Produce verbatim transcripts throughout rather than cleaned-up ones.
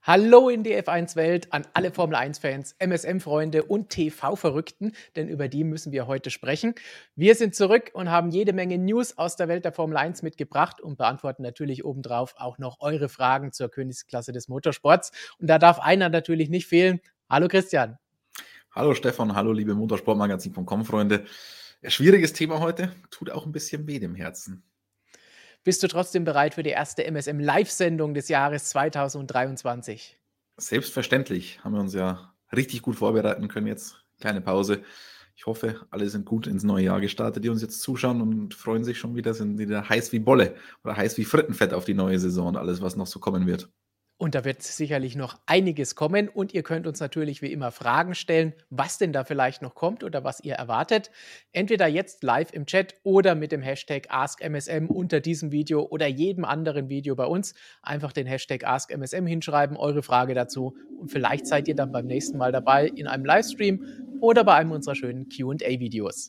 Hallo in die F eins Welt an alle Formel eins Fans, M S M-Freunde und T V-Verrückten, denn über die müssen wir heute sprechen. Wir sind zurück und haben jede Menge News aus der Welt der Formel eins mitgebracht und beantworten natürlich obendrauf auch noch eure Fragen zur Königsklasse des Motorsports. Und da darf einer natürlich nicht fehlen. Hallo Christian. Hallo Stefan, hallo liebe Motorsportmagazin Punkt com Freunde. Ja, schwieriges Thema heute, tut auch ein bisschen weh dem Herzen. Bist du trotzdem bereit für die erste M S M-Live-Sendung des Jahres zweitausenddreiundzwanzig? Selbstverständlich, haben wir uns ja richtig gut vorbereiten können jetzt. Kleine Pause. Ich hoffe, alle sind gut ins neue Jahr gestartet, die uns jetzt zuschauen und freuen sich schon wieder, sind wieder heiß wie Bolle oder heiß wie Frittenfett auf die neue Saison und alles, was noch so kommen wird. Und da wird sicherlich noch einiges kommen. Und ihr könnt uns natürlich wie immer Fragen stellen, was denn da vielleicht noch kommt oder was ihr erwartet. Entweder jetzt live im Chat oder mit dem Hashtag AskMSM unter diesem Video oder jedem anderen Video bei uns. Einfach den Hashtag AskMSM hinschreiben, eure Frage dazu. Und vielleicht seid ihr dann beim nächsten Mal dabei in einem Livestream oder bei einem unserer schönen Q und A-Videos.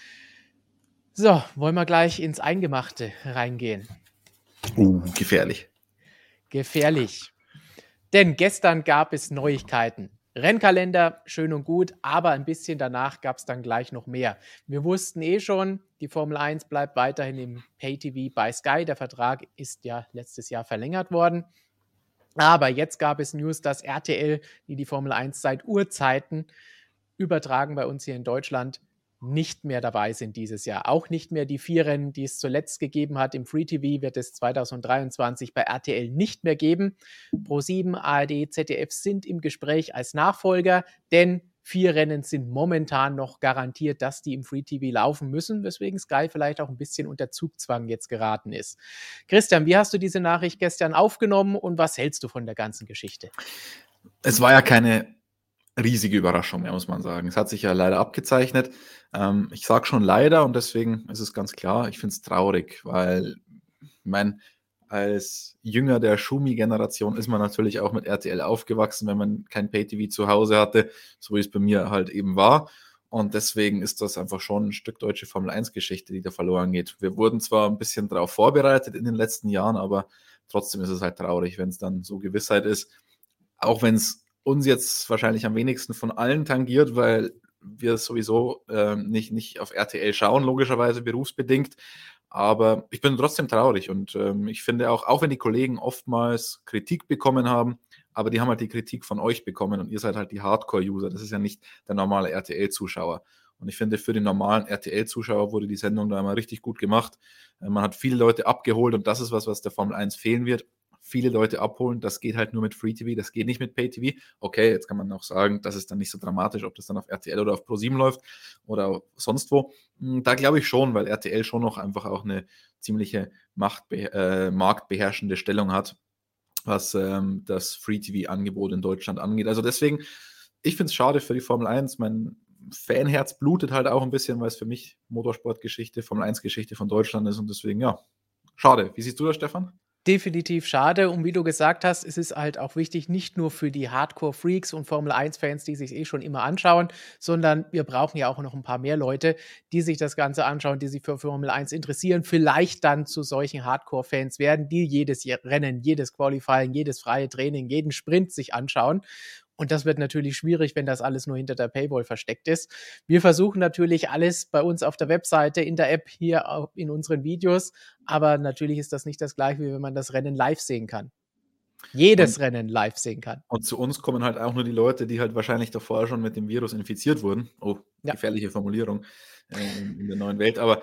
So, wollen wir gleich ins Eingemachte reingehen? Uh, gefährlich. Gefährlich. Denn gestern gab es Neuigkeiten. Rennkalender, schön und gut, aber ein bisschen danach gab es dann gleich noch mehr. Wir wussten eh schon, die Formel eins bleibt weiterhin im Pay-T V bei Sky. Der Vertrag ist ja letztes Jahr verlängert worden. Aber jetzt gab es News, dass R T L, die die Formel eins seit Urzeiten übertragen bei uns hier in Deutschland, nicht mehr dabei sind dieses Jahr. Auch nicht mehr die vier Rennen, die es zuletzt gegeben hat. Im Free T V wird es zweitausenddreiundzwanzig bei R T L nicht mehr geben. ProSieben, A R D, Z D F sind im Gespräch als Nachfolger, denn vier Rennen sind momentan noch garantiert, dass die im Free T V laufen müssen, weswegen Sky vielleicht auch ein bisschen unter Zugzwang jetzt geraten ist. Christian, wie hast du diese Nachricht gestern aufgenommen und was hältst du von der ganzen Geschichte? Es war ja keine riesige Überraschung mehr, muss man sagen. Es hat sich ja leider abgezeichnet. Ähm, ich sage schon leider und deswegen ist es ganz klar, ich finde es traurig, weil, ich meine, als Jünger der Schumi-Generation ist man natürlich auch mit R T L aufgewachsen, wenn man kein Pay-T V zu Hause hatte, so wie es bei mir halt eben war. Und deswegen ist das einfach schon ein Stück deutsche Formel eins Geschichte, die da verloren geht. Wir wurden zwar ein bisschen darauf vorbereitet in den letzten Jahren, aber trotzdem ist es halt traurig, wenn es dann so Gewissheit ist. Auch wenn es uns jetzt wahrscheinlich am wenigsten von allen tangiert, weil wir sowieso äh, nicht, nicht auf R T L schauen, logischerweise berufsbedingt. Aber ich bin trotzdem traurig und ähm, ich finde auch, auch wenn die Kollegen oftmals Kritik bekommen haben, aber die haben halt die Kritik von euch bekommen und ihr seid halt die Hardcore-User. Das ist ja nicht der normale R T L-Zuschauer. Und ich finde, für den normalen R T L-Zuschauer wurde die Sendung da immer richtig gut gemacht. Äh, man hat viele Leute abgeholt und das ist was, was der Formel eins fehlen wird. Viele Leute abholen, das geht halt nur mit Free T V, das geht nicht mit Pay T V. Okay, jetzt kann man auch sagen, das ist dann nicht so dramatisch, ob das dann auf R T L oder auf ProSieben läuft oder sonst wo. Da glaube ich schon, weil R T L schon noch einfach auch eine ziemliche Machtbe- äh, marktbeherrschende Stellung hat, was ähm, das Free T V-Angebot in Deutschland angeht. Also deswegen, ich finde es schade für die Formel eins. Mein Fanherz blutet halt auch ein bisschen, weil es für mich Motorsportgeschichte, Formel eins-Geschichte von Deutschland ist und deswegen, ja, schade. Wie siehst du das, Stefan? Definitiv schade. Und wie du gesagt hast, es ist halt auch wichtig, nicht nur für die Hardcore-Freaks und Formel eins Fans, die sich eh schon immer anschauen, sondern wir brauchen ja auch noch ein paar mehr Leute, die sich das Ganze anschauen, die sich für Formel eins interessieren, vielleicht dann zu solchen Hardcore-Fans werden, die jedes Rennen, jedes Qualifying, jedes freie Training, jeden Sprint sich anschauen. Und das wird natürlich schwierig, wenn das alles nur hinter der Paywall versteckt ist. Wir versuchen natürlich alles bei uns auf der Webseite, in der App, hier in unseren Videos. Aber natürlich ist das nicht das Gleiche, wie wenn man das Rennen live sehen kann. Jedes Und, Rennen live sehen kann. und zu uns kommen halt auch nur die Leute, die halt wahrscheinlich davor schon mit dem Virus infiziert wurden. Oh, Ja. gefährliche Formulierung äh, in, in der neuen Welt. Aber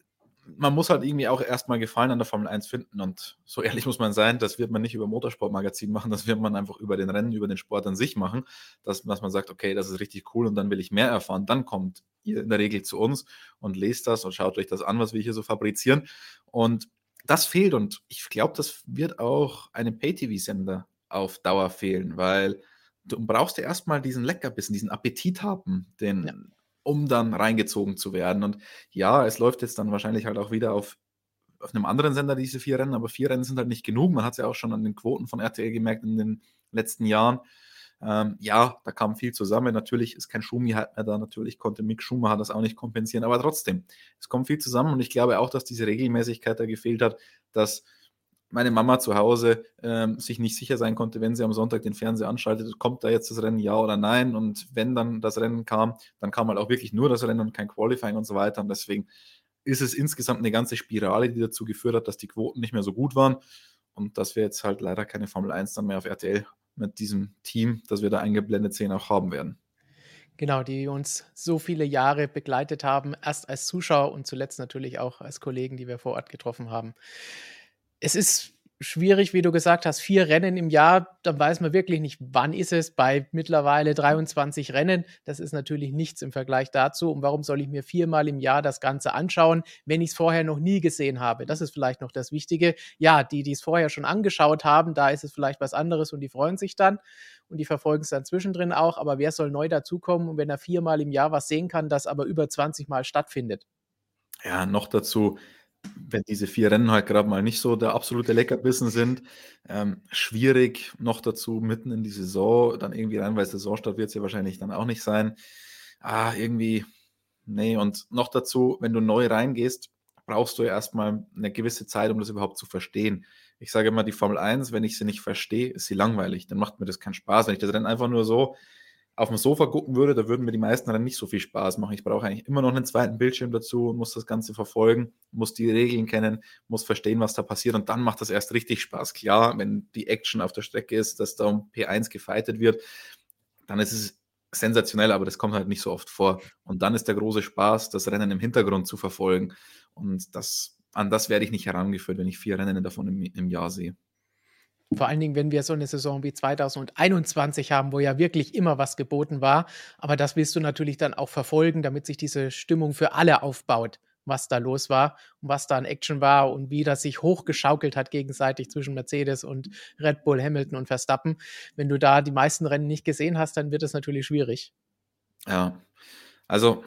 man muss halt irgendwie auch erstmal Gefallen an der Formel eins finden und so ehrlich muss man sein, das wird man nicht über Motorsportmagazin machen, das wird man einfach über den Rennen, über den Sport an sich machen, dass, dass man sagt, okay, das ist richtig cool und dann will ich mehr erfahren, dann kommt ihr in der Regel zu uns und lest das und schaut euch das an, was wir hier so fabrizieren und das fehlt und ich glaube, das wird auch einem Pay-T V-Sender auf Dauer fehlen, weil du brauchst ja erstmal diesen Leckerbissen, diesen Appetit haben, den... Ja. um dann reingezogen zu werden. Und ja, es läuft jetzt dann wahrscheinlich halt auch wieder auf, auf einem anderen Sender, diese vier Rennen, aber vier Rennen sind halt nicht genug. Man hat es ja auch schon an den Quoten von R T L gemerkt in den letzten Jahren. Ähm, ja, da kam viel zusammen. Natürlich ist kein Schumi halt mehr da. Natürlich konnte Mick Schumacher das auch nicht kompensieren. Aber trotzdem, es kommt viel zusammen. Und ich glaube auch, dass diese Regelmäßigkeit da gefehlt hat, dass meine Mama zu Hause ähm, sich nicht sicher sein konnte, wenn sie am Sonntag den Fernseher anschaltet, kommt da jetzt das Rennen, ja oder nein? Und wenn dann das Rennen kam, dann kam halt auch wirklich nur das Rennen und kein Qualifying und so weiter. Und deswegen ist es insgesamt eine ganze Spirale, die dazu geführt hat, dass die Quoten nicht mehr so gut waren und dass wir jetzt halt leider keine Formel eins dann mehr auf R T L mit diesem Team, das wir da eingeblendet sehen, auch haben werden. Genau, die uns so viele Jahre begleitet haben, erst als Zuschauer und zuletzt natürlich auch als Kollegen, die wir vor Ort getroffen haben. Es ist schwierig, wie du gesagt hast, vier Rennen im Jahr, dann weiß man wirklich nicht, wann ist es bei mittlerweile dreiundzwanzig Rennen. Das ist natürlich nichts im Vergleich dazu. Und warum soll ich mir viermal im Jahr das Ganze anschauen, wenn ich es vorher noch nie gesehen habe? Das ist vielleicht noch das Wichtige. Ja, die, die es vorher schon angeschaut haben, da ist es vielleicht was anderes und die freuen sich dann und die verfolgen es dann zwischendrin auch. Aber wer soll neu dazukommen, und wenn er viermal im Jahr was sehen kann, das aber über zwanzig Mal stattfindet? Ja, noch dazu, wenn diese vier Rennen halt gerade mal nicht so der absolute Leckerbissen sind, ähm, schwierig, noch dazu mitten in die Saison dann irgendwie rein, weil Saisonstart wird es ja wahrscheinlich dann auch nicht sein. Ah, irgendwie, nee, und noch dazu, wenn du neu reingehst, brauchst du ja erstmal eine gewisse Zeit, um das überhaupt zu verstehen. Ich sage immer, die Formel eins, wenn ich sie nicht verstehe, ist sie langweilig, dann macht mir das keinen Spaß. Wenn ich das Rennen einfach nur so auf dem Sofa gucken würde, da würden mir die meisten dann nicht so viel Spaß machen. Ich brauche eigentlich immer noch einen zweiten Bildschirm dazu, muss das Ganze verfolgen, muss die Regeln kennen, muss verstehen, was da passiert und dann macht das erst richtig Spaß. Klar, wenn die Action auf der Strecke ist, dass da um P eins gefightet wird, dann ist es sensationell, aber das kommt halt nicht so oft vor. Und dann ist der große Spaß, das Rennen im Hintergrund zu verfolgen. Und das, an das werde ich nicht herangeführt, wenn ich vier Rennen davon im, im Jahr sehe. Vor allen Dingen, wenn wir so eine Saison wie zweitausendeinundzwanzig haben, wo ja wirklich immer was geboten war. Aber das willst du natürlich dann auch verfolgen, damit sich diese Stimmung für alle aufbaut, was da los war und was da an Action war und wie das sich hochgeschaukelt hat gegenseitig zwischen Mercedes und Red Bull, Hamilton und Verstappen. Wenn du da die meisten Rennen nicht gesehen hast, dann wird es natürlich schwierig. Ja, also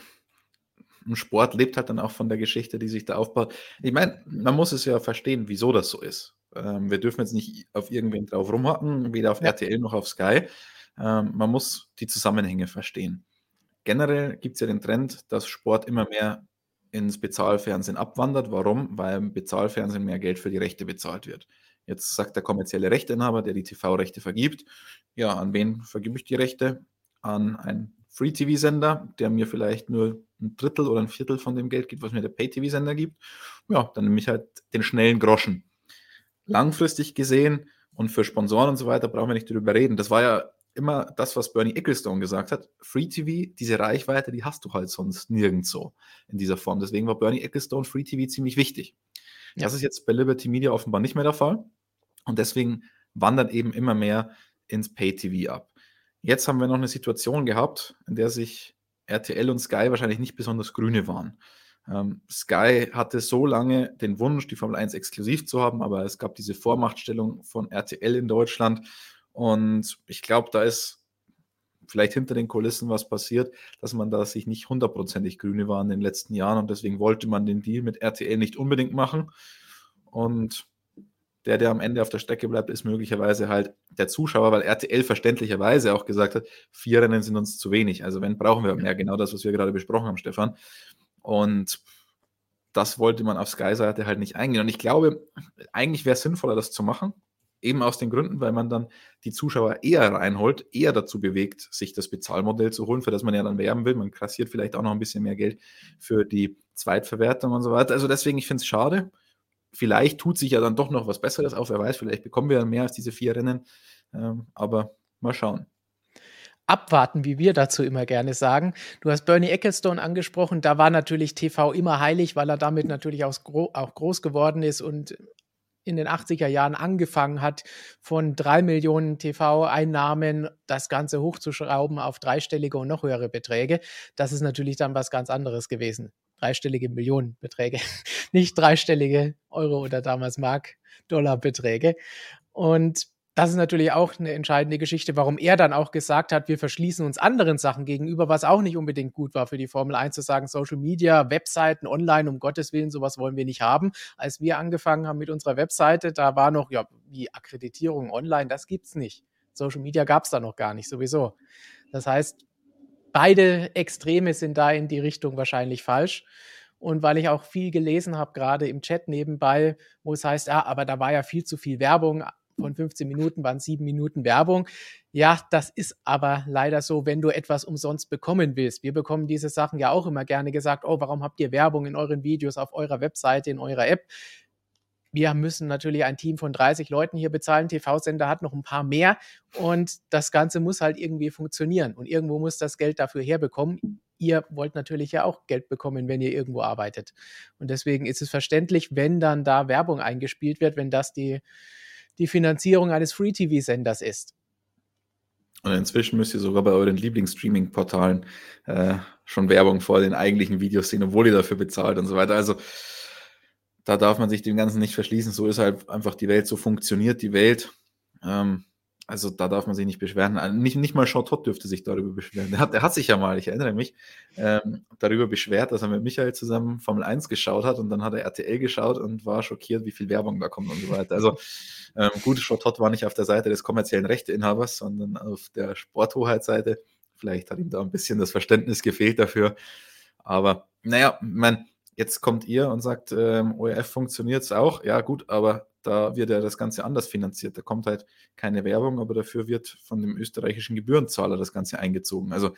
ein Sport lebt halt dann auch von der Geschichte, die sich da aufbaut. Ich meine, man muss es ja verstehen, wieso das so ist. Ähm, wir dürfen jetzt nicht auf irgendwen drauf rumhacken, weder auf Ja. R T L noch auf Sky. Ähm, man muss die Zusammenhänge verstehen. Generell gibt es ja den Trend, dass Sport immer mehr ins Bezahlfernsehen abwandert. Warum? Weil im Bezahlfernsehen mehr Geld für die Rechte bezahlt wird. Jetzt sagt der kommerzielle Rechteinhaber, der die T V-Rechte vergibt, ja, an wen vergebe ich die Rechte? An einen Free-T V-Sender, der mir vielleicht nur ein Drittel oder ein Viertel von dem Geld gibt, was mir der Pay-T V-Sender gibt. Ja, dann nehme ich halt den schnellen Groschen. Langfristig gesehen und für Sponsoren und so weiter brauchen wir nicht drüber reden. Das war ja immer das, was Bernie Ecclestone gesagt hat. Free-T V, diese Reichweite, die hast du halt sonst nirgendwo in dieser Form. Deswegen war Bernie Ecclestone Free-T V ziemlich wichtig. Ja. Das ist jetzt bei Liberty Media offenbar nicht mehr der Fall. Und deswegen wandert eben immer mehr ins Pay-T V ab. Jetzt haben wir noch eine Situation gehabt, in der sich R T L und Sky wahrscheinlich nicht besonders grüne waren. Ähm, Sky hatte so lange den Wunsch, die Formel eins exklusiv zu haben, aber es gab diese Vormachtstellung von R T L in Deutschland und ich glaube, da ist vielleicht hinter den Kulissen was passiert, dass man da sich nicht hundertprozentig grüne war in den letzten Jahren und deswegen wollte man den Deal mit R T L nicht unbedingt machen und der, der am Ende auf der Strecke bleibt, ist möglicherweise halt der Zuschauer, weil R T L verständlicherweise auch gesagt hat, vier Rennen sind uns zu wenig. Also wenn, brauchen wir mehr. Genau das, was wir gerade besprochen haben, Stefan. Und das wollte man auf Sky-Seite halt nicht eingehen. Und ich glaube, eigentlich wäre es sinnvoller, das zu machen. Eben aus den Gründen, weil man dann die Zuschauer eher reinholt, eher dazu bewegt, sich das Bezahlmodell zu holen, für das man ja dann werben will. Man kassiert vielleicht auch noch ein bisschen mehr Geld für die Zweitverwertung und so weiter. Also deswegen, ich finde es schade. Vielleicht tut sich ja dann doch noch was Besseres auf, wer weiß, vielleicht bekommen wir mehr als diese vier Rennen, ähm, aber mal schauen. Abwarten, wie wir dazu immer gerne sagen. Du hast Bernie Ecclestone angesprochen, da war natürlich T V immer heilig, weil er damit natürlich auch, gro- auch groß geworden ist und in den achtziger Jahren angefangen hat, von drei Millionen T V-Einnahmen das Ganze hochzuschrauben auf dreistellige und noch höhere Beträge. Das ist natürlich dann was ganz anderes gewesen. Dreistellige Millionenbeträge, nicht dreistellige Euro oder damals Mark-Dollar-Beträge. Und das ist natürlich auch eine entscheidende Geschichte, warum er dann auch gesagt hat, wir verschließen uns anderen Sachen gegenüber, was auch nicht unbedingt gut war für die Formel eins, zu sagen, Social Media, Webseiten, online, um Gottes Willen, sowas wollen wir nicht haben. Als wir angefangen haben mit unserer Webseite, da war noch, ja, die Akkreditierung online, das gibt's nicht. Social Media gab's da noch gar nicht, sowieso. Das heißt, beide Extreme sind da in die Richtung wahrscheinlich falsch. Und weil ich auch viel gelesen habe, gerade im Chat nebenbei, wo es heißt, ja, aber da war ja viel zu viel Werbung. Von fünfzehn Minuten waren sieben Minuten Werbung. Ja, das ist aber leider so, wenn du etwas umsonst bekommen willst. Wir bekommen diese Sachen ja auch immer gerne gesagt, oh, warum habt ihr Werbung in euren Videos, auf eurer Webseite, in eurer App? Wir müssen natürlich ein Team von dreißig Leuten hier bezahlen. T V-Sender hat noch ein paar mehr und das Ganze muss halt irgendwie funktionieren und irgendwo muss das Geld dafür herbekommen. Ihr wollt natürlich ja auch Geld bekommen, wenn ihr irgendwo arbeitet. Und deswegen ist es verständlich, wenn dann da Werbung eingespielt wird, wenn das die, die Finanzierung eines Free-T V-Senders ist. Und inzwischen müsst ihr sogar bei euren Lieblings-Streaming-Portalen äh, schon Werbung vor den eigentlichen Videos sehen, obwohl ihr dafür bezahlt und so weiter. Also da darf man sich dem Ganzen nicht verschließen. So ist halt einfach die Welt, so funktioniert die Welt. Ähm, also da darf man sich nicht beschweren. Nicht, nicht mal Sean Todt dürfte sich darüber beschweren. Der hat, der hat sich ja mal, ich erinnere mich, ähm, darüber beschwert, dass er mit Michael zusammen Formel eins geschaut hat und dann hat er R T L geschaut und war schockiert, wie viel Werbung da kommt und so weiter. Also ähm, gut, Sean Todt war nicht auf der Seite des kommerziellen Rechteinhabers, sondern auf der Sporthoheitsseite. Vielleicht hat ihm da ein bisschen das Verständnis gefehlt dafür. Aber naja, ich meine, jetzt kommt ihr und sagt, ähm, O R F funktioniert es auch. Ja gut, aber da wird ja das Ganze anders finanziert. Da kommt halt keine Werbung, aber dafür wird von dem österreichischen Gebührenzahler das Ganze eingezogen. Also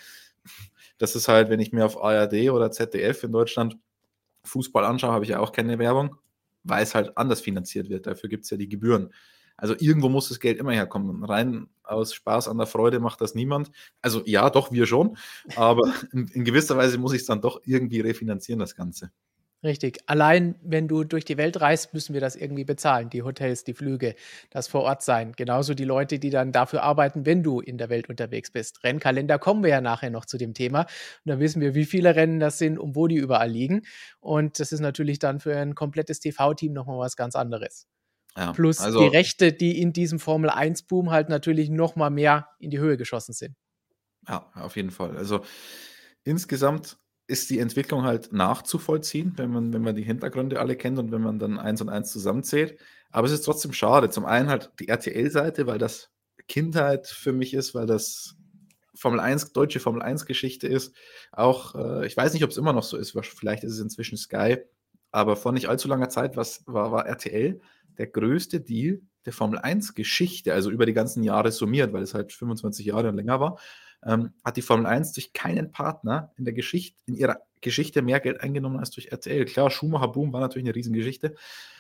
das ist halt, wenn ich mir auf A R D oder Z D F in Deutschland Fußball anschaue, habe ich ja auch keine Werbung, weil es halt anders finanziert wird. Dafür gibt es ja die Gebühren. Also irgendwo muss das Geld immer herkommen. Rein aus Spaß an der Freude macht das niemand. Also ja, doch, wir schon. Aber in, in gewisser Weise muss ich es dann doch irgendwie refinanzieren, das Ganze. Richtig. Allein, wenn du durch die Welt reist, müssen wir das irgendwie bezahlen. Die Hotels, die Flüge, das vor Ort sein. Genauso die Leute, die dann dafür arbeiten, wenn du in der Welt unterwegs bist. Rennkalender kommen wir ja nachher noch zu dem Thema. Und da wissen wir, wie viele Rennen das sind und wo die überall liegen. Und das ist natürlich dann für ein komplettes T V-Team nochmal was ganz anderes. Ja, plus also, die Rechte, die in diesem Formel eins Boom halt natürlich noch mal mehr in die Höhe geschossen sind. Ja, auf jeden Fall. Also insgesamt ist die Entwicklung halt nachzuvollziehen, wenn man, wenn man die Hintergründe alle kennt und wenn man dann eins und eins zusammenzählt. Aber es ist trotzdem schade. Zum einen halt die R T L-Seite, weil das Kindheit für mich ist, weil das Formel eins, deutsche Formel eins Geschichte ist. Auch, äh, ich weiß nicht, ob es immer noch so ist, vielleicht ist es inzwischen Sky, aber vor nicht allzu langer Zeit was, war, war R T L der größte Deal der Formel eins Geschichte, also über die ganzen Jahre summiert, weil es halt fünfundzwanzig Jahre und länger war, ähm, hat die Formel eins durch keinen Partner in der Geschichte, in ihrer Geschichte mehr Geld eingenommen als durch R T L. Klar, Schumacher Boom war natürlich eine Riesengeschichte,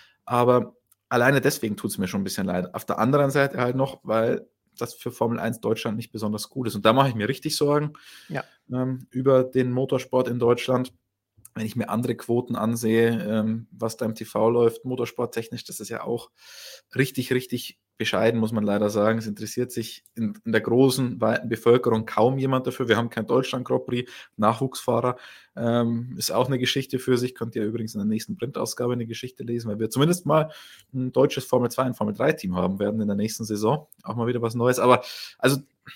aber alleine deswegen tut es mir schon ein bisschen leid. Auf der anderen Seite halt noch, weil das für Formel eins Deutschland nicht besonders gut ist. Und da mache ich mir richtig Sorgen ja. ähm, über den Motorsport in Deutschland. Wenn ich mir andere Quoten ansehe, ähm, was da im T V läuft, motorsporttechnisch, das ist ja auch richtig, richtig bescheiden, muss man leider sagen. Es interessiert sich in, in der großen, weiten Bevölkerung kaum jemand dafür. Wir haben kein Deutschland-Grand Prix, Nachwuchsfahrer. Ähm, ist auch eine Geschichte für sich. Könnt ihr übrigens in der nächsten Printausgabe eine Geschichte lesen, weil wir zumindest mal ein deutsches Formel zwei und Formel drei Team haben werden in der nächsten Saison. Auch mal wieder was Neues. Aber also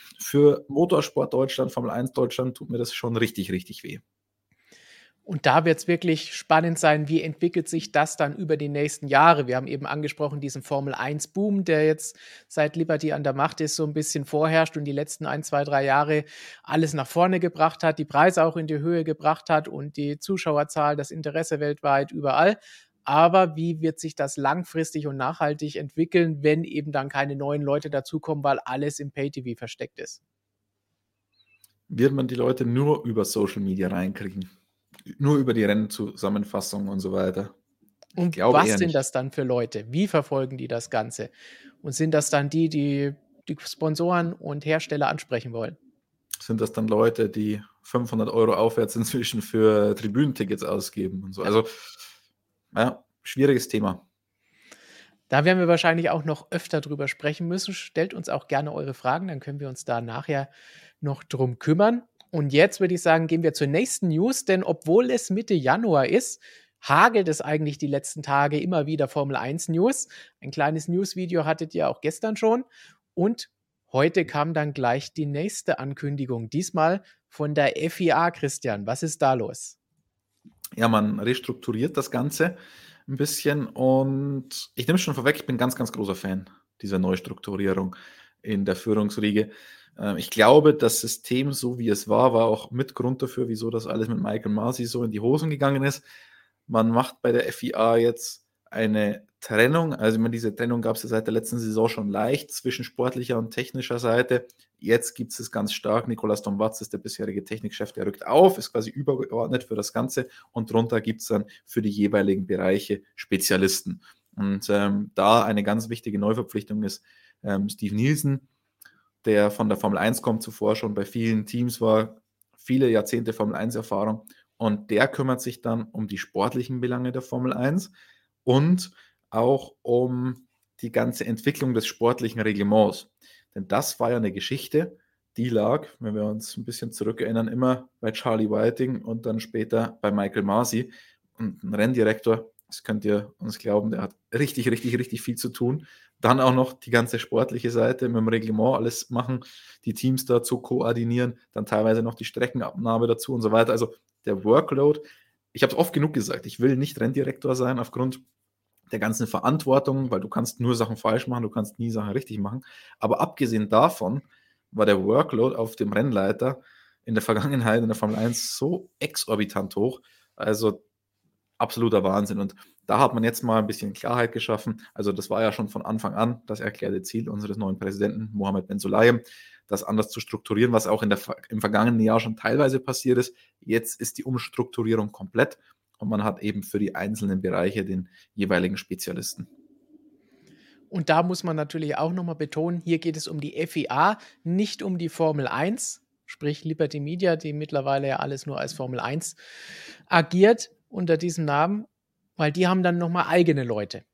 für Motorsport Deutschland, Formel eins Deutschland tut mir das schon richtig, richtig weh. Und da wird es wirklich spannend sein, wie entwickelt sich das dann über die nächsten Jahre. Wir haben eben angesprochen, diesen Formel eins Boom, der jetzt seit Liberty an der Macht ist, so ein bisschen vorherrscht und die letzten ein, zwei, drei Jahre alles nach vorne gebracht hat, die Preise auch in die Höhe gebracht hat und die Zuschauerzahl, das Interesse weltweit überall. Aber wie wird sich das langfristig und nachhaltig entwickeln, wenn eben dann keine neuen Leute dazukommen, weil alles im Pay-T V versteckt ist? Wird man die Leute nur über Social Media reinkriegen? Nur über die Rennzusammenfassung und so weiter. Ich und was sind nicht. das dann für Leute? Wie verfolgen die das Ganze? Und sind das dann die, die die Sponsoren und Hersteller ansprechen wollen? Sind das dann Leute, die fünfhundert Euro aufwärts inzwischen für Tribünentickets ausgeben und so? Ja. Also, ja, schwieriges Thema. Da werden wir wahrscheinlich auch noch öfter drüber sprechen müssen. Stellt uns auch gerne eure Fragen, dann können wir uns da nachher noch drum kümmern. Und jetzt würde ich sagen, gehen wir zur nächsten News, denn obwohl es Mitte Januar ist, hagelt es eigentlich die letzten Tage immer wieder Formel eins News. Ein kleines Newsvideo hattet ihr auch gestern schon. Und heute kam dann gleich die nächste Ankündigung, diesmal von der F I A. Christian, was ist da los? Ja, man restrukturiert das Ganze ein bisschen und ich nehme es schon vorweg, ich bin ganz, ganz großer Fan dieser Neustrukturierung in der Führungsriege. Ich glaube, das System, so wie es war, war auch mit Grund dafür, wieso das alles mit Michael Masi so in die Hosen gegangen ist. man macht bei der F I A jetzt eine Trennung. Also ich meine, diese Trennung gab es ja seit der letzten Saison schon leicht zwischen sportlicher und technischer Seite. Jetzt gibt es es ganz stark. Nicolas Dombaz ist der bisherige Technikchef, der rückt auf, ist quasi übergeordnet für das Ganze und drunter gibt es dann für die jeweiligen Bereiche Spezialisten. Und ähm, da eine ganz wichtige Neuverpflichtung ist ähm, Steve Nielsen, der von der Formel eins kommt, zuvor schon bei vielen Teams war, viele Jahrzehnte Formel eins Erfahrung und der kümmert sich dann um die sportlichen Belange der Formel eins und auch um die ganze Entwicklung des sportlichen Reglements. Denn das war ja eine Geschichte, die lag, wenn wir uns ein bisschen zurückerinnern, immer bei Charlie Whiting und dann später bei Michael Masi. Und ein Renndirektor, das könnt ihr uns glauben, der hat richtig, richtig, richtig viel zu tun. Dann auch noch die ganze sportliche Seite mit dem Reglement alles machen, die Teams dazu koordinieren, dann teilweise noch die Streckenabnahme dazu und so weiter. Also der Workload, ich habe es oft genug gesagt, ich will nicht Renndirektor sein aufgrund der ganzen Verantwortung, weil du kannst nur Sachen falsch machen, du kannst nie Sachen richtig machen. Aber abgesehen davon war der Workload auf dem Rennleiter in der Vergangenheit in der Formel eins so exorbitant hoch, also absoluter Wahnsinn. Und da hat man jetzt mal ein bisschen Klarheit geschaffen. Also das war ja schon von Anfang an das erklärte Ziel unseres neuen Präsidenten, Mohammed Ben Sulayem, das anders zu strukturieren, was auch in der, im vergangenen Jahr schon teilweise passiert ist. Jetzt ist die Umstrukturierung komplett und man hat eben für die einzelnen Bereiche den jeweiligen Spezialisten. Und da muss man natürlich auch nochmal betonen, hier geht es um die F I A, nicht um die Formel eins, sprich Liberty Media, die mittlerweile ja alles nur als Formel eins agiert unter diesem Namen, weil die haben dann nochmal eigene Leute.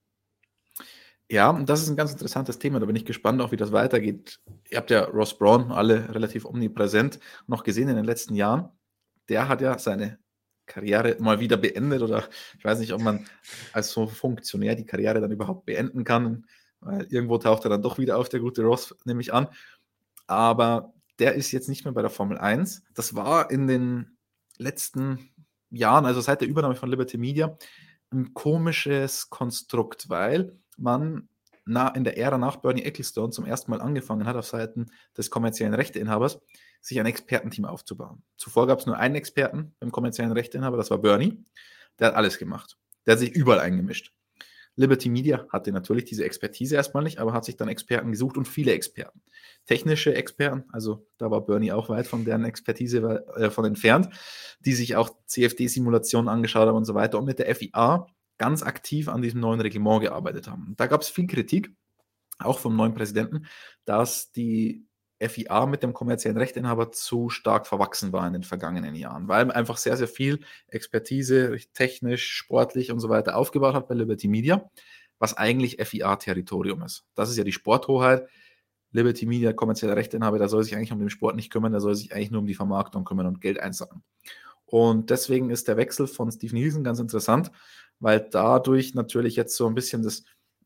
Ja, und das ist ein ganz interessantes Thema, da bin ich gespannt auch, wie das weitergeht. Ihr habt ja Ross Brawn alle relativ omnipräsent noch gesehen in den letzten Jahren. Der hat ja seine Karriere mal wieder beendet oder ich weiß nicht, ob man als so Funktionär die Karriere dann überhaupt beenden kann, weil irgendwo taucht er dann doch wieder auf, der gute Ross, nehme ich an. Aber der ist jetzt nicht mehr bei der Formel eins. Das war in den letzten Jahren, also seit der Übernahme von Liberty Media, ein komisches Konstrukt, weil man na, in der Ära nach Bernie Ecclestone zum ersten Mal angefangen hat, auf Seiten des kommerziellen Rechteinhabers sich ein Expertenteam aufzubauen. Zuvor gab es nur einen Experten beim kommerziellen Rechteinhaber, das war Bernie. Der hat alles gemacht. Der hat sich überall eingemischt. Liberty Media hatte natürlich diese Expertise erstmal nicht, aber hat sich dann Experten gesucht und viele Experten. Technische Experten, also da war Bernie auch weit von deren Expertise äh, von entfernt, die sich auch C F D-Simulationen angeschaut haben und so weiter und mit der F I A ganz aktiv an diesem neuen Reglement gearbeitet haben. Da gab es viel Kritik, auch vom neuen Präsidenten, dass die F I A mit dem kommerziellen Rechteinhaber zu stark verwachsen war in den vergangenen Jahren, weil einfach sehr, sehr viel Expertise, technisch, sportlich und so weiter aufgebaut hat bei Liberty Media, was eigentlich F I A-Territorium ist. Das ist ja die Sporthoheit. Liberty Media, kommerzieller Rechteinhaber, der soll sich eigentlich um den Sport nicht kümmern, der soll sich eigentlich nur um die Vermarktung kümmern und Geld einsammeln. Und deswegen ist der Wechsel von Steve Nielsen ganz interessant, weil dadurch natürlich jetzt so ein bisschen das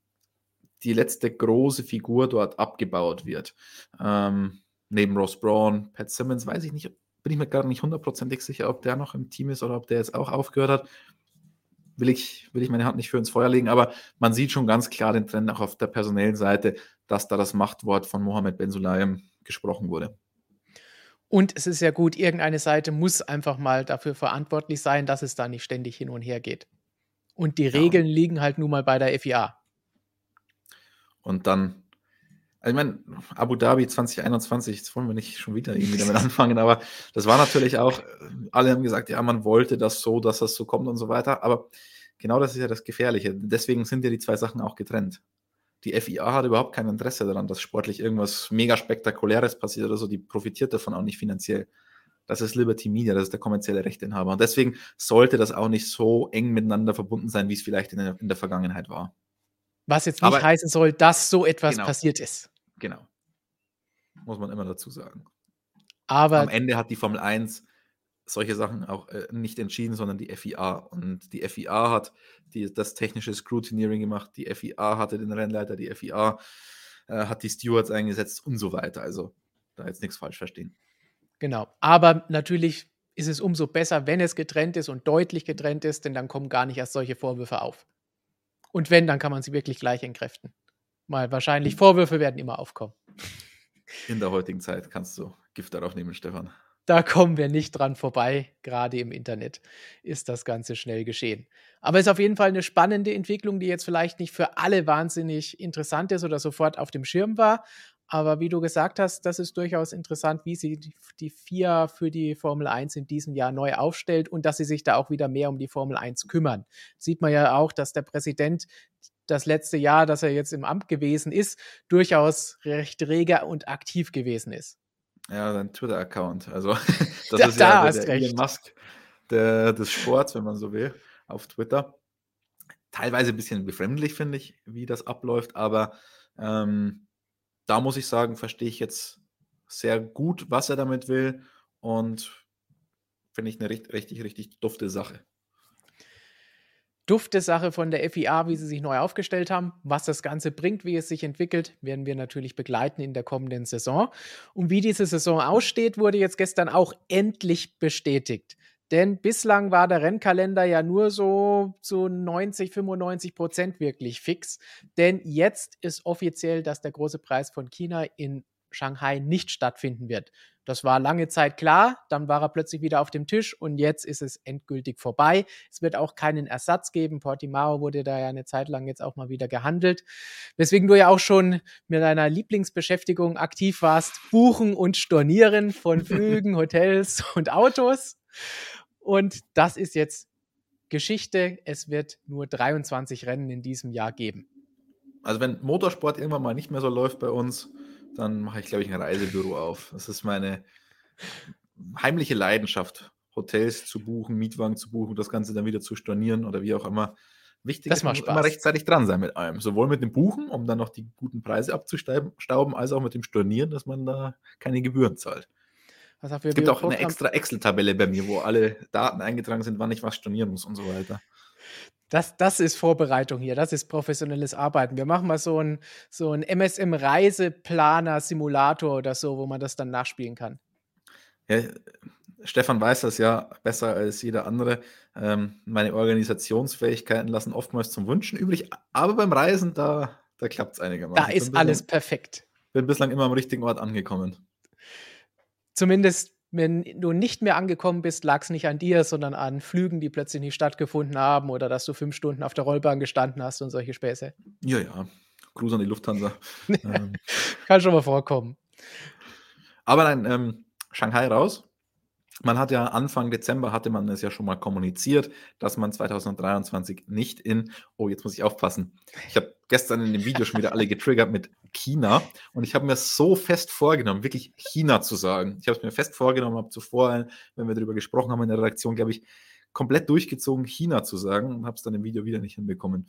die letzte große Figur dort abgebaut wird. Ähm, neben Ross Brawn, Pat Simmons, weiß ich nicht, bin ich mir gerade nicht hundertprozentig sicher, ob der noch im Team ist oder ob der jetzt auch aufgehört hat. Will ich, will ich meine Hand nicht für ins Feuer legen, aber man sieht schon ganz klar den Trend auch auf der personellen Seite, dass da das Machtwort von Mohammed Ben Sulayem gesprochen wurde. Und es ist ja gut, irgendeine Seite muss einfach mal dafür verantwortlich sein, dass es da nicht ständig hin und her geht. Und die Regeln ja. liegen halt nun mal bei der F I A. Und dann, also ich meine, Abu Dhabi zwanzig einundzwanzig, jetzt wollen wir nicht schon wieder irgendwie damit anfangen, aber das war natürlich auch, alle haben gesagt, ja, man wollte das so, dass das so kommt und so weiter, aber genau das ist ja das Gefährliche. Deswegen sind ja die zwei Sachen auch getrennt. Die F I A hat überhaupt kein Interesse daran, dass sportlich irgendwas mega Spektakuläres passiert oder so, die profitiert davon auch nicht finanziell. Das ist Liberty Media, das ist der kommerzielle Rechteinhaber. Und deswegen sollte das auch nicht so eng miteinander verbunden sein, wie es vielleicht in der, in der Vergangenheit war. Was jetzt nicht Aber, heißen soll, dass so etwas genau, passiert ist. Genau. Muss man immer dazu sagen. Aber am Ende hat die Formel eins solche Sachen auch äh, nicht entschieden, sondern die F I A. Und die F I A hat die, das technische Scrutineering gemacht, die F I A hatte den Rennleiter, die F I A äh, hat die Stewards eingesetzt und so weiter. Also da jetzt nichts falsch verstehen. Genau. Aber natürlich ist es umso besser, wenn es getrennt ist und deutlich getrennt ist, denn dann kommen gar nicht erst solche Vorwürfe auf. Und wenn, dann kann man sie wirklich gleich entkräften. Weil wahrscheinlich Vorwürfe werden immer aufkommen. In der heutigen Zeit kannst du Gift darauf nehmen, Stefan. Da kommen wir nicht dran vorbei. Gerade im Internet ist das Ganze schnell geschehen. Aber es ist auf jeden Fall eine spannende Entwicklung, die jetzt vielleicht nicht für alle wahnsinnig interessant ist oder sofort auf dem Schirm war. Aber wie du gesagt hast, das ist durchaus interessant, wie sie die die F I A für die Formel eins in diesem Jahr neu aufstellt und dass sie sich da auch wieder mehr um die Formel eins kümmern. Sieht man ja auch, dass der Präsident das letzte Jahr, dass er jetzt im Amt gewesen ist, durchaus recht rege und aktiv gewesen ist. Ja, sein Twitter-Account. Also, das Da ist ja da der, hast der Elon recht. Musk der, des Sports, wenn man so will, auf Twitter. Teilweise ein bisschen befremdlich, finde ich, wie das abläuft, aber ähm, da muss ich sagen, verstehe ich jetzt sehr gut, was er damit will und finde ich eine richtig, richtig, richtig dufte Sache. Dufte Sache von der F I A, wie sie sich neu aufgestellt haben. Was das Ganze bringt, wie es sich entwickelt, werden wir natürlich begleiten in der kommenden Saison. Und wie diese Saison aussteht, wurde jetzt gestern auch endlich bestätigt. Denn bislang war der Rennkalender ja nur so zu neunzig, fünfundneunzig Prozent wirklich fix. Denn jetzt ist offiziell, dass der große Preis von China in Shanghai nicht stattfinden wird. Das war lange Zeit klar, dann war er plötzlich wieder auf dem Tisch und jetzt ist es endgültig vorbei. Es wird auch keinen Ersatz geben. Portimao wurde da ja eine Zeit lang jetzt auch mal wieder gehandelt. Weswegen du ja auch schon mit deiner Lieblingsbeschäftigung aktiv warst, Buchen und Stornieren von Flügen, Hotels und Autos. Und das ist jetzt Geschichte. Es wird nur dreiundzwanzig Rennen in diesem Jahr geben. Also wenn Motorsport irgendwann mal nicht mehr so läuft bei uns, dann mache ich, glaube ich, ein Reisebüro auf. Das ist meine heimliche Leidenschaft, Hotels zu buchen, Mietwagen zu buchen, das Ganze dann wieder zu stornieren oder wie auch immer. Wichtig Das ist, man macht muss immer Spaß. rechtzeitig dran sein mit allem. Sowohl mit dem Buchen, um dann noch die guten Preise abzustauben, als auch mit dem Stornieren, dass man da keine Gebühren zahlt. Was Es gibt auch eine extra Excel-Tabelle bei mir, wo alle Daten eingetragen sind, wann ich was stornieren muss und so weiter. Das, das ist Vorbereitung hier, das ist professionelles Arbeiten. Wir machen mal so einen so ein M S M-Reiseplaner-Simulator oder so, wo man das dann nachspielen kann. Ja, Stefan weiß das ja besser als jeder andere. Ähm, meine Organisationsfähigkeiten lassen oftmals zum Wünschen übrig, aber beim Reisen, da, da klappt es einigermaßen. Da ist alles perfekt. Ich bin bislang immer am richtigen Ort angekommen. Zumindest, wenn du nicht mehr angekommen bist, lag es nicht an dir, sondern an Flügen, die plötzlich nicht stattgefunden haben oder dass du fünf Stunden auf der Rollbahn gestanden hast und solche Späße. Ja, ja. Gruß an die Lufthansa. ähm. Kann schon mal vorkommen. Aber nein, ähm, Shanghai raus. Man hat ja Anfang Dezember hatte man es ja schon mal kommuniziert, dass man zwanzig dreiundzwanzig nicht in, oh, jetzt muss ich aufpassen. Ich habe gestern in dem Video schon wieder alle getriggert mit China und ich habe mir so fest vorgenommen, wirklich China zu sagen. Ich habe es mir fest vorgenommen, habe zuvor, wenn wir darüber gesprochen haben in der Redaktion, glaube ich, komplett durchgezogen, China zu sagen und habe es dann im Video wieder nicht hinbekommen.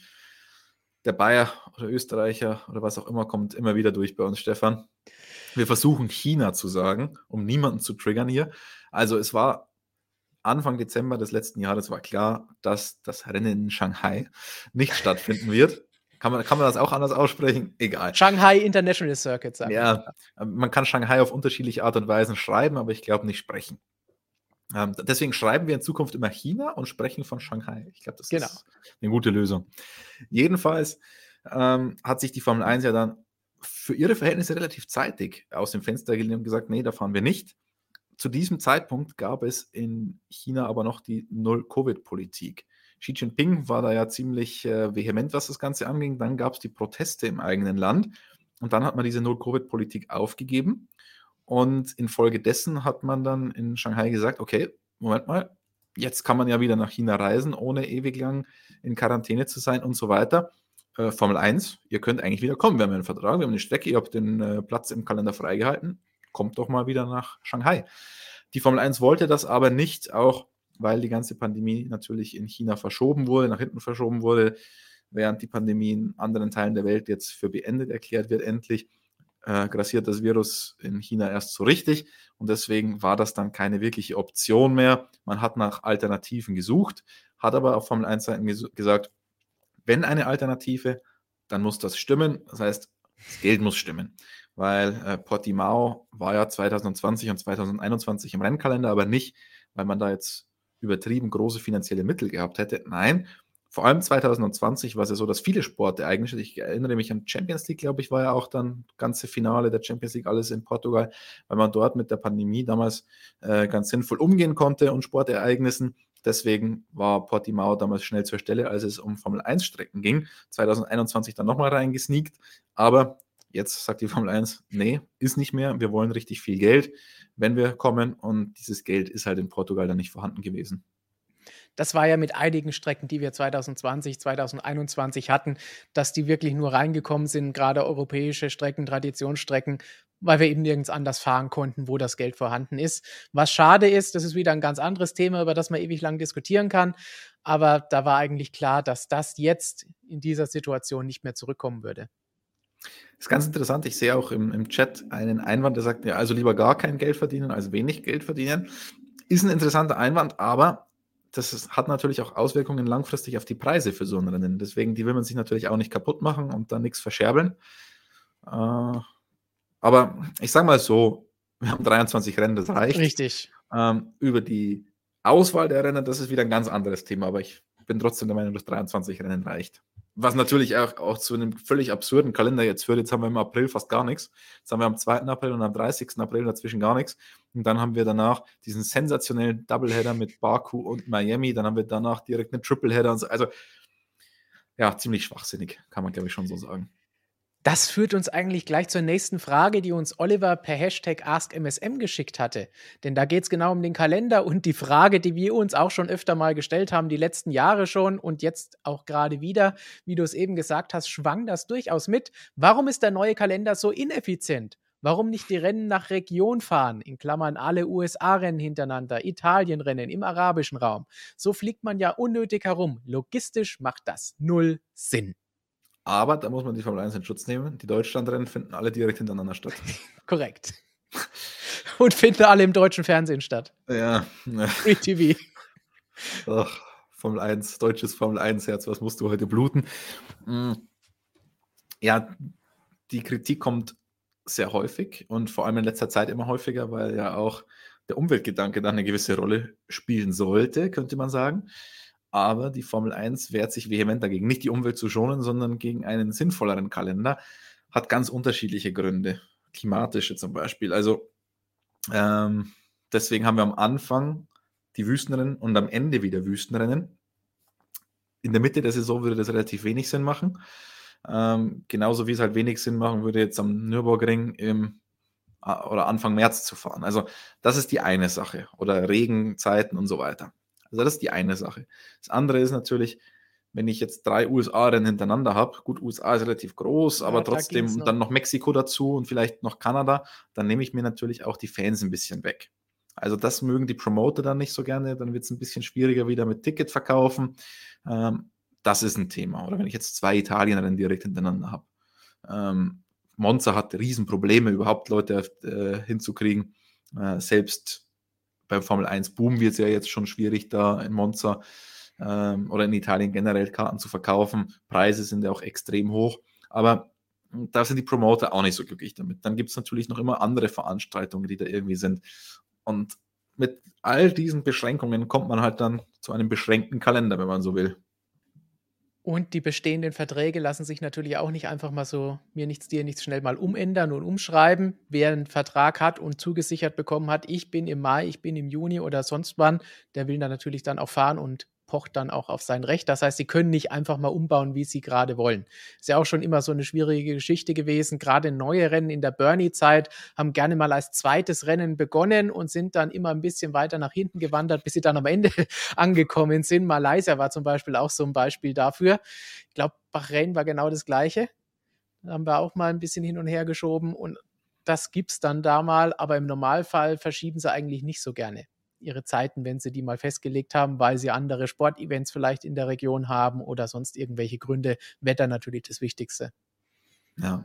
Der Bayer oder Österreicher oder was auch immer kommt immer wieder durch bei uns, Stefan. Wir versuchen China zu sagen, um niemanden zu triggern hier. Also es war Anfang Dezember des letzten Jahres war klar, dass das Rennen in Shanghai nicht stattfinden wird. Kann man, kann man das auch anders aussprechen? Egal. Shanghai International Circuit, sagen Ja, wir. Man kann Shanghai auf unterschiliche Art und Weisen schreiben, aber ich glaube nicht sprechen. Ähm, deswegen schreiben wir in Zukunft immer China und sprechen von Shanghai. Ich glaube, das genau. ist eine gute Lösung. Jedenfalls ähm, hat sich die Formel eins ja dann für ihre Verhältnisse relativ zeitig aus dem Fenster gelehnt und gesagt, nee, da fahren wir nicht. Zu diesem Zeitpunkt gab es in China aber noch die Null-Covid-Politik. Xi Jinping war da ja ziemlich äh, vehement, was das Ganze anging. Dann gab es die Proteste im eigenen Land und dann hat man diese Null-Covid-Politik aufgegeben. Und infolgedessen hat man dann in Shanghai gesagt, okay, Moment mal, jetzt kann man ja wieder nach China reisen, ohne ewig lang in Quarantäne zu sein und so weiter. Äh, Formel eins, ihr könnt eigentlich wieder kommen. Wir haben einen Vertrag, wir haben eine Strecke, ihr habt den äh, Platz im Kalender freigehalten. Kommt doch mal wieder nach Shanghai. Die Formel eins wollte das aber nicht, auch weil die ganze Pandemie natürlich in China verschoben wurde, nach hinten verschoben wurde, während die Pandemie in anderen Teilen der Welt jetzt für beendet erklärt wird, endlich. Äh, grassiert das Virus in China erst so richtig und deswegen war das dann keine wirkliche Option mehr. Man hat nach Alternativen gesucht, hat aber auf Formel eins Seiten ges- gesagt, wenn eine Alternative, dann muss das stimmen. Das heißt, das Geld muss stimmen, weil äh, Portimao war ja zwanzig zwanzig und zwanzig einundzwanzig im Rennkalender, aber nicht, weil man da jetzt übertrieben große finanzielle Mittel gehabt hätte. Nein, vor allem zwanzig zwanzig war es ja so, dass viele Sportereignisse, ich erinnere mich an Champions League, glaube ich, war ja auch dann ganze Finale der Champions League, alles in Portugal, weil man dort mit der Pandemie damals äh, ganz sinnvoll umgehen konnte und Sportereignissen. Deswegen war Portimao damals schnell zur Stelle, als es um Formel eins Strecken ging. zwanzig einundzwanzig dann nochmal reingesneakt, aber jetzt sagt die Formel eins, nee, ist nicht mehr, wir wollen richtig viel Geld, wenn wir kommen, und dieses Geld ist halt in Portugal dann nicht vorhanden gewesen. Das war ja mit einigen Strecken, die wir zwanzig zwanzig, zwanzig einundzwanzig hatten, dass die wirklich nur reingekommen sind, gerade europäische Strecken, Traditionsstrecken, weil wir eben nirgends anders fahren konnten, wo das Geld vorhanden ist. Was schade ist, das ist wieder ein ganz anderes Thema, über das man ewig lang diskutieren kann, aber da war eigentlich klar, dass das jetzt in dieser Situation nicht mehr zurückkommen würde. Das ist ganz interessant, ich sehe auch im, im Chat einen Einwand, der sagt, ja, also lieber gar kein Geld verdienen, als wenig Geld verdienen. Ist ein interessanter Einwand, aber das ist, hat natürlich auch Auswirkungen langfristig auf die Preise für so ein Rennen. Deswegen, die will man sich natürlich auch nicht kaputt machen und dann nichts verscherbeln. Äh, aber ich sage mal so, wir haben dreiundzwanzig Rennen, das reicht. Richtig. Ähm, über die Auswahl der Rennen, das ist wieder ein ganz anderes Thema, aber ich bin trotzdem der Meinung, dass dreiundzwanzig Rennen reicht. Was natürlich auch, auch zu einem völlig absurden Kalender jetzt führt. Jetzt haben wir im April fast gar nichts. Jetzt haben wir am zweiten April und am dreißigsten April dazwischen gar nichts. Und dann haben wir danach diesen sensationellen Doubleheader mit Baku und Miami. Dann haben wir danach direkt einen Tripleheader und so. Also, ja, ziemlich schwachsinnig, kann man, glaube ich, schon so sagen. Das führt uns eigentlich gleich zur nächsten Frage, die uns Oliver per Hashtag AskMSM geschickt hatte. Denn da geht es genau um den Kalender und die Frage, die wir uns auch schon öfter mal gestellt haben, die letzten Jahre schon und jetzt auch gerade wieder, wie du es eben gesagt hast, schwang das durchaus mit. Warum ist der neue Kalender so ineffizient? Warum nicht die Rennen nach Region fahren? In Klammern alle U S A-Rennen hintereinander, Italien-Rennen im arabischen Raum. So fliegt man ja unnötig herum. Logistisch macht das null Sinn. Aber da muss man die Formel eins in Schutz nehmen. Die Deutschlandrennen finden alle direkt hintereinander statt. Korrekt. Und finden alle im deutschen Fernsehen statt. Ja. Free T V. Ach, Formel eins, deutsches Formel eins Herz, was musst du heute bluten? Ja, die Kritik kommt sehr häufig und vor allem in letzter Zeit immer häufiger, weil ja auch der Umweltgedanke da eine gewisse Rolle spielen sollte, könnte man sagen. Aber die Formel eins wehrt sich vehement dagegen, nicht die Umwelt zu schonen, sondern gegen einen sinnvolleren Kalender. Hat ganz unterschiedliche Gründe, klimatische zum Beispiel. Also ähm, deswegen haben wir am Anfang die Wüstenrennen und am Ende wieder Wüstenrennen. In der Mitte der Saison würde das relativ wenig Sinn machen. Ähm, genauso wie es halt wenig Sinn machen würde, jetzt am Nürburgring im oder Anfang März zu fahren. Also das ist die eine Sache. Oder Regenzeiten und so weiter. Also das ist die eine Sache. Das andere ist natürlich, wenn ich jetzt drei U S A-Rennen hintereinander habe, gut, U S A ist relativ groß, ja, aber trotzdem noch. Dann noch Mexiko dazu und vielleicht noch Kanada, dann nehme ich mir natürlich auch die Fans ein bisschen weg. Also das mögen die Promoter dann nicht so gerne, dann wird es ein bisschen schwieriger wieder mit Ticket verkaufen. Ähm, das ist ein Thema. Oder wenn ich jetzt zwei Italien-Rennen direkt hintereinander habe. Ähm, Monza hat Riesenprobleme, überhaupt Leute äh, hinzukriegen. Äh, selbst beim Formel eins Boom wird es ja jetzt schon schwierig, da in Monza ähm, oder in Italien generell Karten zu verkaufen. Preise sind ja auch extrem hoch, aber da sind die Promoter auch nicht so glücklich damit. Dann gibt es natürlich noch immer andere Veranstaltungen, die da irgendwie sind. Und mit all diesen Beschränkungen kommt man halt dann zu einem beschränkten Kalender, wenn man so will. Und die bestehenden Verträge lassen sich natürlich auch nicht einfach mal so mir nichts, dir nichts schnell mal umändern und umschreiben. Wer einen Vertrag hat und zugesichert bekommen hat, ich bin im Mai, ich bin im Juni oder sonst wann, der will dann natürlich dann auch fahren und pocht dann auch auf sein Recht. Das heißt, sie können nicht einfach mal umbauen, wie sie gerade wollen. Ist ja auch schon immer so eine schwierige Geschichte gewesen. Gerade neue Rennen in der Bernie-Zeit haben gerne mal als zweites Rennen begonnen und sind dann immer ein bisschen weiter nach hinten gewandert, bis sie dann am Ende angekommen sind. Malaysia war zum Beispiel auch so ein Beispiel dafür. Ich glaube, Bahrain war genau das Gleiche. Da haben wir auch mal ein bisschen hin und her geschoben und das gibt es dann da mal, aber im Normalfall verschieben sie eigentlich nicht so gerne ihre Zeiten, wenn sie die mal festgelegt haben, weil sie andere Sportevents vielleicht in der Region haben oder sonst irgendwelche Gründe. Wetter natürlich das Wichtigste. Ja,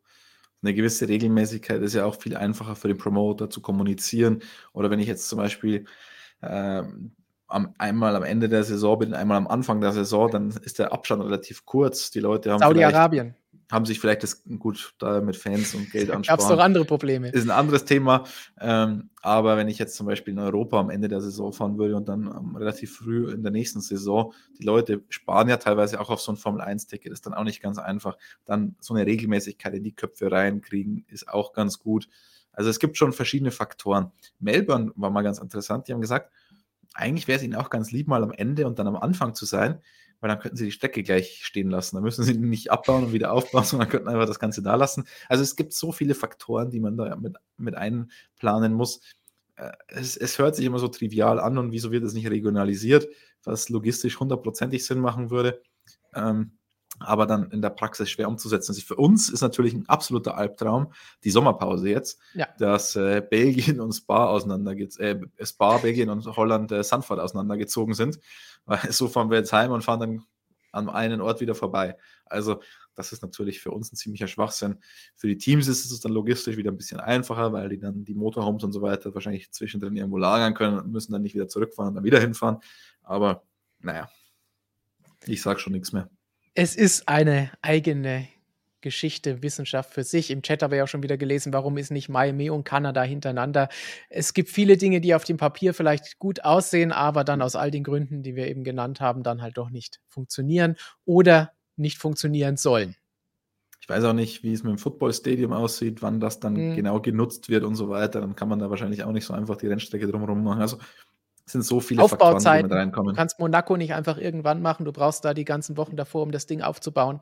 eine gewisse Regelmäßigkeit ist ja auch viel einfacher für den Promoter zu kommunizieren. Oder wenn ich jetzt zum Beispiel äh, am, einmal am Ende der Saison bin, einmal am Anfang der Saison, dann ist der Abstand relativ kurz. Die Leute haben Saudi-Arabien. haben sich vielleicht das gut da mit Fans und Geld Gab es doch ansparen. andere Probleme. Ist ein anderes Thema. Ähm, aber wenn ich jetzt zum Beispiel in Europa am Ende der Saison fahren würde und dann ähm, relativ früh in der nächsten Saison, die Leute sparen ja teilweise auch auf so ein Formel eins Ticket, ist dann auch nicht ganz einfach. Dann so eine Regelmäßigkeit in die Köpfe reinkriegen, ist auch ganz gut. Also es gibt schon verschiedene Faktoren. Melbourne war mal ganz interessant. Die haben gesagt, eigentlich wäre es ihnen auch ganz lieb, mal am Ende und dann am Anfang zu sein, weil dann könnten sie die Strecke gleich stehen lassen. Da müssen sie nicht abbauen und wieder aufbauen, sondern könnten einfach das Ganze da lassen. Also es gibt so viele Faktoren, die man da mit, mit einplanen muss. Es, es hört sich immer so trivial an und wieso wird es nicht regionalisiert, was logistisch hundertprozentig Sinn machen würde. Ähm, aber dann in der Praxis schwer umzusetzen. Also für uns ist natürlich ein absoluter Albtraum die Sommerpause jetzt, Ja. dass äh, Belgien und Spa auseinandergeht, äh, Spa, Belgien und Holland äh, Zandvoort auseinandergezogen sind, weil so fahren wir jetzt heim und fahren dann an einen Ort wieder vorbei. Also das ist natürlich für uns ein ziemlicher Schwachsinn. Für die Teams ist es dann logistisch wieder ein bisschen einfacher, weil die dann die Motorhomes und so weiter wahrscheinlich zwischendrin irgendwo lagern können und müssen dann nicht wieder zurückfahren und dann wieder hinfahren. Aber naja, ich sage schon nichts mehr. Es ist eine eigene Geschichte, Wissenschaft für sich. Im Chat habe ich auch schon wieder gelesen, warum ist nicht Miami und Kanada hintereinander. Es gibt viele Dinge, die auf dem Papier vielleicht gut aussehen, aber dann aus all den Gründen, die wir eben genannt haben, dann halt doch nicht funktionieren oder nicht funktionieren sollen. Ich weiß auch nicht, wie es mit dem Football-Stadium aussieht, wann das dann Mhm. genau genutzt wird und so weiter. Dann kann man da wahrscheinlich auch nicht so einfach die Rennstrecke drumherum machen. Also es sind so viele Faktoren, die Aufbauzeiten. mit reinkommen. Du kannst Monaco nicht einfach irgendwann machen. Du brauchst da die ganzen Wochen davor, um das Ding aufzubauen.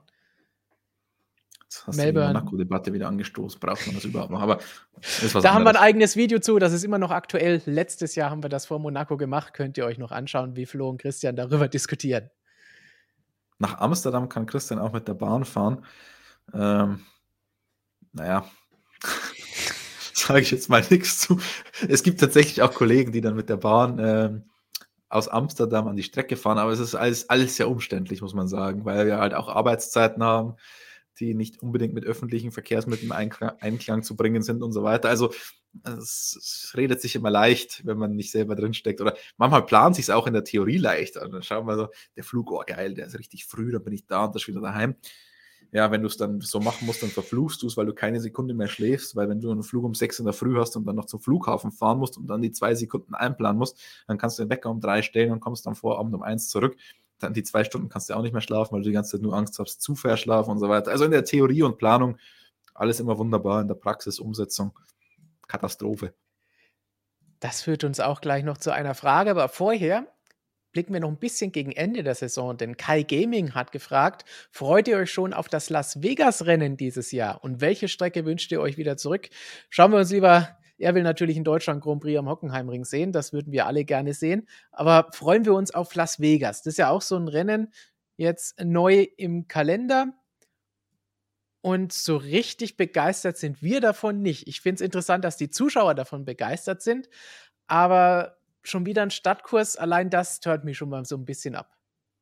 Jetzt hast Melbourne. du die Monaco-Debatte wieder angestoßen. Braucht man das überhaupt noch? Aber ist was Da haben wir ein anderes. eigenes Video zu. Das ist immer noch aktuell. Letztes Jahr haben wir das vor Monaco gemacht. Könnt ihr euch noch anschauen, wie Flo und Christian darüber diskutieren. Nach Amsterdam kann Christian auch mit der Bahn fahren. Ähm, naja, sage ich jetzt mal nichts zu. Es gibt tatsächlich auch Kollegen, die dann mit der Bahn ähm, aus Amsterdam an die Strecke fahren, aber es ist alles, alles sehr umständlich, muss man sagen, weil wir halt auch Arbeitszeiten haben, die nicht unbedingt mit öffentlichen Verkehrsmitteln einklang, Einklang zu bringen sind und so weiter. Also es, es redet sich immer leicht, wenn man nicht selber drinsteckt. Oder manchmal plant sich es auch in der Theorie leicht. Und dann schauen wir so, der Flug, oh geil, der ist richtig früh, dann bin ich da und das wieder daheim. Ja, wenn du es dann so machen musst, dann verfluchst du es, weil du keine Sekunde mehr schläfst, weil wenn du einen Flug um sechs in der Früh hast und dann noch zum Flughafen fahren musst und dann die zwei Sekunden einplanen musst, dann kannst du den Wecker um drei stellen und kommst dann Vorabend um eins zurück. Dann die zwei Stunden kannst du auch nicht mehr schlafen, weil du die ganze Zeit nur Angst hast, zu verschlafen und so weiter. Also in der Theorie und Planung alles immer wunderbar, in der Praxis, Umsetzung, Katastrophe. Das führt uns auch gleich noch zu einer Frage, aber vorher blicken wir noch ein bisschen gegen Ende der Saison, denn Kai Gaming hat gefragt, freut ihr euch schon auf das Las Vegas-Rennen dieses Jahr und welche Strecke wünscht ihr euch wieder zurück? Schauen wir uns lieber, er will natürlich in Deutschland Grand Prix am Hockenheimring sehen, das würden wir alle gerne sehen, aber freuen wir uns auf Las Vegas. Das ist ja auch so ein Rennen jetzt neu im Kalender. Und so richtig begeistert sind wir davon nicht. Ich finde es interessant, dass die Zuschauer davon begeistert sind, aber schon wieder ein Stadtkurs, allein das turnt mich schon mal so ein bisschen ab.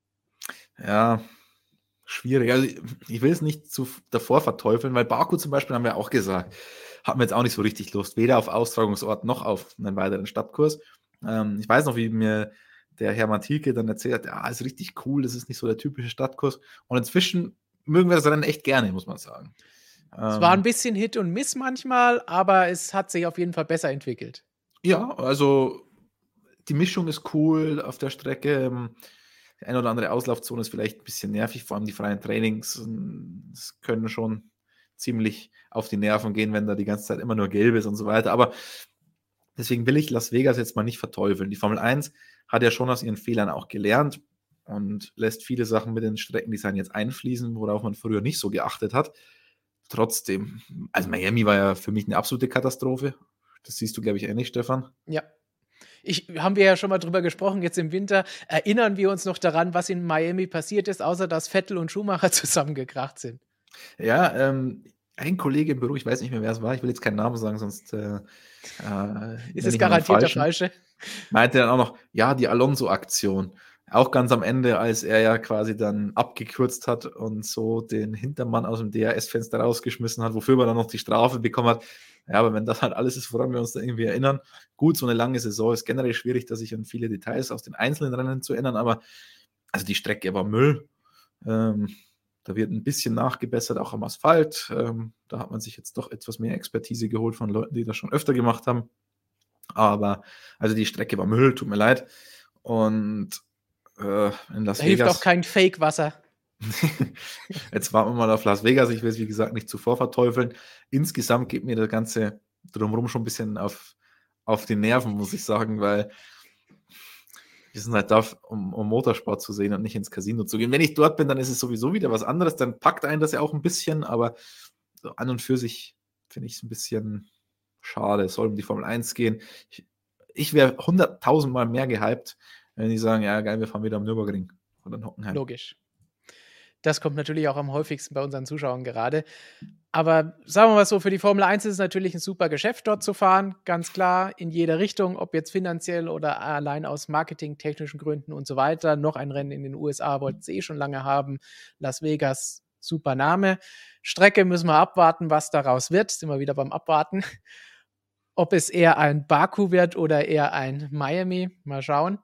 Ja, schwierig. Also ich, ich will es nicht zu davor verteufeln, weil Baku zum Beispiel haben wir auch gesagt, hatten wir jetzt auch nicht so richtig Lust, weder auf Austragungsort noch auf einen weiteren Stadtkurs. Ähm, ich weiß noch, wie mir der Hermann Thielke dann erzählt hat, ja, ist richtig cool, das ist nicht so der typische Stadtkurs. Und inzwischen mögen wir das Rennen echt gerne, muss man sagen. Es Ähm, war ein bisschen Hit und Miss manchmal, aber es hat sich auf jeden Fall besser entwickelt. Ja, also die Mischung ist cool auf der Strecke. Die eine oder andere Auslaufzone ist vielleicht ein bisschen nervig, vor allem die freien Trainings das können schon ziemlich auf die Nerven gehen, wenn da die ganze Zeit immer nur gelb ist und so weiter. Aber deswegen will ich Las Vegas jetzt mal nicht verteufeln. Die Formel eins hat ja schon aus ihren Fehlern auch gelernt und lässt viele Sachen mit den Streckendesign jetzt einfließen, worauf man früher nicht so geachtet hat. Trotzdem, also Miami war ja für mich eine absolute Katastrophe. Das siehst du, glaube ich, ähnlich, Stefan. Ja. Ich, haben wir ja schon mal drüber gesprochen, jetzt im Winter. Erinnern wir uns noch daran, was in Miami passiert ist, außer dass Vettel und Schumacher zusammengekracht sind? Ja, ähm, ein Kollege im Büro, ich weiß nicht mehr, wer es war, ich will jetzt keinen Namen sagen, sonst äh, äh, ist es garantiert der falsche. Meinte dann auch noch, ja, die Alonso-Aktion. Auch ganz am Ende, als er ja quasi dann abgekürzt hat und so den Hintermann aus dem D R S-Fenster rausgeschmissen hat, wofür man dann noch die Strafe bekommen hat. Ja, aber wenn das halt alles ist, woran wir uns da irgendwie erinnern, gut, so eine lange Saison ist generell schwierig, da sich an viele Details aus den einzelnen Rennen zu erinnern, aber also die Strecke war Müll. Ähm, Da wird ein bisschen nachgebessert, auch am Asphalt. Ähm, da hat man sich jetzt doch etwas mehr Expertise geholt von Leuten, die das schon öfter gemacht haben. Aber, also die Strecke war Müll, tut mir leid. Und äh, in Las Da Vegas. hilft auch kein Fake-Wasser. Jetzt warten wir mal auf Las Vegas. Ich will es, wie gesagt, nicht zuvor verteufeln. Insgesamt geht mir das Ganze drumherum schon ein bisschen auf, auf die Nerven, muss ich sagen, weil wir sind halt da, um, um Motorsport zu sehen und nicht ins Casino zu gehen. Wenn ich dort bin, dann ist es sowieso wieder was anderes. Dann packt einen das ja auch ein bisschen, aber so an und für sich finde ich es ein bisschen schade. Es soll um die Formel eins gehen. Ich, ich wäre hunderttausendmal mehr gehypt, wenn die sagen, ja geil, wir fahren wieder am Nürburgring oder in Hockenheim. Logisch. Das kommt natürlich auch am häufigsten bei unseren Zuschauern gerade. Aber sagen wir mal so, für die Formel eins ist es natürlich ein super Geschäft, dort zu fahren. Ganz klar, in jeder Richtung, ob jetzt finanziell oder allein aus marketingtechnischen Gründen und so weiter. Noch ein Rennen in den U S A wollten sie eh schon lange haben. Las Vegas, super Name. Strecke müssen wir abwarten, was daraus wird. Sind wir wieder beim Abwarten. Ob es eher ein Baku wird oder eher ein Miami. Mal schauen.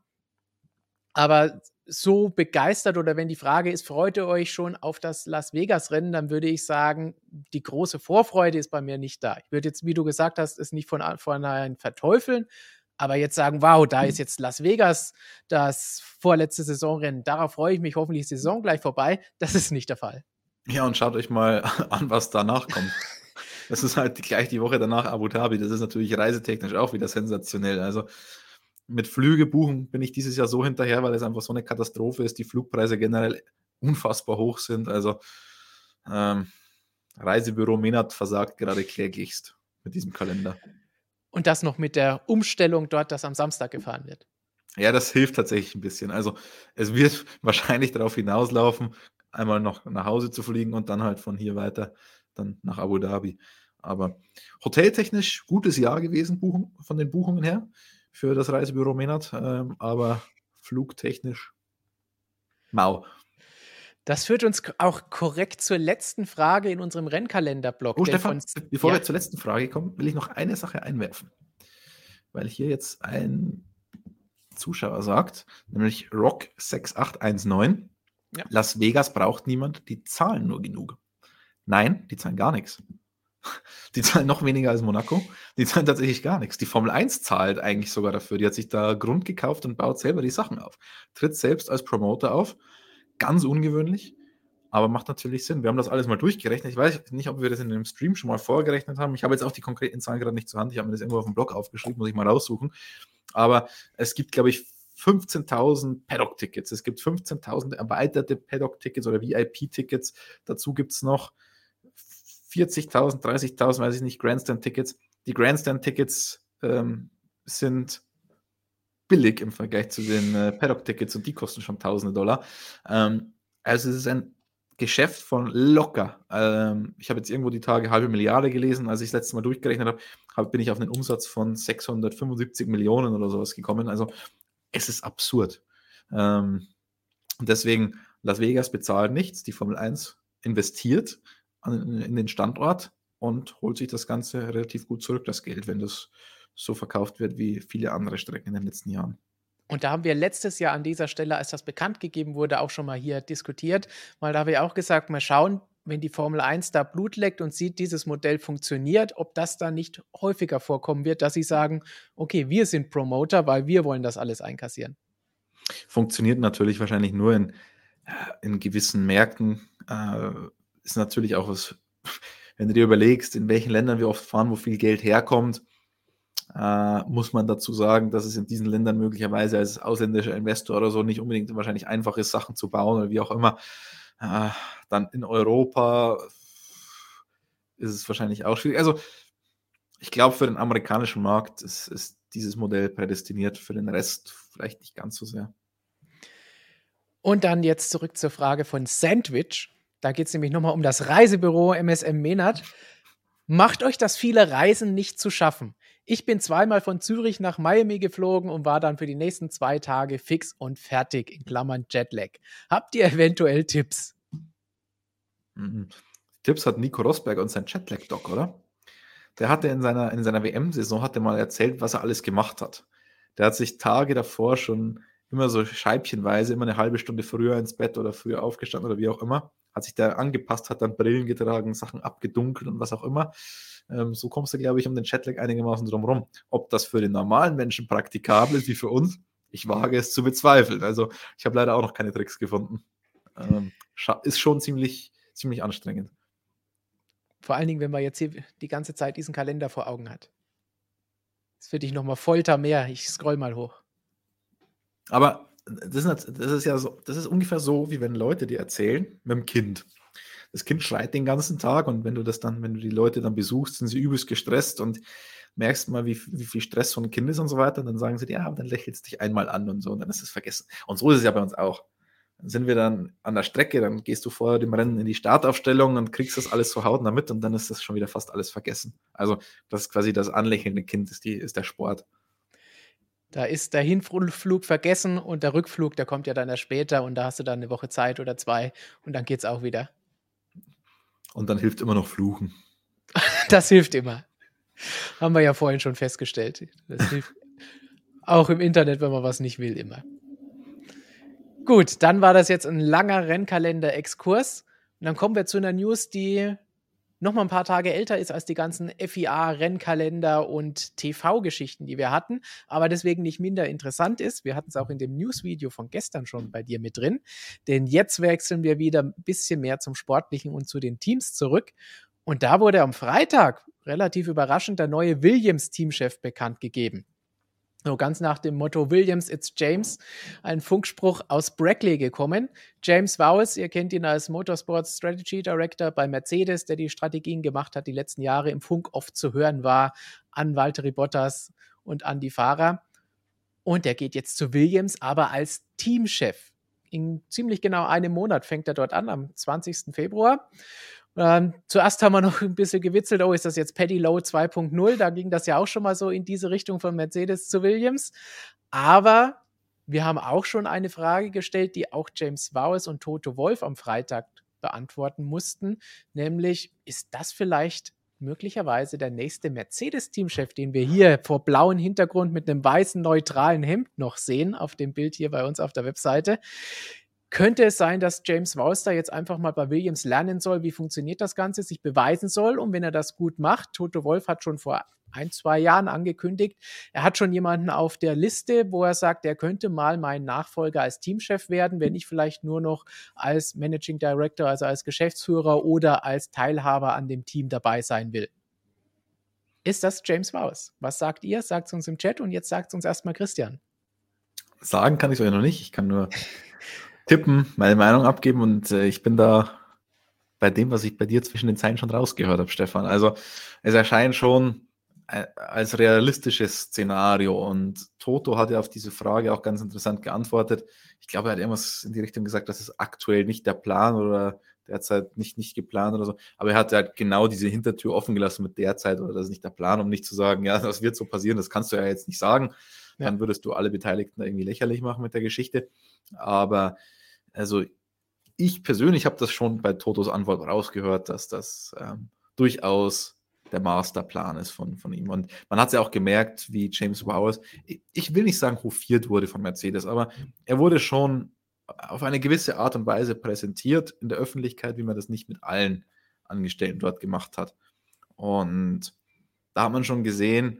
Aber so begeistert oder wenn die Frage ist, freut ihr euch schon auf das Las Vegas-Rennen, dann würde ich sagen, die große Vorfreude ist bei mir nicht da. Ich würde jetzt, wie du gesagt hast, es nicht von vornherein verteufeln, aber jetzt sagen, wow, da ist jetzt Las Vegas, das vorletzte Saisonrennen, darauf freue ich mich, hoffentlich ist die Saison gleich vorbei. Das ist nicht der Fall. Ja, und schaut euch mal an, was danach kommt. Das ist halt gleich die Woche danach Abu Dhabi. Das ist natürlich reisetechnisch auch wieder sensationell. Also mit Flüge buchen bin ich dieses Jahr so hinterher, weil es einfach so eine Katastrophe ist, die Flugpreise generell unfassbar hoch sind. Also ähm, Reisebüro Menat versagt gerade kläglichst mit diesem Kalender. Und das noch mit der Umstellung dort, dass am Samstag gefahren wird. Ja, das hilft tatsächlich ein bisschen. Also es wird wahrscheinlich darauf hinauslaufen, einmal noch nach Hause zu fliegen und dann halt von hier weiter dann nach Abu Dhabi. Aber hoteltechnisch gutes Jahr gewesen, buchen, von den Buchungen her, für das Reisebüro Menat, ähm, aber flugtechnisch mau. Das führt uns auch korrekt zur letzten Frage in unserem Rennkalender-Blog. Oh, Stefan, bevor ja. wir zur letzten Frage kommen, will ich noch eine Sache einwerfen. Weil hier jetzt ein Zuschauer sagt, nämlich Rock sechs acht eins neun, ja. Las Vegas braucht niemand, die zahlen nur genug. Nein, die zahlen gar nichts. Die zahlen noch weniger als Monaco. Die zahlen tatsächlich gar nichts. Die Formel eins zahlt eigentlich sogar dafür. Die hat sich da Grund gekauft und baut selber die Sachen auf. Tritt selbst als Promoter auf. Ganz ungewöhnlich, aber macht natürlich Sinn. Wir haben das alles mal durchgerechnet. Ich weiß nicht, ob wir das in dem Stream schon mal vorgerechnet haben. Ich habe jetzt auch die konkreten Zahlen gerade nicht zur Hand. Ich habe mir das irgendwo auf dem Blog aufgeschrieben, muss ich mal raussuchen. Aber es gibt, glaube ich, fünfzehntausend Paddock-Tickets. Es gibt fünfzehntausend erweiterte Paddock-Tickets oder V I P-Tickets. Dazu gibt es noch vierzigtausend, dreißigtausend, weiß ich nicht, Grandstand-Tickets. Die Grandstand-Tickets ähm, sind billig im Vergleich zu den äh, Paddock-Tickets und die kosten schon tausende Dollar. Ähm, also es ist ein Geschäft von locker. Ähm, ich habe jetzt irgendwo die Tage halbe Milliarde gelesen. Als ich das letzte Mal durchgerechnet habe, hab, bin ich auf einen Umsatz von sechshundertfünfundsiebzig Millionen oder sowas gekommen. Also es ist absurd. Ähm, und deswegen, Las Vegas bezahlt nichts. Die Formel eins investiert an, in den Standort und holt sich das Ganze relativ gut zurück, das Geld, wenn das so verkauft wird wie viele andere Strecken in den letzten Jahren. Und da haben wir letztes Jahr an dieser Stelle, als das bekannt gegeben wurde, auch schon mal hier diskutiert, weil da habe ich auch gesagt, mal schauen, wenn die Formel eins da Blut leckt und sieht, dieses Modell funktioniert, ob das dann nicht häufiger vorkommen wird, dass sie sagen, okay, wir sind Promoter, weil wir wollen das alles einkassieren. Funktioniert natürlich wahrscheinlich nur in, in gewissen Märkten. Äh, ist natürlich auch was, wenn du dir überlegst, in welchen Ländern wir oft fahren, wo viel Geld herkommt, Uh, muss man dazu sagen, dass es in diesen Ländern möglicherweise als ausländischer Investor oder so nicht unbedingt wahrscheinlich einfach ist, Sachen zu bauen oder wie auch immer. Uh, dann in Europa ist es wahrscheinlich auch schwierig. Also ich glaube, für den amerikanischen Markt ist, ist dieses Modell prädestiniert, für den Rest vielleicht nicht ganz so sehr. Und dann jetzt zurück zur Frage von Sandwich. Da geht es nämlich nochmal um das Reisebüro M S M Menat. Macht euch das viele Reisen nicht zu schaffen? Ich bin zweimal von Zürich nach Miami geflogen und war dann für die nächsten zwei Tage fix und fertig, in Klammern Jetlag. Habt ihr eventuell Tipps? Mhm. Tipps hat Nico Rosberg und sein Jetlag-Doc, oder? Der hatte in seiner, in seiner W M-Saison hatte mal erzählt, was er alles gemacht hat. Der hat sich Tage davor schon immer so scheibchenweise, immer eine halbe Stunde früher ins Bett oder früher aufgestanden oder wie auch immer. Hat sich da angepasst, hat dann Brillen getragen, Sachen abgedunkelt und was auch immer. Ähm, so kommst du, glaube ich, um den Jetlag einigermaßen drum rum. Ob das für den normalen Menschen praktikabel ist wie für uns, ich wage es zu bezweifeln. Also ich habe leider auch noch keine Tricks gefunden. Ähm, ist schon ziemlich, ziemlich anstrengend. Vor allen Dingen, wenn man jetzt hier die ganze Zeit diesen Kalender vor Augen hat. Das ist für dich nochmal Folter mehr. Ich scroll mal hoch. Aber das ist, das ist ja so, das ist ungefähr so, wie wenn Leute dir erzählen, mit dem Kind. Das Kind schreit den ganzen Tag und wenn du das dann, wenn du die Leute dann besuchst, sind sie übelst gestresst und merkst mal, wie, wie viel Stress so ein Kind ist und so weiter, dann sagen sie dir, ja, und dann lächelst du dich einmal an und so und dann ist es vergessen. Und so ist es ja bei uns auch. Dann sind wir dann an der Strecke, dann gehst du vor dem Rennen in die Startaufstellung und kriegst das alles so hautnah mit und dann ist das schon wieder fast alles vergessen. Also das ist quasi das anlächelnde Kind, ist, die, ist der Sport. Da ist der Hinflug vergessen und der Rückflug, der kommt ja dann erst später und da hast du dann eine Woche Zeit oder zwei und dann geht's auch wieder. Und dann hilft immer noch Fluchen. Das hilft immer. Haben wir ja vorhin schon festgestellt. Das hilft auch im Internet, wenn man was nicht will, immer. Gut, dann war das jetzt ein langer Rennkalender-Exkurs. Und dann kommen wir zu einer News, die noch mal ein paar Tage älter ist als die ganzen F I A-Rennkalender und T V-Geschichten, die wir hatten, aber deswegen nicht minder interessant ist. Wir hatten es auch in dem News-Video von gestern schon bei dir mit drin, denn jetzt wechseln wir wieder ein bisschen mehr zum Sportlichen und zu den Teams zurück. Und da wurde am Freitag relativ überraschend der neue Williams-Teamchef bekannt gegeben. So ganz nach dem Motto Williams, it's James, ein Funkspruch aus Brackley gekommen. James Vowles, ihr kennt ihn als Motorsports Strategy Director bei Mercedes, der die Strategien gemacht hat, die letzten Jahre im Funk oft zu hören war an Valtteri Bottas und an die Fahrer. Und er geht jetzt zu Williams, aber als Teamchef. In ziemlich genau einem Monat fängt er dort an, am zwanzigsten Februar. Ähm, zuerst haben wir noch ein bisschen gewitzelt, oh, ist das jetzt Paddy Lowe zwei Punkt null? Da ging das ja auch schon mal so in diese Richtung von Mercedes zu Williams. Aber wir haben auch schon eine Frage gestellt, die auch James Vowles und Toto Wolff am Freitag beantworten mussten, nämlich, ist das vielleicht möglicherweise der nächste Mercedes-Teamchef, den wir hier vor blauem Hintergrund mit einem weißen, neutralen Hemd noch sehen, auf dem Bild hier bei uns auf der Webseite? Könnte es sein, dass James Vowles da jetzt einfach mal bei Williams lernen soll, wie funktioniert das Ganze, sich beweisen soll? Und wenn er das gut macht, Toto Wolff hat schon vor ein, zwei Jahren angekündigt, er hat schon jemanden auf der Liste, wo er sagt, er könnte mal mein Nachfolger als Teamchef werden, wenn ich vielleicht nur noch als Managing Director, also als Geschäftsführer oder als Teilhaber an dem Team dabei sein will. Ist das James Vowles? Was sagt ihr? Sagt es uns im Chat und jetzt sagt es uns erstmal Christian. Sagen kann ich es euch noch nicht, ich kann nur tippen, meine Meinung abgeben und äh, ich bin da bei dem, was ich bei dir zwischen den Zeilen schon rausgehört habe, Stefan. Also es erscheint schon äh, als realistisches Szenario und Toto hat ja auf diese Frage auch ganz interessant geantwortet. Ich glaube, er hat irgendwas in die Richtung gesagt, dass es aktuell nicht der Plan oder derzeit nicht, nicht geplant oder so, aber er hat halt genau diese Hintertür offen gelassen mit derzeit oder das ist nicht der Plan, um nicht zu sagen, ja, das wird so passieren, das kannst du ja jetzt nicht sagen. Ja. Dann würdest du alle Beteiligten irgendwie lächerlich machen mit der Geschichte. Aber also ich persönlich habe das schon bei Totos Antwort rausgehört, dass das ähm, durchaus der Masterplan ist von, von ihm. Und man hat es ja auch gemerkt, wie James Vowles, ich will nicht sagen, hofiert wurde von Mercedes, aber er wurde schon auf eine gewisse Art und Weise präsentiert in der Öffentlichkeit, wie man das nicht mit allen Angestellten dort gemacht hat. Und da hat man schon gesehen,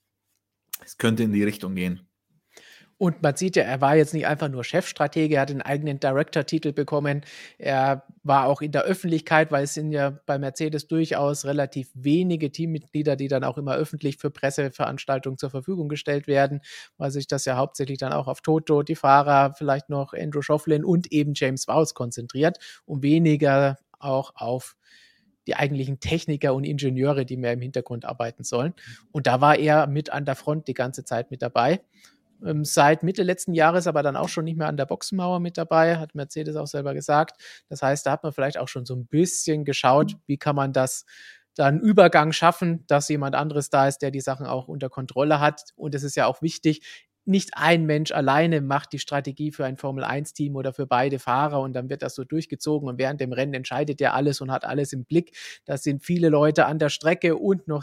es könnte in die Richtung gehen. Und man sieht ja, er war jetzt nicht einfach nur Chefstratege, er hat einen eigenen Director-Titel bekommen. Er war auch in der Öffentlichkeit, weil es sind ja bei Mercedes durchaus relativ wenige Teammitglieder, die dann auch immer öffentlich für Presseveranstaltungen zur Verfügung gestellt werden, weil sich das ja hauptsächlich dann auch auf Toto, die Fahrer, vielleicht noch Andrew Shovlin und eben James Vowles konzentriert und weniger auch auf die eigentlichen Techniker und Ingenieure, die mehr im Hintergrund arbeiten sollen. Und da war er mit an der Front die ganze Zeit mit dabei. Ähm, seit Mitte letzten Jahres aber dann auch schon nicht mehr an der Boxenmauer mit dabei, hat Mercedes auch selber gesagt. Das heißt, da hat man vielleicht auch schon so ein bisschen geschaut, wie kann man das da einen Übergang schaffen, dass jemand anderes da ist, der die Sachen auch unter Kontrolle hat. Und es ist ja auch wichtig, nicht ein Mensch alleine macht die Strategie für ein Formel eins Team oder für beide Fahrer und dann wird das so durchgezogen und während dem Rennen entscheidet er alles und hat alles im Blick. Da sind viele Leute an der Strecke und noch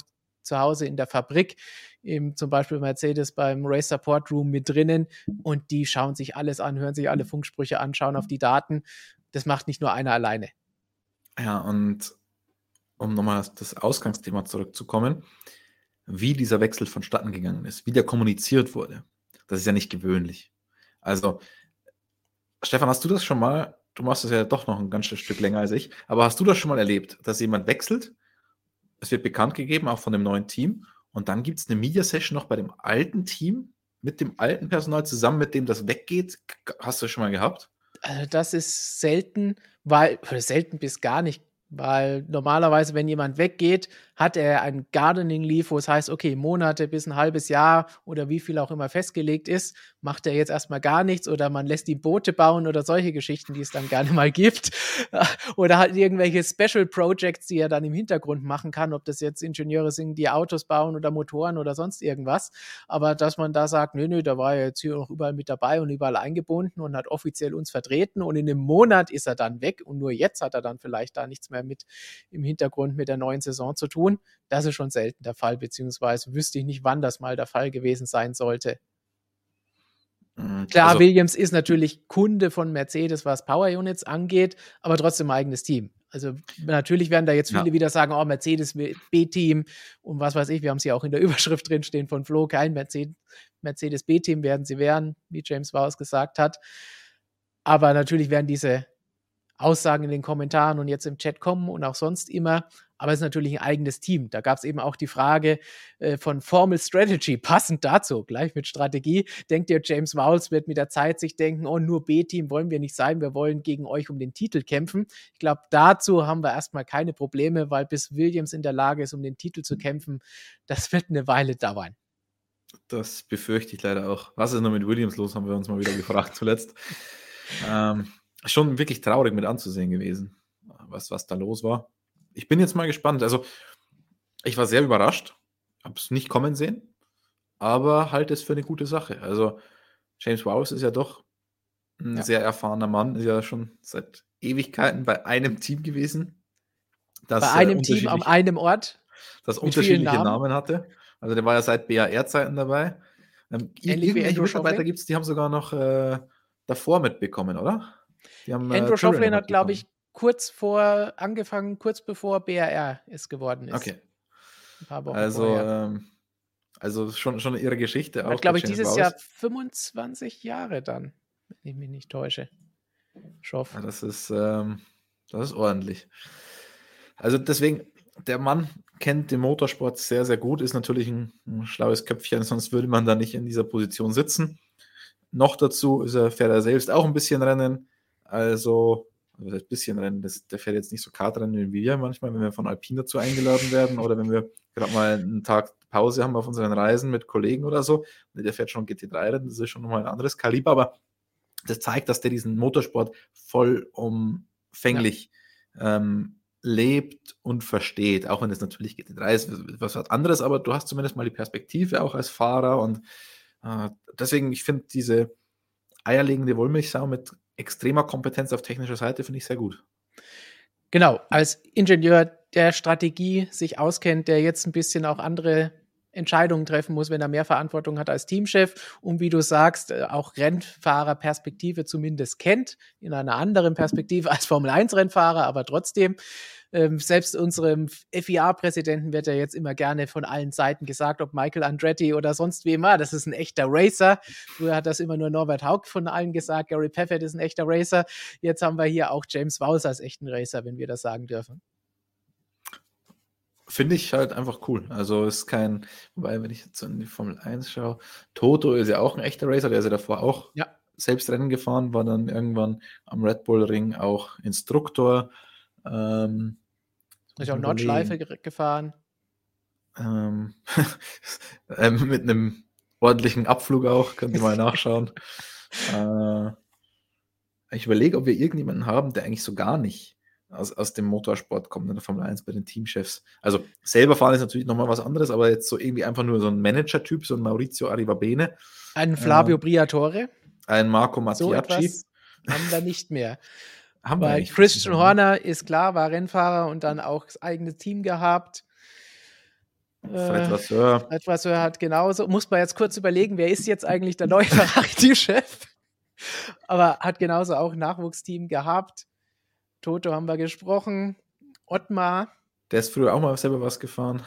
zu Hause in der Fabrik, im, zum Beispiel Mercedes beim Race Support Room mit drinnen und die schauen sich alles an, hören sich alle Funksprüche an, schauen auf die Daten. Das macht nicht nur einer alleine. Ja, und um nochmal auf das Ausgangsthema zurückzukommen, wie dieser Wechsel vonstatten gegangen ist, wie der kommuniziert wurde, das ist ja nicht gewöhnlich. Also, Stefan, hast du das schon mal, du machst das ja doch noch ein ganzes Stück länger als ich, aber hast du das schon mal erlebt, dass jemand wechselt, es wird bekannt gegeben, auch von dem neuen Team, und dann gibt es eine Media-Session noch bei dem alten Team, mit dem alten Personal zusammen, mit dem das weggeht? Hast du das schon mal gehabt? Also das ist selten, weil, oder selten bis gar nicht, weil normalerweise, wenn jemand weggeht, hat er ein Gardening Leave, wo es heißt, okay, Monate bis ein halbes Jahr oder wie viel auch immer festgelegt ist, macht er jetzt erstmal gar nichts oder man lässt die Boote bauen oder solche Geschichten, die es dann gerne mal gibt. Oder halt irgendwelche Special Projects, die er dann im Hintergrund machen kann, ob das jetzt Ingenieure sind, die Autos bauen oder Motoren oder sonst irgendwas. Aber dass man da sagt, nö, nö, da war er jetzt hier noch überall mit dabei und überall eingebunden und hat offiziell uns vertreten und in einem Monat ist er dann weg und nur jetzt hat er dann vielleicht da nichts mehr mit im Hintergrund mit der neuen Saison zu tun. Das ist schon selten der Fall, beziehungsweise wüsste ich nicht, wann das mal der Fall gewesen sein sollte. Mhm. Klar, also, Williams ist natürlich Kunde von Mercedes, was Power Units angeht, aber trotzdem ein eigenes Team. Also natürlich werden da jetzt viele ja. wieder sagen, oh, Mercedes B-Team und was weiß ich, wir haben es ja auch in der Überschrift drin stehen von Flo, kein Mercedes, Mercedes B-Team werden sie werden, wie James Vowles gesagt hat. Aber natürlich werden diese Aussagen in den Kommentaren und jetzt im Chat kommen und auch sonst immer, aber es ist natürlich ein eigenes Team. Da gab es eben auch die Frage äh, von Formal Strategy, passend dazu, gleich mit Strategie. Denkt ihr, James Vowles wird mit der Zeit sich denken, oh, nur B-Team wollen wir nicht sein, wir wollen gegen euch um den Titel kämpfen. Ich glaube, dazu haben wir erstmal keine Probleme, weil bis Williams in der Lage ist, um den Titel zu kämpfen, das wird eine Weile dauern. Das befürchte ich leider auch. Was ist noch mit Williams los, haben wir uns mal wieder gefragt zuletzt. ähm, schon wirklich traurig mit anzusehen gewesen, was, was da los war. Ich bin jetzt mal gespannt. Also, ich war sehr überrascht, habe es nicht kommen sehen, aber halte es für eine gute Sache. Also, James Vowles ist ja doch ein ja. sehr erfahrener Mann, ist ja schon seit Ewigkeiten bei einem Team gewesen. Das, bei einem äh, Team an einem Ort. Das unterschiedliche Namen. Namen hatte. Also, der war ja seit B A R-Zeiten dabei. Ähm, irgendwelche Mitarbeiter gibt es, die haben sogar noch äh, davor mitbekommen, oder? Die haben, Andrew äh, Schauflin hat, glaube ich, kurz vor angefangen, kurz bevor B A R es geworden ist. Okay. Ein paar Wochen also, vorher. Ähm, also schon, schon ihre Geschichte. Hat, glaube ich, dieses Vowles. Jahr fünfundzwanzig Jahre dann, wenn ich mich nicht täusche. Schoff. Ja, das ist, ähm, das ist ordentlich. Also deswegen, der Mann kennt den Motorsport sehr, sehr gut, ist natürlich ein, ein schlaues Köpfchen, sonst würde man da nicht in dieser Position sitzen. Noch dazu ist er, fährt er selbst auch ein bisschen Rennen. Also, also ein bisschen Rennen, das, der fährt jetzt nicht so Kartrennen wie wir manchmal, wenn wir von Alpine dazu eingeladen werden oder wenn wir gerade mal einen Tag Pause haben auf unseren Reisen mit Kollegen oder so. Der fährt schon G T drei Rennen, das ist schon nochmal ein anderes Kaliber, aber das zeigt, dass der diesen Motorsport vollumfänglich ja. ähm, lebt und versteht, auch wenn es natürlich G T drei ist, was anderes, aber du hast zumindest mal die Perspektive auch als Fahrer und äh, deswegen, ich finde diese eierlegende Wollmilchsau mit extremer Kompetenz auf technischer Seite finde ich sehr gut. Genau, als Ingenieur der Strategie sich auskennt, der jetzt ein bisschen auch andere Entscheidungen treffen muss, wenn er mehr Verantwortung hat als Teamchef und wie du sagst, auch Rennfahrerperspektive zumindest kennt, in einer anderen Perspektive als Formel eins Rennfahrer, aber trotzdem, ähm, selbst unserem F I A-Präsidenten wird ja jetzt immer gerne von allen Seiten gesagt, ob Michael Andretti oder sonst wem war, das ist ein echter Racer. Früher hat das immer nur Norbert Haug von allen gesagt, Gary Paffett ist ein echter Racer. Jetzt haben wir hier auch James Vowles als echten Racer, wenn wir das sagen dürfen. Finde ich halt einfach cool. Also ist kein, wobei, wenn ich jetzt in die Formel eins schaue, Toto ist ja auch ein echter Racer, der ist ja davor auch ja. selbst Rennen gefahren, war dann irgendwann am Red Bull Ring auch Instruktor. Ähm, ist auch Nordschleife gefahren. Ähm, ähm, mit einem ordentlichen Abflug auch, könnt ihr mal nachschauen. äh, ich überlege, ob wir irgendjemanden haben, der eigentlich so gar nicht Aus, aus dem Motorsport kommt in der Formel eins bei den Teamchefs. Also selber fahren ist natürlich nochmal was anderes, aber jetzt so irgendwie einfach nur so ein Manager-Typ, so ein Maurizio Arrivabene. Ein Flavio äh, Briatore. Ein Marco Mattiacci. So haben wir nicht mehr. haben Weil wir Christian Horner ist klar, war Rennfahrer und dann auch das eigene Team gehabt. Fred Äh, Vasseur. Fred Vasseur hat genauso, muss man jetzt kurz überlegen, wer ist jetzt eigentlich der neue Ferrari-Chef? Aber hat genauso auch ein Nachwuchsteam gehabt. Toto haben wir gesprochen. Ottmar. Der ist früher auch mal selber was gefahren.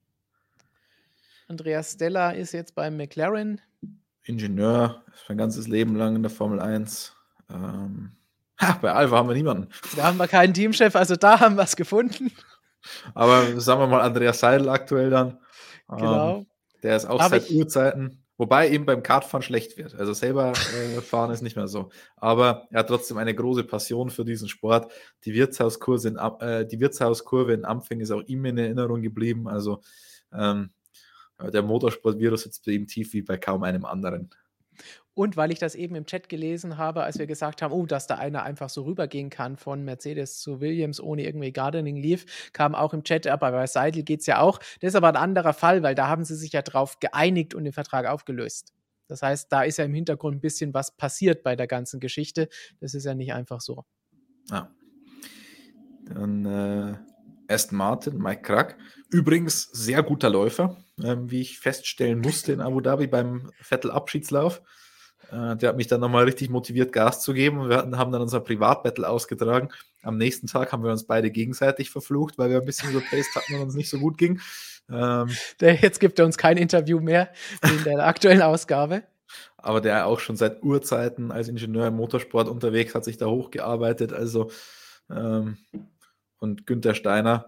Andreas Stella ist jetzt beim McLaren. Ingenieur, mein ganzes Leben lang in der Formel eins. Ähm, ha, bei Alpha haben wir niemanden. Da haben wir keinen Teamchef, also da haben wir es gefunden. Aber sagen wir mal Andreas Seidel aktuell dann. Genau. Ähm, der ist auch Aber seit ich- Urzeiten, wobei eben beim Kartfahren schlecht wird. Also selber äh, fahren ist nicht mehr so. Aber er hat trotzdem eine große Passion für diesen Sport. Die Wirtshauskurve in, Am- äh, die Wirtshauskurve in Ampfing ist auch ihm in Erinnerung geblieben. Also ähm, der Motorsport-Virus sitzt bei ihm tief wie bei kaum einem anderen. Und weil ich das eben im Chat gelesen habe, als wir gesagt haben, oh, dass da einer einfach so rübergehen kann von Mercedes zu Williams ohne irgendwie Gardening Leave, kam auch im Chat, aber bei Seidel geht es ja auch. Das ist aber ein anderer Fall, weil da haben sie sich ja drauf geeinigt und den Vertrag aufgelöst. Das heißt, da ist ja im Hintergrund ein bisschen was passiert bei der ganzen Geschichte. Das ist ja nicht einfach so. Ja. Dann äh, Aston Martin, Mike Krack. Übrigens sehr guter Läufer, ähm, wie ich feststellen musste in Abu Dhabi beim Vettel-Abschiedslauf. Äh, der hat mich dann nochmal richtig motiviert, Gas zu geben. Und wir hatten, haben dann unser Privatbattle ausgetragen. Am nächsten Tag haben wir uns beide gegenseitig verflucht, weil wir ein bisschen überpaced hatten und uns nicht so gut ging. Ähm, Der, jetzt gibt er uns kein Interview mehr in der aktuellen Ausgabe. aber der auch schon seit Urzeiten als Ingenieur im Motorsport unterwegs, hat sich da hochgearbeitet. Also ähm, und Günther Steiner,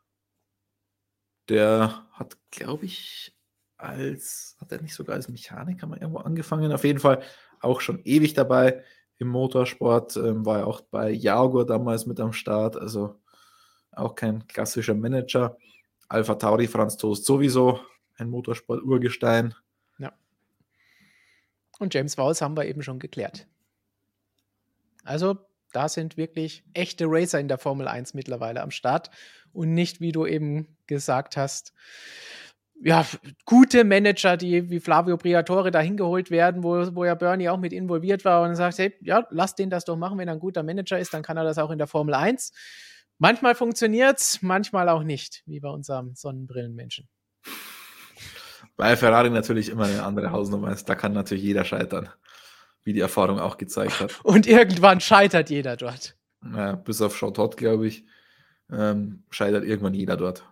der hat, glaube ich, als, hat er nicht sogar als Mechaniker mal irgendwo angefangen? Auf jeden Fall auch schon ewig dabei im Motorsport, ähm, war ja auch bei Jaguar damals mit am Start, also auch kein klassischer Manager. Alpha Tauri, Franz Toast sowieso, ein Motorsport-Urgestein. Ja. Und James Vowles haben wir eben schon geklärt. Also da sind wirklich echte Racer in der Formel eins mittlerweile am Start und nicht, wie du eben gesagt hast, ja, gute Manager, die wie Flavio Briatore da hingeholt werden, wo, wo ja Bernie auch mit involviert war und sagt, hey, ja, lass den das doch machen, wenn er ein guter Manager ist, dann kann er das auch in der Formel eins. Manchmal funktioniert's, manchmal auch nicht, wie bei unserem Sonnenbrillenmenschen. Bei Ferrari natürlich immer eine andere Hausnummer ist, da kann natürlich jeder scheitern, wie die Erfahrung auch gezeigt hat. Und irgendwann scheitert jeder dort. Ja, bis auf Jean Todt, glaube ich, ähm, scheitert irgendwann jeder dort.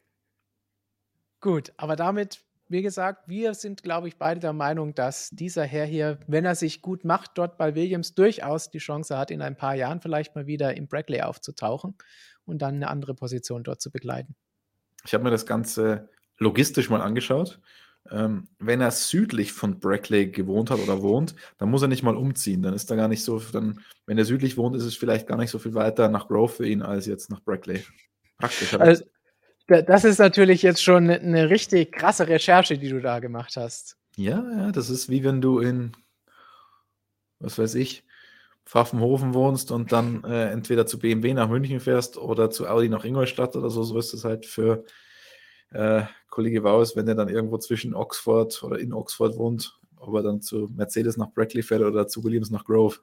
Gut, aber damit, wie gesagt, wir sind, glaube ich, beide der Meinung, dass dieser Herr hier, wenn er sich gut macht, dort bei Williams durchaus die Chance hat, in ein paar Jahren vielleicht mal wieder im Brackley aufzutauchen und dann eine andere Position dort zu begleiten. Ich habe mir das Ganze logistisch mal angeschaut. Ähm, wenn er südlich von Brackley gewohnt hat oder wohnt, dann muss er nicht mal umziehen. Dann ist da gar nicht so, dann, wenn er südlich wohnt, ist es vielleicht gar nicht so viel weiter nach Grove für ihn als jetzt nach Brackley. Praktisch. Also, das ist natürlich jetzt schon eine richtig krasse Recherche, die du da gemacht hast. Ja, ja, das ist wie wenn du in, was weiß ich, Pfaffenhofen wohnst und dann äh, entweder zu B M W nach München fährst oder zu Audi nach Ingolstadt oder so. So ist es halt für äh, Kollege Waus, wenn er dann irgendwo zwischen Oxford oder in Oxford wohnt, ob er dann zu Mercedes nach Brackley fährt oder zu Williams nach Grove.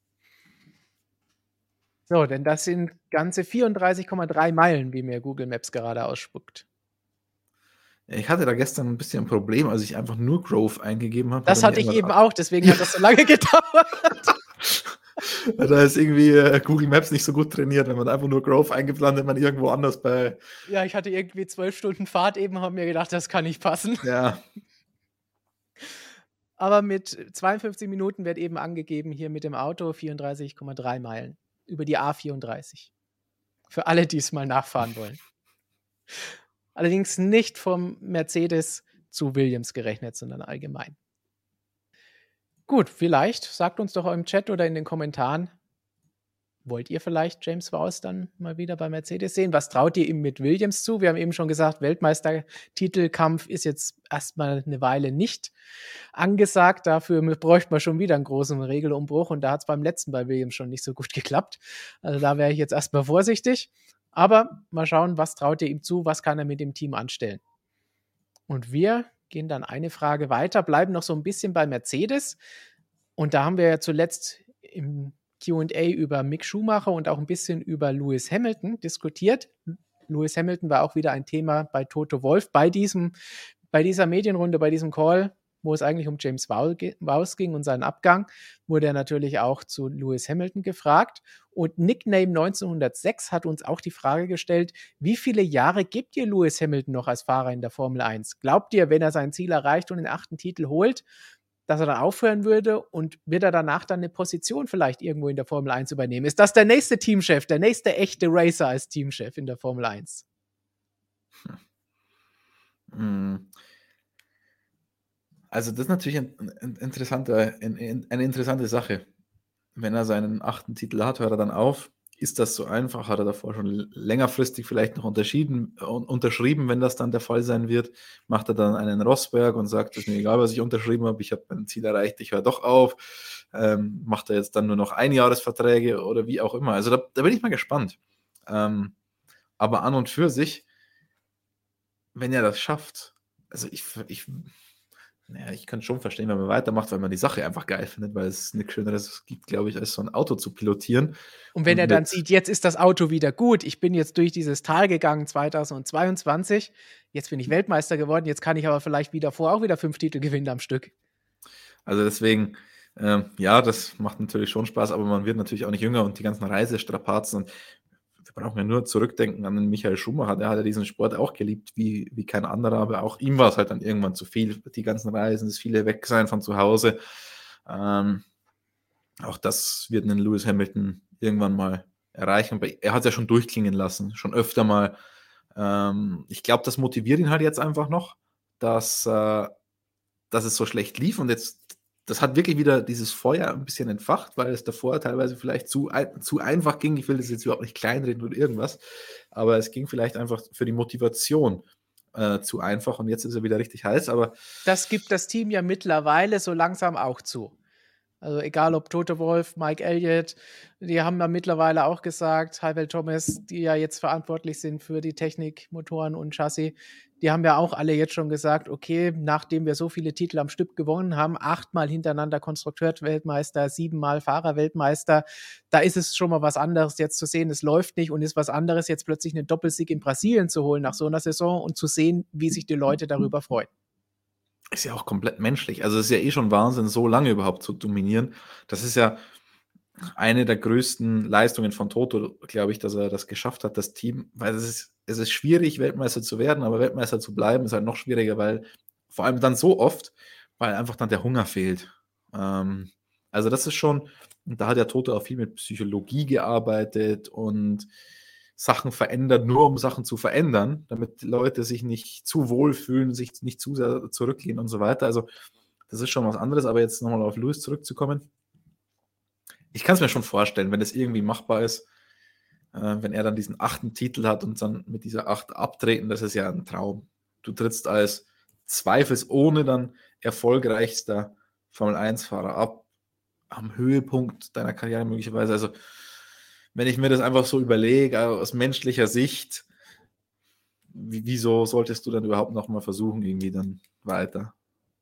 So, denn das sind ganze vierunddreißig Komma drei Meilen, wie mir Google Maps gerade ausspuckt. Ich hatte da gestern ein bisschen ein Problem, als ich einfach nur Grove eingegeben habe. Das hatte ich eben auch, deswegen hat das so lange gedauert. Da ist irgendwie äh, Google Maps nicht so gut trainiert. Wenn man einfach nur Grove eingibt, landet man irgendwo anders bei. Ja, ich hatte irgendwie zwölf Stunden Fahrt eben, habe mir gedacht, das kann nicht passen. Ja. Aber mit zweiundfünfzig Minuten wird eben angegeben, hier mit dem Auto vierunddreißig Komma drei Meilen über die A vierunddreißig. Für alle, die es mal nachfahren wollen. Allerdings nicht vom Mercedes zu Williams gerechnet, sondern allgemein. Gut, vielleicht sagt uns doch im Chat oder in den Kommentaren, wollt ihr vielleicht James Vowles dann mal wieder bei Mercedes sehen? Was traut ihr ihm mit Williams zu? Wir haben eben schon gesagt, Weltmeistertitelkampf ist jetzt erstmal eine Weile nicht angesagt. Dafür bräuchte man schon wieder einen großen Regelumbruch und da hat es beim letzten bei Williams schon nicht so gut geklappt. Also da wäre ich jetzt erstmal vorsichtig. Aber mal schauen, was traut ihr ihm zu? Was kann er mit dem Team anstellen? Und wir gehen dann eine Frage weiter, bleiben noch so ein bisschen bei Mercedes. Und da haben wir ja zuletzt im Q und A über Mick Schumacher und auch ein bisschen über Lewis Hamilton diskutiert. Lewis Hamilton war auch wieder ein Thema bei Toto Wolff. Bei diesem, bei dieser Medienrunde, bei diesem Call, wo es eigentlich um James Vowles ging und seinen Abgang, wurde er natürlich auch zu Lewis Hamilton gefragt. Und Nickname neunzehnhundertsechs hat uns auch die Frage gestellt, wie viele Jahre gibt ihr Lewis Hamilton noch als Fahrer in der Formel eins? Glaubt ihr, wenn er sein Ziel erreicht und den achten Titel holt, dass er dann aufhören würde und wird er danach dann eine Position vielleicht irgendwo in der Formel eins übernehmen? Ist das der nächste Teamchef, der nächste echte Racer als Teamchef in der Formel eins? Hm. Also das ist natürlich ein, ein interessanter, ein, eine interessante Sache. Wenn er seinen achten Titel hat, hört er dann auf. Ist das so einfach? Hat er davor schon längerfristig vielleicht noch unterschieden, unterschrieben, wenn das dann der Fall sein wird? Macht er dann einen Rosberg und sagt, es ist mir egal, was ich unterschrieben habe, ich habe mein Ziel erreicht, ich höre doch auf. Ähm, macht er jetzt dann nur noch Einjahresverträge oder wie auch immer? Also da, da bin ich mal gespannt. Ähm, aber an und für sich, wenn er das schafft, also ich, ich Naja, ich kann schon verstehen, wenn man weitermacht, weil man die Sache einfach geil findet, weil es nichts Schöneres gibt, glaube ich, als so ein Auto zu pilotieren. Und wenn Und er dann mit- sieht, jetzt ist das Auto wieder gut, ich bin jetzt durch dieses Tal gegangen zweitausendzweiundzwanzig, jetzt bin ich Weltmeister geworden, jetzt kann ich aber vielleicht wieder vor auch wieder fünf Titel gewinnen am Stück. Also deswegen, ähm, ja, das macht natürlich schon Spaß, aber man wird natürlich auch nicht jünger und die ganzen Reisestrapazen. Und wir brauchen ja nur zurückdenken an den Michael Schumacher, der hat ja diesen Sport auch geliebt, wie, wie kein anderer, aber auch ihm war es halt dann irgendwann zu viel, die ganzen Reisen, das viele weg sein von zu Hause. Ähm, auch das wird einen Lewis Hamilton irgendwann mal erreichen. Aber er hat es ja schon durchklingen lassen, schon öfter mal. Ähm, ich glaube, das motiviert ihn halt jetzt einfach noch, dass, äh, dass es so schlecht lief und jetzt das hat wirklich wieder dieses Feuer ein bisschen entfacht, weil es davor teilweise vielleicht zu, ein, zu einfach ging. Ich will das jetzt überhaupt nicht kleinreden oder irgendwas, aber es ging vielleicht einfach für die Motivation äh, zu einfach und jetzt ist er wieder richtig heiß. Aber Das gibt das Team ja mittlerweile so langsam auch zu. Also egal ob Toto Wolff, Mike Elliott, die haben ja mittlerweile auch gesagt, Hywel Thomas, die ja jetzt verantwortlich sind für die Technik, Motoren und Chassis, die haben ja auch alle jetzt schon gesagt, okay, nachdem wir so viele Titel am Stück gewonnen haben, achtmal hintereinander Konstrukteursweltmeister, siebenmal Fahrerweltmeister, da ist es schon mal was anderes jetzt zu sehen, es läuft nicht und ist was anderes, jetzt plötzlich einen Doppelsieg in Brasilien zu holen nach so einer Saison und zu sehen, wie sich die Leute darüber freuen. ist ja auch komplett menschlich. Also es ist ja eh schon Wahnsinn, so lange überhaupt zu dominieren. Das ist ja eine der größten Leistungen von Toto, glaube ich, dass er das geschafft hat, das Team, weil es ist, es ist schwierig, Weltmeister zu werden, aber Weltmeister zu bleiben ist halt noch schwieriger, weil vor allem dann so oft, weil einfach dann der Hunger fehlt. Ähm, also das ist schon, und da hat ja Toto auch viel mit Psychologie gearbeitet und Sachen verändert, nur um Sachen zu verändern, damit die Leute sich nicht zu wohl fühlen, sich nicht zu sehr zurücklehnen und so weiter. Also das ist schon was anderes, aber jetzt nochmal auf Lewis zurückzukommen. Ich kann es mir schon vorstellen, wenn es irgendwie machbar ist, äh, wenn er dann diesen achten Titel hat und dann mit dieser acht abtreten, das ist ja ein Traum. Du trittst als zweifelsohne dann erfolgreichster Formel eins Fahrer ab, am Höhepunkt deiner Karriere möglicherweise. Also wenn ich mir das einfach so überlege, aus menschlicher Sicht, wieso solltest du dann überhaupt noch mal versuchen, irgendwie dann weiter?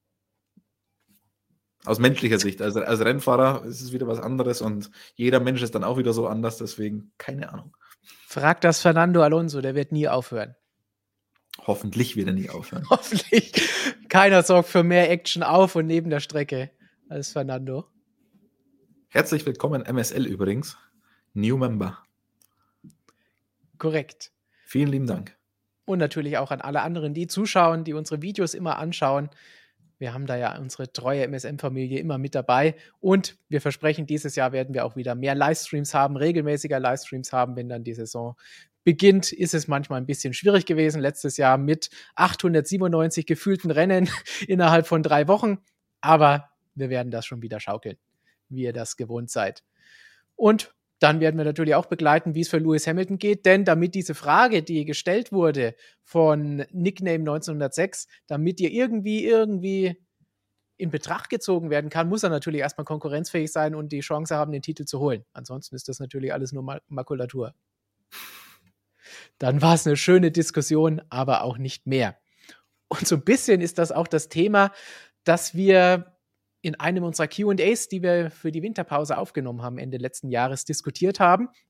Aus menschlicher Sicht. Also als Rennfahrer ist es wieder was anderes und jeder Mensch ist dann auch wieder so anders, deswegen keine Ahnung. Frag das Fernando Alonso, der wird nie aufhören. Hoffentlich wird er nie aufhören. Hoffentlich. Keiner sorgt für mehr Action auf und neben der Strecke als Fernando. Herzlich willkommen, M S L übrigens. New Member. Korrekt. Vielen lieben Dank. Und natürlich auch an alle anderen, die zuschauen, die unsere Videos immer anschauen. Wir haben da ja unsere treue M S M-Familie immer mit dabei. Und wir versprechen, dieses Jahr werden wir auch wieder mehr Livestreams haben, regelmäßiger Livestreams haben, wenn dann die Saison beginnt. Ist es manchmal ein bisschen schwierig gewesen. Letztes Jahr mit achthundertsiebenundneunzig gefühlten Rennen innerhalb von drei Wochen. Aber wir werden das schon wieder schaukeln, wie ihr das gewohnt seid. Und dann werden wir natürlich auch begleiten, wie es für Lewis Hamilton geht, denn damit diese Frage, die gestellt wurde von Nickname neunzehnhundertsechs, damit ihr irgendwie, irgendwie in Betracht gezogen werden kann, muss er natürlich erstmal konkurrenzfähig sein und die Chance haben, den Titel zu holen. Ansonsten ist das natürlich alles nur Mak- Makulatur. Dann war es eine schöne Diskussion, aber auch nicht mehr. Und so ein bisschen ist das auch das Thema, dass wir in einem unserer Q und A's, die wir für die Winterpause aufgenommen haben, Ende letzten Jahres diskutiert haben.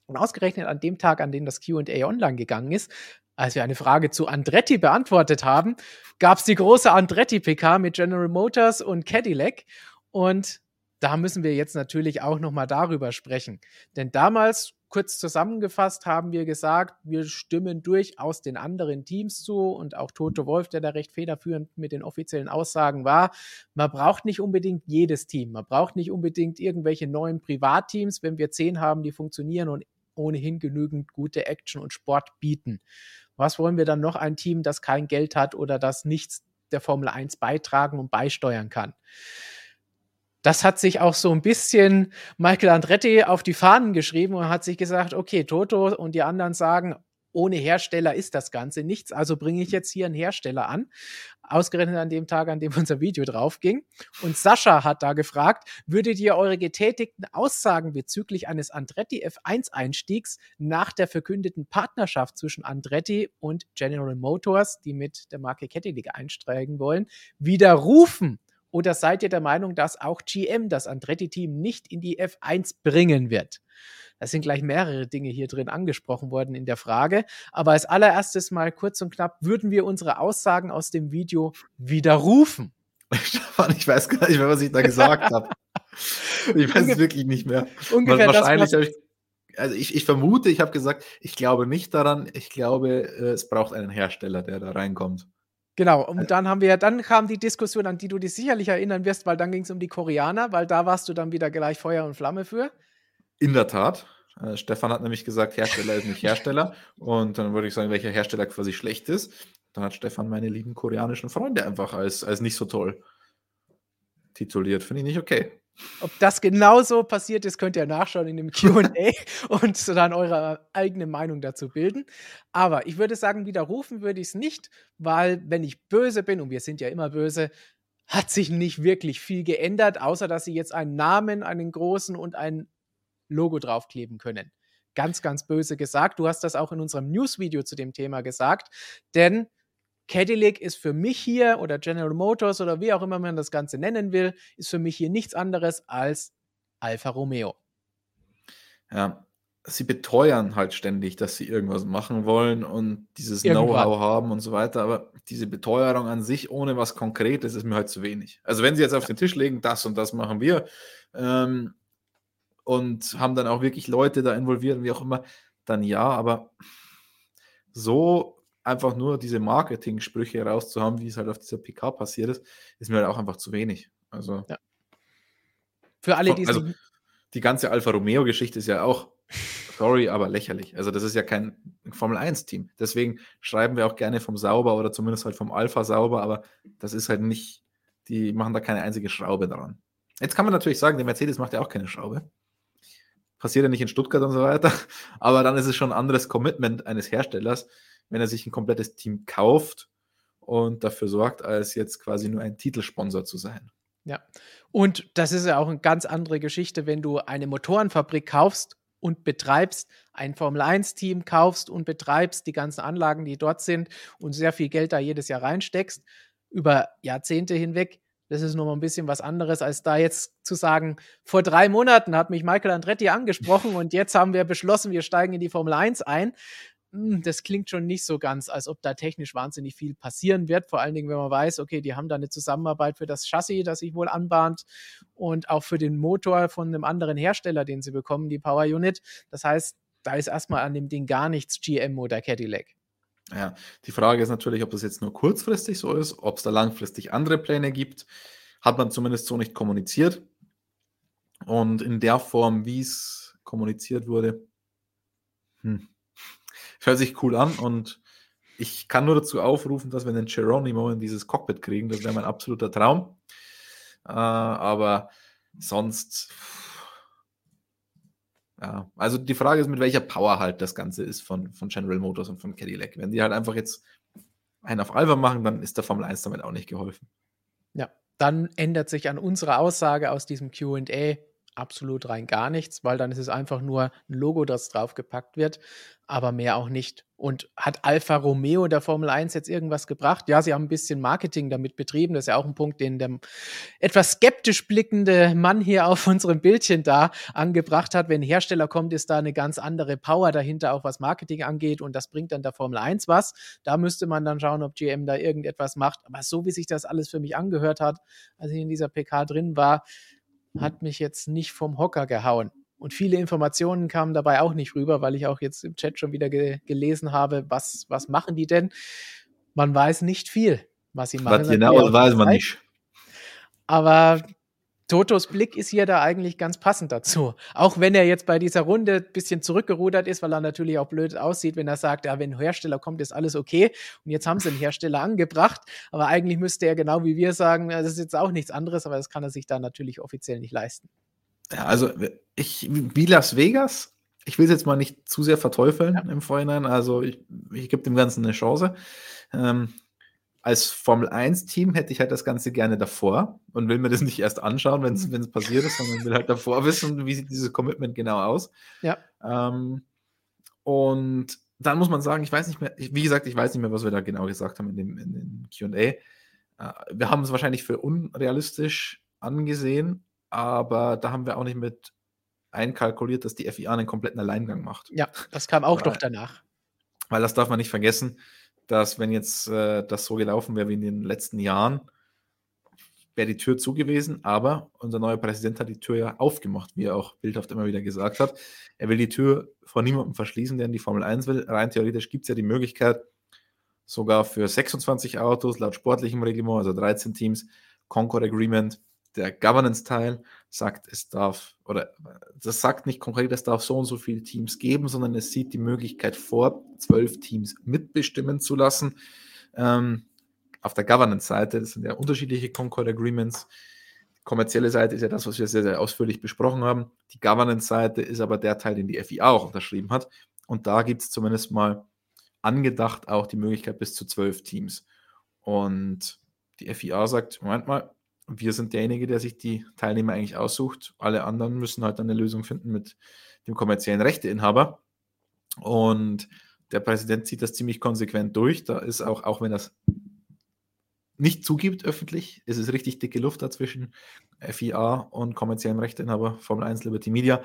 Und ausgerechnet an dem Tag, an dem das Q und A online gegangen ist, als wir eine Frage zu Andretti beantwortet haben, gab es die große Andretti-P K mit General Motors und Cadillac. Und da müssen wir jetzt natürlich auch noch mal darüber sprechen. Denn damals, kurz zusammengefasst, haben wir gesagt, wir stimmen durchaus den anderen Teams zu. Und auch Toto Wolff, der da recht federführend mit den offiziellen Aussagen war, man braucht nicht unbedingt jedes Team. Man braucht nicht unbedingt irgendwelche neuen Privatteams, wenn wir zehn haben, die funktionieren und ohnehin genügend gute Action und Sport bieten. Was wollen wir dann noch? Ein Team, das kein Geld hat oder das nichts der Formel eins beitragen und beisteuern kann. Das hat sich auch so ein bisschen Michael Andretti auf die Fahnen geschrieben und hat sich gesagt, okay, Toto und die anderen sagen, ohne Hersteller ist das Ganze nichts, also bringe ich jetzt hier einen Hersteller an. Ausgerechnet an dem Tag, an dem unser Video drauf ging. Und Sascha hat da gefragt, würdet ihr eure getätigten Aussagen bezüglich eines Andretti F eins Einstiegs nach der verkündeten Partnerschaft zwischen Andretti und General Motors, die mit der Marke Cadillac einsteigen wollen, widerrufen? Oder seid ihr der Meinung, dass auch G M das Andretti-Team nicht in die F eins bringen wird? Das sind gleich mehrere Dinge hier drin angesprochen worden in der Frage. Aber als allererstes mal kurz und knapp, würden wir unsere Aussagen aus dem Video widerrufen? Stefan, ich weiß gar nicht mehr, was ich da gesagt habe. Ich weiß es wirklich nicht mehr. Ungefähr Wahrscheinlich das, habe ich, also ich, ich vermute, ich habe gesagt, ich glaube nicht daran, ich glaube, es braucht einen Hersteller, der da reinkommt. Genau, und dann haben wir, dann kam die Diskussion, an die du dich sicherlich erinnern wirst, weil dann ging es um die Koreaner, weil da warst du dann wieder gleich Feuer und Flamme für. In der Tat. Äh, Stefan hat nämlich gesagt, Hersteller ist nicht Hersteller. Und dann würde ich sagen, welcher Hersteller quasi schlecht ist. Dann hat Stefan meine lieben koreanischen Freunde einfach als, als nicht so toll tituliert. Finde ich nicht okay. Ob das genauso passiert ist, könnt ihr nachschauen in dem Q und A und dann eure eigene Meinung dazu bilden. Aber ich würde sagen, widerrufen würde ich es nicht, weil wenn ich böse bin, und wir sind ja immer böse, hat sich nicht wirklich viel geändert, außer dass sie jetzt einen Namen, einen großen und ein Logo draufkleben können. Ganz, ganz böse gesagt. Du hast das auch in unserem News-Video zu dem Thema gesagt, denn Cadillac ist für mich hier, oder General Motors oder wie auch immer man das Ganze nennen will, ist für mich hier nichts anderes als Alfa Romeo. Ja, sie beteuern halt ständig, dass sie irgendwas machen wollen und dieses Irgendwann. Know-how haben und so weiter, aber diese Beteuerung an sich ohne was Konkretes ist mir halt zu wenig. Also wenn sie jetzt auf den Tisch legen, das und das machen wir, ähm, und haben dann auch wirklich Leute da involviert, wie auch immer, dann ja, aber so einfach nur diese Marketing-Sprüche rauszuhaben, wie es halt auf dieser P K passiert ist, ist mir halt auch einfach zu wenig. Also, ja. Für alle, die also die ganze Alfa Romeo-Geschichte ist ja auch, sorry, aber lächerlich. Also das ist ja kein Formel eins Team. Deswegen schreiben wir auch gerne vom Sauber oder zumindest halt vom Alpha Sauber, aber das ist halt nicht, die machen da keine einzige Schraube dran. Jetzt kann man natürlich sagen, der Mercedes macht ja auch keine Schraube. Passiert ja nicht in Stuttgart und so weiter, aber dann ist es schon ein anderes Commitment eines Herstellers, wenn er sich ein komplettes Team kauft und dafür sorgt, als jetzt quasi nur ein Titelsponsor zu sein. Ja, und das ist ja auch eine ganz andere Geschichte, wenn du eine Motorenfabrik kaufst und betreibst, ein Formel eins Team kaufst und betreibst, die ganzen Anlagen, die dort sind und sehr viel Geld da jedes Jahr reinsteckst, über Jahrzehnte hinweg. Das ist nochmal ein bisschen was anderes, als da jetzt zu sagen, vor drei Monaten hat mich Michael Andretti angesprochen und jetzt haben wir beschlossen, wir steigen in die Formel eins ein. Das klingt schon nicht so ganz, als ob da technisch wahnsinnig viel passieren wird. Vor allen Dingen, wenn man weiß, okay, die haben da eine Zusammenarbeit für das Chassis, das sich wohl anbahnt und auch für den Motor von einem anderen Hersteller, den sie bekommen, die Power Unit. Das heißt, da ist erstmal an dem Ding gar nichts G M oder Cadillac. Ja, die Frage ist natürlich, ob das jetzt nur kurzfristig so ist, ob es da langfristig andere Pläne gibt. Hat man zumindest so nicht kommuniziert. Und in der Form, wie es kommuniziert wurde, hm, hört sich cool an. Und ich kann nur dazu aufrufen, dass wir einen Geronimo in dieses Cockpit kriegen. Das wäre mein absoluter Traum. Äh, aber sonst... Ja, also die Frage ist, mit welcher Power halt das Ganze ist von, von General Motors und von Cadillac. Wenn die halt einfach jetzt einen auf Alpha machen, dann ist der Formel eins damit auch nicht geholfen. Ja, dann ändert sich an unserer Aussage aus diesem Q und A absolut rein gar nichts, weil dann ist es einfach nur ein Logo, das draufgepackt wird, aber mehr auch nicht. Und hat Alfa Romeo der Formel eins jetzt irgendwas gebracht? Ja, sie haben ein bisschen Marketing damit betrieben. Das ist ja auch ein Punkt, den der etwas skeptisch blickende Mann hier auf unserem Bildchen da angebracht hat. Wenn ein Hersteller kommt, ist da eine ganz andere Power dahinter, auch was Marketing angeht, und das bringt dann der Formel eins was. Da müsste man dann schauen, ob G M da irgendetwas macht. Aber so wie sich das alles für mich angehört hat, als ich in dieser P K drin war, hat mich jetzt nicht vom Hocker gehauen. Und viele Informationen kamen dabei auch nicht rüber, weil ich auch jetzt im Chat schon wieder ge- gelesen habe, was, was machen die denn? Man weiß nicht viel, was sie machen. Was genau, das weiß man nicht. Aber Totos Blick ist hier da eigentlich ganz passend dazu. Auch wenn er jetzt bei dieser Runde ein bisschen zurückgerudert ist, weil er natürlich auch blöd aussieht, wenn er sagt, ja, wenn ein Hersteller kommt, ist alles okay. Und jetzt haben sie einen Hersteller angebracht. Aber eigentlich müsste er genau wie wir sagen, das ist jetzt auch nichts anderes, aber das kann er sich da natürlich offiziell nicht leisten. Ja, also ich, wie Las Vegas, ich will es jetzt mal nicht zu sehr verteufeln ja. im Vorhinein. Also ich, ich gebe dem Ganzen eine Chance. Ähm, Als Formel eins Team hätte ich halt das Ganze gerne davor und will mir das nicht erst anschauen, wenn es passiert ist, sondern will halt davor wissen, wie sieht dieses Commitment genau aus. Ja. Ähm, und dann muss man sagen, ich weiß nicht mehr, wie gesagt, ich weiß nicht mehr, was wir da genau gesagt haben in dem, in dem Q und A. Äh, wir haben es wahrscheinlich für unrealistisch angesehen, aber da haben wir auch nicht mit einkalkuliert, dass die F I A einen kompletten Alleingang macht. Ja, das kam auch weil, noch danach. Weil das darf man nicht vergessen, dass wenn jetzt äh, das so gelaufen wäre wie in den letzten Jahren, wäre die Tür zu gewesen, aber unser neuer Präsident hat die Tür ja aufgemacht, wie er auch bildhaft immer wieder gesagt hat. Er will die Tür vor niemandem verschließen, der in die Formel eins will. Rein theoretisch gibt es ja die Möglichkeit, sogar für sechsundzwanzig Autos, laut sportlichem Reglement, also dreizehn Teams, Concord Agreement, der Governance-Teil sagt, es darf, oder das sagt nicht konkret, es darf so und so viele Teams geben, sondern es sieht die Möglichkeit vor, zwölf Teams mitbestimmen zu lassen. Ähm, auf der Governance-Seite, das sind ja unterschiedliche Concord Agreements. Die kommerzielle Seite ist ja das, was wir sehr, sehr ausführlich besprochen haben. Die Governance-Seite ist aber der Teil, den die F I A auch unterschrieben hat. Und da gibt es zumindest mal angedacht auch die Möglichkeit bis zu zwölf Teams. Und die F I A sagt, Moment mal, wir sind derjenige, der sich die Teilnehmer eigentlich aussucht. Alle anderen müssen halt eine Lösung finden mit dem kommerziellen Rechteinhaber. Und der Präsident zieht das ziemlich konsequent durch. Da ist auch, auch wenn das nicht zugibt öffentlich, ist es richtig dicke Luft dazwischen F I A und kommerziellem Rechteinhaber, Formel eins Liberty Media.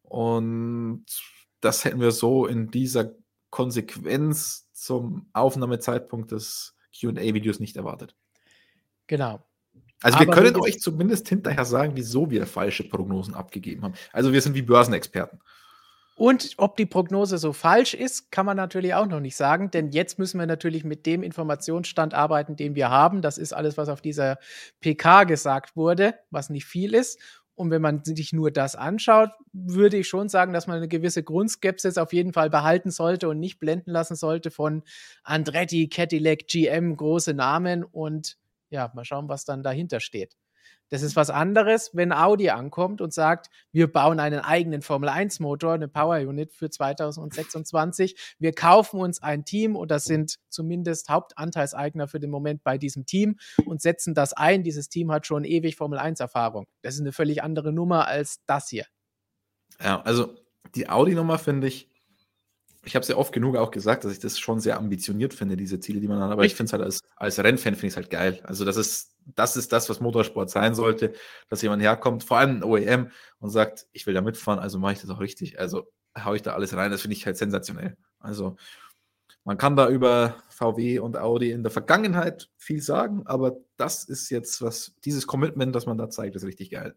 Und das hätten wir so in dieser Konsequenz zum Aufnahmezeitpunkt des Q und A-Videos nicht erwartet. Genau. Also wir Aber können euch zumindest hinterher sagen, wieso wir falsche Prognosen abgegeben haben. Also wir sind wie Börsenexperten. Und ob die Prognose so falsch ist, kann man natürlich auch noch nicht sagen, denn jetzt müssen wir natürlich mit dem Informationsstand arbeiten, den wir haben. Das ist alles, was auf dieser P K gesagt wurde, was nicht viel ist. Und wenn man sich nur das anschaut, würde ich schon sagen, dass man eine gewisse Grundskepsis auf jeden Fall behalten sollte und nicht blenden lassen sollte von Andretti, Cadillac, G M, große Namen. Und ja, mal schauen, was dann dahinter steht. Das ist was anderes, wenn Audi ankommt und sagt, wir bauen einen eigenen Formel eins Motor, eine Power Unit für zweitausendsechsundzwanzig. Wir kaufen uns ein Team und das sind zumindest Hauptanteilseigner für den Moment bei diesem Team und setzen das ein. Dieses Team hat schon ewig Formel eins Erfahrung. Das ist eine völlig andere Nummer als das hier. Ja, also die Audi-Nummer finde ich, ich habe es ja oft genug auch gesagt, dass ich das schon sehr ambitioniert finde, diese Ziele, die man hat. Aber ich finde es halt als, als Rennfan finde ich es halt geil. Also das ist, das ist das, was Motorsport sein sollte, dass jemand herkommt, vor allem ein O E M und sagt, ich will da mitfahren, also mache ich das auch richtig. Also haue ich da alles rein. Das finde ich halt sensationell. Also man kann da über V W und Audi in der Vergangenheit viel sagen, aber das ist jetzt was, dieses Commitment, das man da zeigt, ist richtig geil.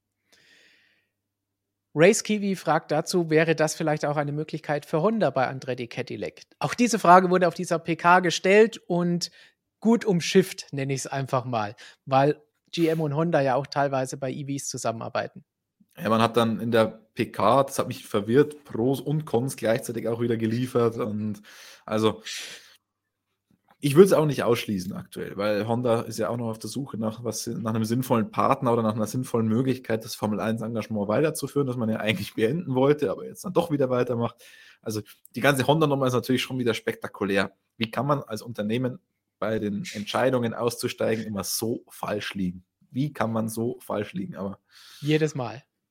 Race Kiwi fragt dazu, wäre das vielleicht auch eine Möglichkeit für Honda bei Andretti Cadillac? Auch diese Frage wurde auf dieser P K gestellt und gut umschifft, nenne ich es einfach mal, weil G M und Honda ja auch teilweise bei E Vs zusammenarbeiten. Ja, man hat dann in der P K, das hat mich verwirrt, Pros und Cons gleichzeitig auch wieder geliefert und also ich würde es auch nicht ausschließen aktuell, weil Honda ist ja auch noch auf der Suche nach, was, nach einem sinnvollen Partner oder nach einer sinnvollen Möglichkeit, das Formel eins Engagement weiterzuführen, das man ja eigentlich beenden wollte, aber jetzt dann doch wieder weitermacht. Also die ganze Honda-Nummer ist natürlich schon wieder spektakulär. Wie kann man als Unternehmen bei den Entscheidungen auszusteigen immer so falsch liegen? Wie kann man so falsch liegen? Aber jedes Mal.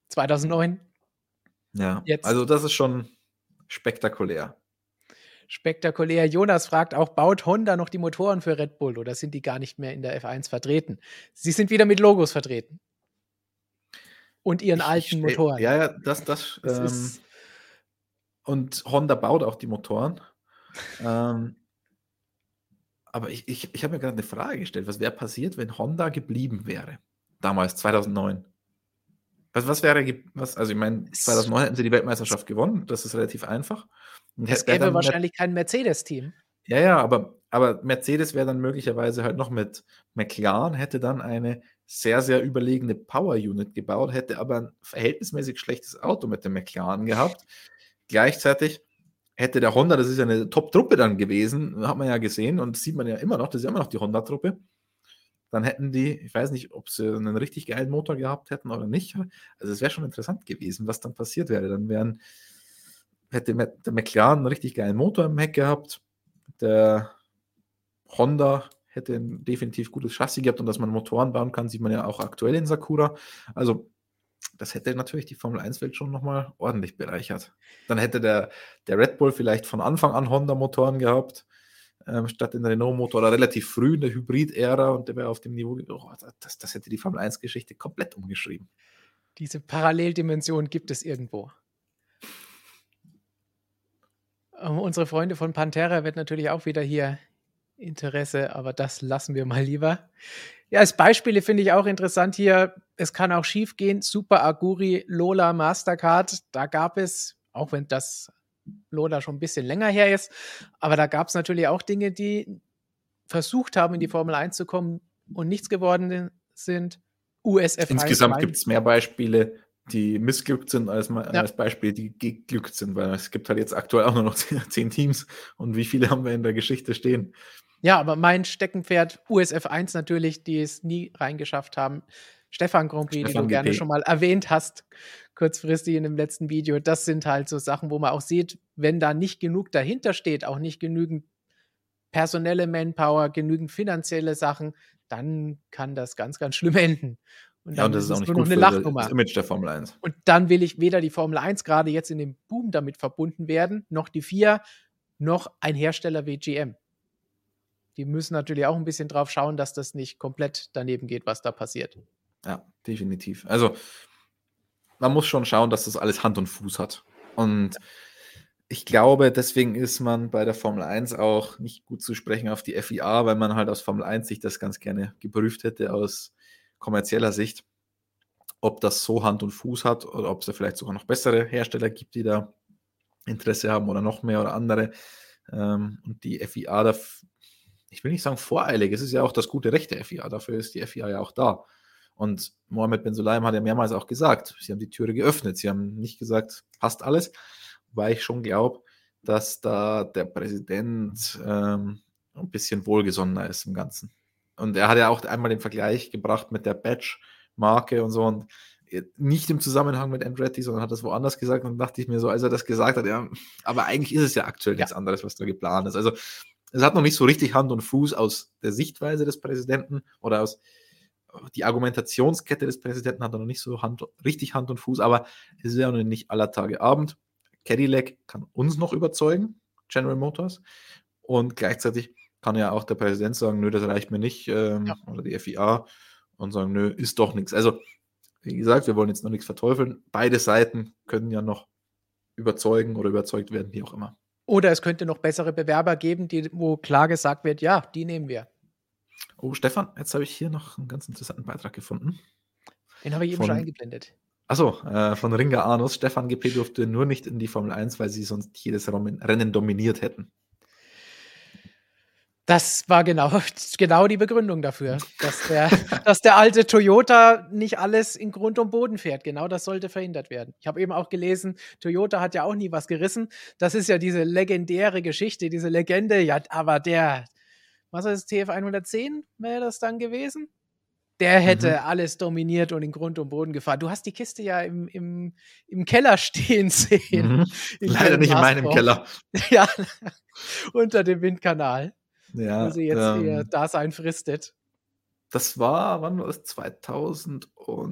zweitausendneun. Ja, Jetzt. also das ist schon spektakulär. Spektakulär. Jonas fragt auch, baut Honda noch die Motoren für Red Bull oder sind die gar nicht mehr in der F eins vertreten? Sie sind wieder mit Logos vertreten. Und ihren Ich, ich alten stell, Motoren. Ja, ja, das, das. Es Ähm, ist und Honda baut auch die Motoren. ähm, aber ich, ich, ich habe mir gerade eine Frage gestellt. Was wäre passiert, wenn Honda geblieben wäre? Damals, zweitausendneun. Was, was wäre, ge- was, also ich meine, es, zweitausendneun hätten sie die Weltmeisterschaft gewonnen. Das ist relativ einfach. Und es hätte- wär gäbe dann Mer- wahrscheinlich kein Mercedes-Team. Ja, ja, aber, aber Mercedes wäre dann möglicherweise halt noch mit McLaren, hätte dann eine sehr, sehr überlegene Power-Unit gebaut, hätte aber ein verhältnismäßig schlechtes Auto mit dem McLaren gehabt. Gleichzeitig hätte der Honda, das ist ja eine Top-Truppe dann gewesen, hat man ja gesehen und sieht man ja immer noch, das ist ja immer noch die Honda-Truppe. Dann hätten die, ich weiß nicht, ob sie einen richtig geilen Motor gehabt hätten oder nicht. Also es wäre schon interessant gewesen, was dann passiert wäre. Dann wären, hätte der McLaren einen richtig geilen Motor im Heck gehabt. Der Honda hätte ein definitiv gutes Chassis gehabt und dass man Motoren bauen kann, sieht man ja auch aktuell in Sakura. Also das hätte natürlich die Formel eins Welt schon nochmal ordentlich bereichert. Dann hätte der, der Red Bull vielleicht von Anfang an Honda-Motoren gehabt, ähm, statt den Renault-Motor oder relativ früh in der Hybrid-Ära und der wäre auf dem Niveau, oh, das, das hätte die Formel eins Geschichte komplett umgeschrieben. Diese Paralleldimension gibt es irgendwo. Ähm, unsere Freunde von Pantera wird natürlich auch wieder hier Interesse, aber das lassen wir mal lieber. Ja, als Beispiele finde ich auch interessant hier, es kann auch schief gehen. Super Aguri, Lola, Mastercard, da gab es, auch wenn das Lola schon ein bisschen länger her ist, aber da gab es natürlich auch Dinge, die versucht haben, in die Formel eins zu kommen und nichts geworden sind. U S F eins. Insgesamt gibt es mehr Beispiele, die missglückt sind, als, Ja. als Beispiele, die geglückt sind, weil es gibt halt jetzt aktuell auch nur noch zehn Teams und wie viele haben wir in der Geschichte stehen? Ja, aber mein Steckenpferd U S F eins natürlich, die es nie reingeschafft haben. Stefan Grand Prix, Stefan die du gerne G P. schon mal erwähnt hast, kurzfristig in dem letzten Video. Das sind halt so Sachen, wo man auch sieht, wenn da nicht genug dahinter steht, auch nicht genügend personelle Manpower, genügend finanzielle Sachen, dann kann das ganz, ganz schlimm enden. Und Ja, dann und das ist ist auch es nicht nur noch gut eine für Lachnummer. das Image der Formel eins. Und dann will ich weder die Formel eins gerade jetzt in dem Boom damit verbunden werden, noch die vier, noch ein Hersteller wie G M. Die müssen natürlich auch ein bisschen drauf schauen, dass das nicht komplett daneben geht, was da passiert. Ja, definitiv. Also man muss schon schauen, dass das alles Hand und Fuß hat. Und ich glaube, deswegen ist man bei der Formel eins auch nicht gut zu sprechen auf die F I A, weil man halt aus Formel eins sich das ganz gerne geprüft hätte aus kommerzieller Sicht, ob das so Hand und Fuß hat oder ob es da vielleicht sogar noch bessere Hersteller gibt, die da Interesse haben oder noch mehr oder andere. Ähm, und die F I A, da, ich will nicht sagen voreilig, es ist ja auch das gute Recht der F I A, dafür ist die F I A ja auch da. Und Mohammed bin Sulayem hat ja mehrmals auch gesagt, sie haben die Türe geöffnet, sie haben nicht gesagt, passt alles, weil ich schon glaube, dass da der Präsident ähm, ein bisschen wohlgesonnener ist im Ganzen. Und er hat ja auch einmal den Vergleich gebracht mit der Badge-Marke und so und nicht im Zusammenhang mit Andretti, sondern hat das woanders gesagt und dachte ich mir so, als er das gesagt hat, ja, aber eigentlich ist es ja aktuell ja. nichts anderes, was da geplant ist. Also es hat noch nicht so richtig Hand und Fuß aus der Sichtweise des Präsidenten oder aus die Argumentationskette des Präsidenten hat noch nicht so Hand, richtig Hand und Fuß, aber es ist ja noch nicht aller Tage Abend. Cadillac kann uns noch überzeugen, General Motors, und gleichzeitig kann ja auch der Präsident sagen, nö, das reicht mir nicht, ähm, ja. oder die F I A, und sagen, nö, ist doch nichts. Also, wie gesagt, wir wollen jetzt noch nichts verteufeln. Beide Seiten können ja noch überzeugen oder überzeugt werden, wie auch immer. Oder es könnte noch bessere Bewerber geben, die, wo klar gesagt wird, ja, die nehmen wir. Oh, Stefan, jetzt habe ich hier noch einen ganz interessanten Beitrag gefunden. Den habe ich eben von, schon eingeblendet. Achso, äh, von Ringa Arnus. Stefan G P durfte nur nicht in die Formel eins, weil sie sonst jedes Rennen dominiert hätten. Das war genau, genau die Begründung dafür, dass der, dass der alte Toyota nicht alles in Grund und Boden fährt. Genau das sollte verhindert werden. Ich habe eben auch gelesen, Toyota hat ja auch nie was gerissen. Das ist ja diese legendäre Geschichte, diese Legende. Ja, aber der, was ist das, T F hundertzehn wäre das dann gewesen? Der hätte mhm. alles dominiert und in Grund und Boden gefahren. Du hast die Kiste ja im, im, im Keller stehen sehen. Mhm. Leider nicht in meinem Keller. Ja, unter dem Windkanal. Ja, wo sie jetzt ähm, ihr Dasein fristet. Das war, wann war das? zweitausendzehn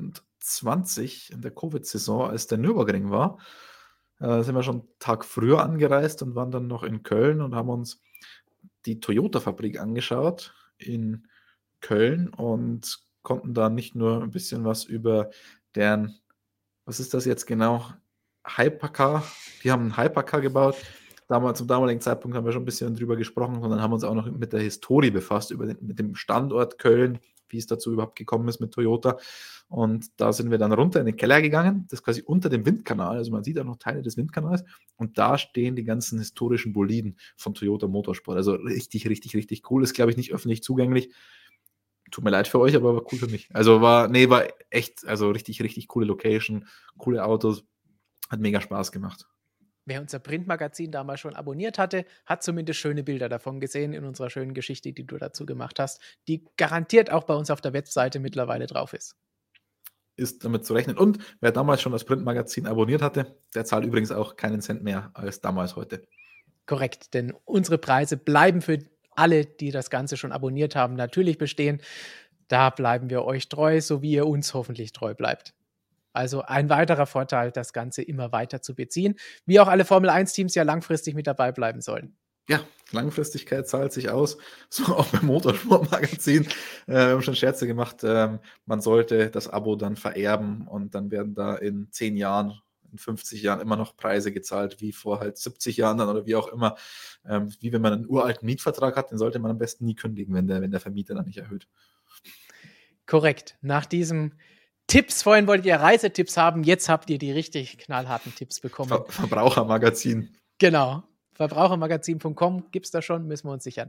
zwanzig in der Covid-Saison, als der Nürburgring war, äh, sind wir schon einen Tag früher angereist und waren dann noch in Köln und haben uns die Toyota-Fabrik angeschaut in Köln und konnten da nicht nur ein bisschen was über deren, was ist das jetzt genau, Hypercar, die haben einen Hypercar gebaut. Damals, zum damaligen Zeitpunkt haben wir schon ein bisschen drüber gesprochen, sondern haben uns auch noch mit der Historie befasst, über den, mit dem Standort Köln, wie es dazu überhaupt gekommen ist mit Toyota. Und da sind wir dann runter in den Keller gegangen, das ist quasi unter dem Windkanal, also man sieht auch noch Teile des Windkanals und da stehen die ganzen historischen Boliden von Toyota Motorsport. Also richtig, richtig, richtig cool. Ist, glaube ich, nicht öffentlich zugänglich. Tut mir leid für euch, aber war cool für mich. Also war, nee, war echt, also richtig, richtig coole Location, coole Autos, hat mega Spaß gemacht. Wer unser Printmagazin damals schon abonniert hatte, hat zumindest schöne Bilder davon gesehen in unserer schönen Geschichte, die du dazu gemacht hast, die garantiert auch bei uns auf der Webseite mittlerweile drauf ist. Ist damit zu rechnen. Und wer damals schon das Printmagazin abonniert hatte, der zahlt übrigens auch keinen Cent mehr als damals heute. Korrekt, denn unsere Preise bleiben für alle, die das Ganze schon abonniert haben, natürlich bestehen. Da bleiben wir euch treu, so wie ihr uns hoffentlich treu bleibt. Also ein weiterer Vorteil, das Ganze immer weiter zu beziehen, wie auch alle Formel eins Teams ja langfristig mit dabei bleiben sollen. Ja, Langfristigkeit zahlt sich aus, so auch beim Motorsportmagazin. Äh, wir haben schon Scherze gemacht, ähm, man sollte das Abo dann vererben und dann werden da in zehn Jahren, in fünfzig Jahren immer noch Preise gezahlt, wie vor halt siebzig Jahren dann oder wie auch immer. Ähm, wie wenn man einen uralten Mietvertrag hat, den sollte man am besten nie kündigen, wenn der, wenn der Vermieter dann nicht erhöht. Korrekt. Nach diesem Tipps, vorhin wolltet ihr Reisetipps haben, jetzt habt ihr die richtig knallharten Tipps bekommen. Ver- Verbrauchermagazin. Genau. Verbrauchermagazin Punkt com gibt es da schon, müssen wir uns sichern.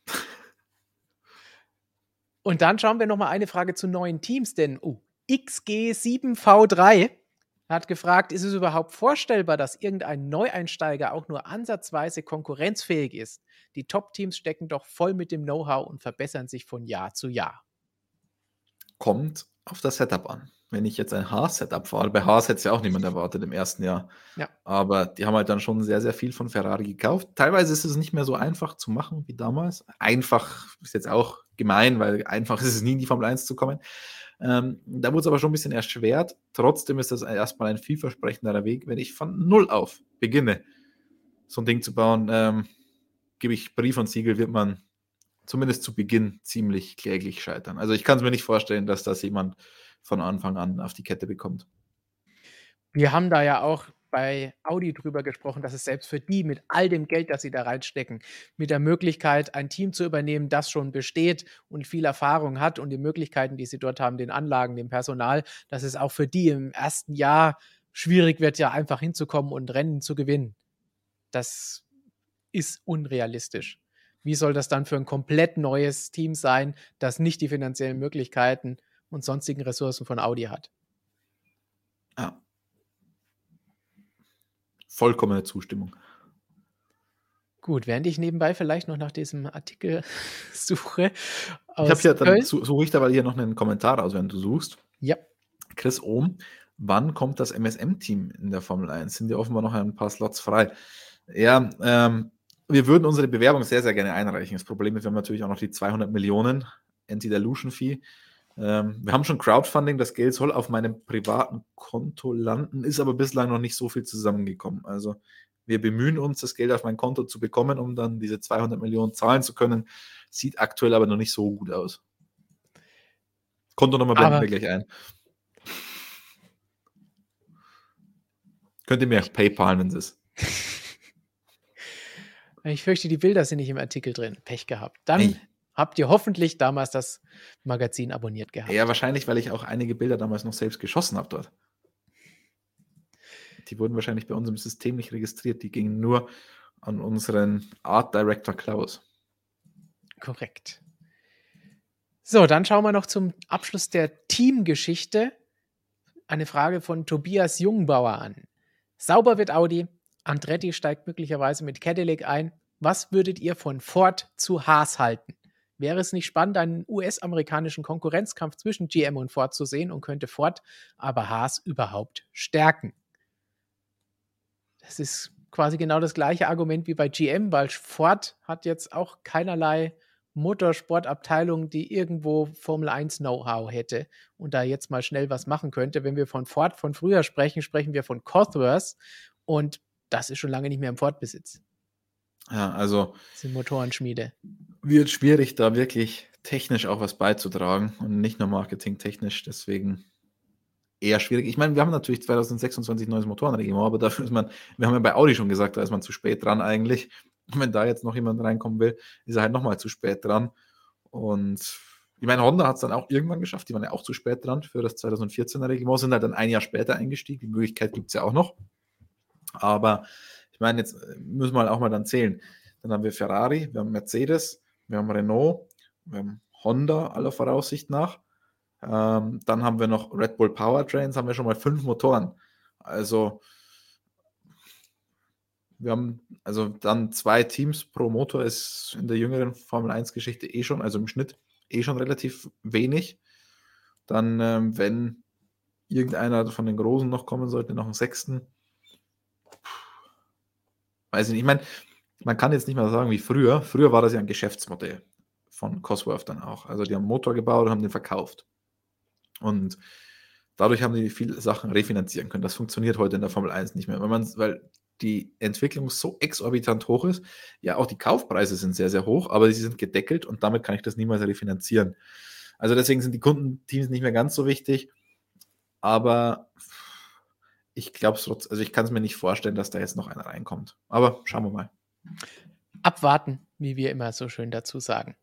Und dann schauen wir noch mal eine Frage zu neuen Teams, denn oh, X G sieben V drei hat gefragt, ist es überhaupt vorstellbar, dass irgendein Neueinsteiger auch nur ansatzweise konkurrenzfähig ist? Die Top-Teams stecken doch voll mit dem Know-how und verbessern sich von Jahr zu Jahr. Kommt auf das Setup an. Wenn ich jetzt ein Haas-Setup fahre, bei Haas hätte es ja auch niemand erwartet im ersten Jahr. Ja. Aber die haben halt dann schon sehr, sehr viel von Ferrari gekauft. Teilweise ist es nicht mehr so einfach zu machen wie damals. Einfach ist jetzt auch gemein, weil einfach ist es nie in die Formel eins zu kommen. Ähm, da wurde es aber schon ein bisschen erschwert. Trotzdem ist das erstmal ein vielversprechenderer Weg. Wenn ich von null auf beginne, so ein Ding zu bauen, ähm, gebe ich Brief und Siegel, wird man zumindest zu Beginn ziemlich kläglich scheitern. Also ich kann es mir nicht vorstellen, dass das jemand von Anfang an auf die Kette bekommt. Wir haben da ja auch bei Audi drüber gesprochen, dass es selbst für die mit all dem Geld, das sie da reinstecken, mit der Möglichkeit, ein Team zu übernehmen, das schon besteht und viel Erfahrung hat und die Möglichkeiten, die sie dort haben, den Anlagen, dem Personal, dass es auch für die im ersten Jahr schwierig wird, ja einfach hinzukommen und Rennen zu gewinnen. Das ist unrealistisch. Wie soll das dann für ein komplett neues Team sein, das nicht die finanziellen Möglichkeiten und sonstigen Ressourcen von Audi hat? Ja. Vollkommene Zustimmung. Gut, während ich nebenbei vielleicht noch nach diesem Artikel suche. Ich habe hier, dann suche ich da mal hier noch einen Kommentar aus, wenn du suchst. Ja. Chris Ohm, wann kommt das M S M-Team in der Formel eins? Sind ja offenbar noch ein paar Slots frei. Ja, ähm, wir würden unsere Bewerbung sehr, sehr gerne einreichen. Das Problem ist, wir haben natürlich auch noch die zweihundert Millionen Anti-Dilution-Fee. Ähm, wir haben schon Crowdfunding, das Geld soll auf meinem privaten Konto landen, ist aber bislang noch nicht so viel zusammengekommen. Also wir bemühen uns, das Geld auf mein Konto zu bekommen, um dann diese zweihundert Millionen zahlen zu können. Sieht aktuell aber noch nicht so gut aus. Kontonummer blenden wir gleich ein. Könnt ihr mir auch PayPal, wenn es ist. Ich fürchte, die Bilder sind nicht im Artikel drin. Pech gehabt. Dann hey. habt ihr hoffentlich damals das Magazin abonniert gehabt. Ja, wahrscheinlich, weil ich auch einige Bilder damals noch selbst geschossen habe dort. Die wurden wahrscheinlich bei uns im System nicht registriert. Die gingen nur an unseren Art Director Klaus. Korrekt. So, dann schauen wir noch zum Abschluss der Teamgeschichte eine Frage von Tobias Jungbauer an. Sauber wird Audi. Andretti steigt möglicherweise mit Cadillac ein. Was würdet ihr von Ford zu Haas halten? Wäre es nicht spannend, einen U S-amerikanischen Konkurrenzkampf zwischen G M und Ford zu sehen und könnte Ford aber Haas überhaupt stärken? Das ist quasi genau das gleiche Argument wie bei G M, weil Ford hat jetzt auch keinerlei Motorsportabteilung, die irgendwo Formel eins Know-how hätte und da jetzt mal schnell was machen könnte. Wenn wir von Ford von früher sprechen, sprechen wir von Cosworth und das ist schon lange nicht mehr im Ford-Besitz. Ja, also das sind Motorenschmiede. Wird schwierig, da wirklich technisch auch was beizutragen und nicht nur marketingtechnisch, deswegen eher schwierig. Ich meine, wir haben natürlich zwanzig sechsundzwanzig neues Motorenreglement, aber dafür ist man, wir haben ja bei Audi schon gesagt, da ist man zu spät dran eigentlich. Und wenn da jetzt noch jemand reinkommen will, ist er halt nochmal zu spät dran. Und ich meine, Honda hat es dann auch irgendwann geschafft, die waren ja auch zu spät dran für das zwanzig vierzehner Reglement, sind halt dann ein Jahr später eingestiegen. Die Möglichkeit gibt es ja auch noch. Aber ich meine, jetzt müssen wir halt auch mal dann zählen. Dann haben wir Ferrari, wir haben Mercedes, wir haben Renault, wir haben Honda aller Voraussicht nach. Ähm, dann haben wir noch Red Bull Powertrains, haben wir schon mal fünf Motoren. Also wir haben also dann zwei Teams pro Motor, ist in der jüngeren Formel eins Geschichte eh schon, also im Schnitt eh schon relativ wenig. Dann, ähm, wenn irgendeiner von den Großen noch kommen sollte, noch einen sechsten, weiß ich nicht. Ich meine, man kann jetzt nicht mehr sagen wie früher. Früher war das ja ein Geschäftsmodell von Cosworth dann auch. Also die haben einen Motor gebaut und haben den verkauft. Und dadurch haben die viele Sachen refinanzieren können. Das funktioniert heute in der Formel eins nicht mehr, weil, man, weil die Entwicklung so exorbitant hoch ist. Ja, auch die Kaufpreise sind sehr, sehr hoch, aber sie sind gedeckelt und damit kann ich das niemals refinanzieren. Also deswegen sind die Kundenteams nicht mehr ganz so wichtig, aber ich glaube es trotzdem, also ich kann es mir nicht vorstellen, dass da jetzt noch einer reinkommt. Aber schauen wir mal. Abwarten, wie wir immer so schön dazu sagen.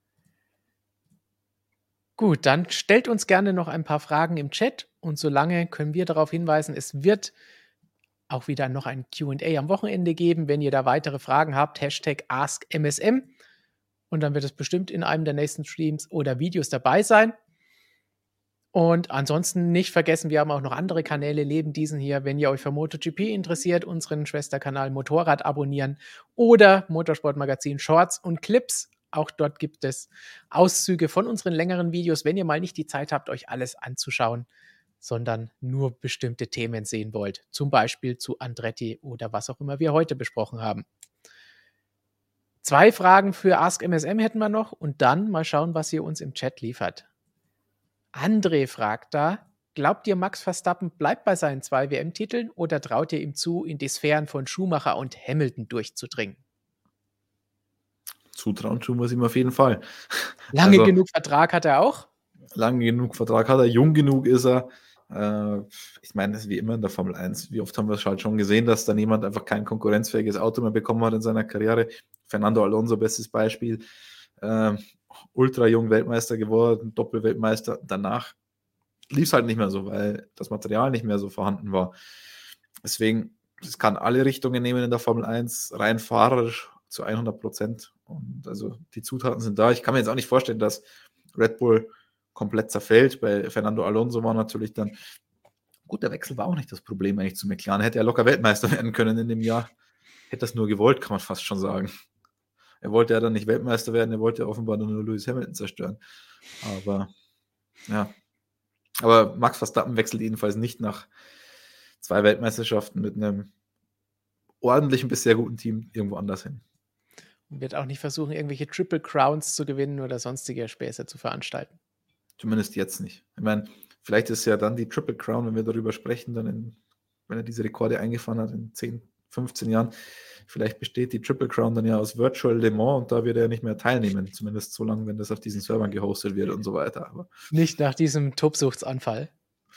Gut, dann stellt uns gerne noch ein paar Fragen im Chat und solange können wir darauf hinweisen, es wird auch wieder noch ein Q und A am Wochenende geben. Wenn ihr da weitere Fragen habt, Hashtag AskMSM und dann wird es bestimmt in einem der nächsten Streams oder Videos dabei sein. Und ansonsten nicht vergessen, wir haben auch noch andere Kanäle neben diesen hier. Wenn ihr euch für MotoGP interessiert, unseren Schwesterkanal Motorrad abonnieren oder Motorsportmagazin Shorts und Clips. Auch dort gibt es Auszüge von unseren längeren Videos, wenn ihr mal nicht die Zeit habt, euch alles anzuschauen, sondern nur bestimmte Themen sehen wollt. Zum Beispiel zu Andretti oder was auch immer wir heute besprochen haben. Zwei Fragen für AskMSM hätten wir noch und dann mal schauen, was ihr uns im Chat liefert. André fragt da, glaubt ihr, Max Verstappen bleibt bei seinen zwei W M-Titeln oder traut ihr ihm zu, in die Sphären von Schumacher und Hamilton durchzudringen? Zutrauen tun wir es ihm auf jeden Fall. Lange also, genug Vertrag hat er auch? Lange genug Vertrag hat er, jung genug ist er. Äh, ich meine, das ist wie immer in der Formel eins. Wie oft haben wir es halt schon gesehen, dass da jemand einfach kein konkurrenzfähiges Auto mehr bekommen hat in seiner Karriere. Fernando Alonso, bestes Beispiel. Äh, ultra jung Weltmeister geworden, Doppelweltmeister. Danach lief es halt nicht mehr so, weil das Material nicht mehr so vorhanden war. Deswegen, es kann alle Richtungen nehmen in der Formel eins, rein fahrerisch zu hundert Prozent. Und also die Zutaten sind da. Ich kann mir jetzt auch nicht vorstellen, dass Red Bull komplett zerfällt. Bei Fernando Alonso war natürlich dann, gut, der Wechsel war auch nicht das Problem eigentlich zu McLaren. Hätte er locker Weltmeister werden können in dem Jahr. Hätte das nur gewollt, kann man fast schon sagen. Er wollte ja dann nicht Weltmeister werden, er wollte ja offenbar nur Lewis Hamilton zerstören. Aber, ja. Aber Max Verstappen wechselt jedenfalls nicht nach zwei Weltmeisterschaften mit einem ordentlichen bis sehr guten Team irgendwo anders hin. Und wird auch nicht versuchen, irgendwelche Triple Crowns zu gewinnen oder sonstige Späße zu veranstalten. Zumindest jetzt nicht. Ich meine, vielleicht ist ja dann die Triple Crown, wenn wir darüber sprechen, dann in, wenn er diese Rekorde eingefahren hat in zehn, fünfzehn Jahren, vielleicht besteht die Triple Crown dann ja aus Virtual Le Mans und da wird er nicht mehr teilnehmen, zumindest so lange, wenn das auf diesen Servern gehostet wird und so weiter. Aber nicht nach diesem Tobsuchtsanfall.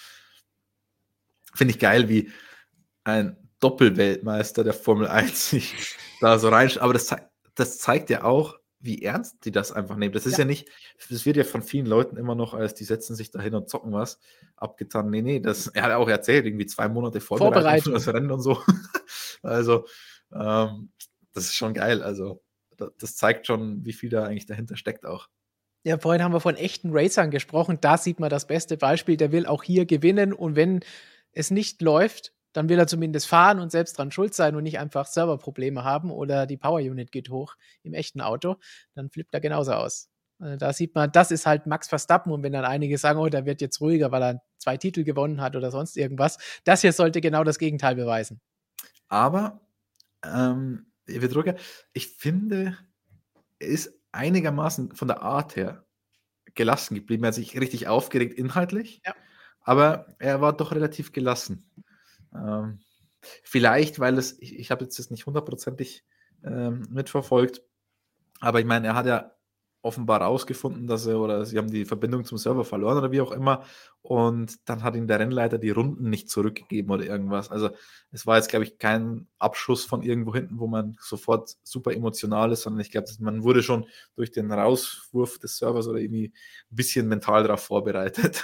Finde ich geil, wie ein Doppelweltmeister der Formel eins sich da so rein, aber das, ze- das zeigt ja auch, wie ernst die das einfach nehmen. Das ist ja. ja nicht, das wird ja von vielen Leuten immer noch als, die setzen sich da hin und zocken was, abgetan. Nee, nee, das, er hat auch erzählt, irgendwie zwei Monate Vorbereitung, Vorbereitung. für das Rennen und so. Also, ähm, das ist schon geil. Also, das, das zeigt schon, wie viel da eigentlich dahinter steckt auch. Ja, vorhin haben wir von echten Racern gesprochen. Da sieht man das beste Beispiel. Der will auch hier gewinnen und wenn es nicht läuft, dann will er zumindest fahren und selbst dran schuld sein und nicht einfach Serverprobleme haben oder die Power Unit geht hoch im echten Auto, dann flippt er genauso aus. Also da sieht man, das ist halt Max Verstappen und wenn dann einige sagen, oh, der wird jetzt ruhiger, weil er zwei Titel gewonnen hat oder sonst irgendwas, das hier sollte genau das Gegenteil beweisen. Aber, ähm, ich finde, er ist einigermaßen von der Art her gelassen geblieben. Er hat sich richtig aufgeregt inhaltlich, Ja. aber er war doch relativ gelassen. Ähm, vielleicht, weil es, ich, ich habe jetzt das nicht hundertprozentig ähm, mitverfolgt, aber ich meine, er hat ja offenbar rausgefunden, dass er, oder sie haben die Verbindung zum Server verloren oder wie auch immer, und dann hat ihm der Rennleiter die Runden nicht zurückgegeben oder irgendwas. Also es war jetzt, glaube ich, kein Abschuss von irgendwo hinten, wo man sofort super emotional ist, sondern ich glaube, man wurde schon durch den Rauswurf des Servers oder irgendwie ein bisschen mental darauf vorbereitet.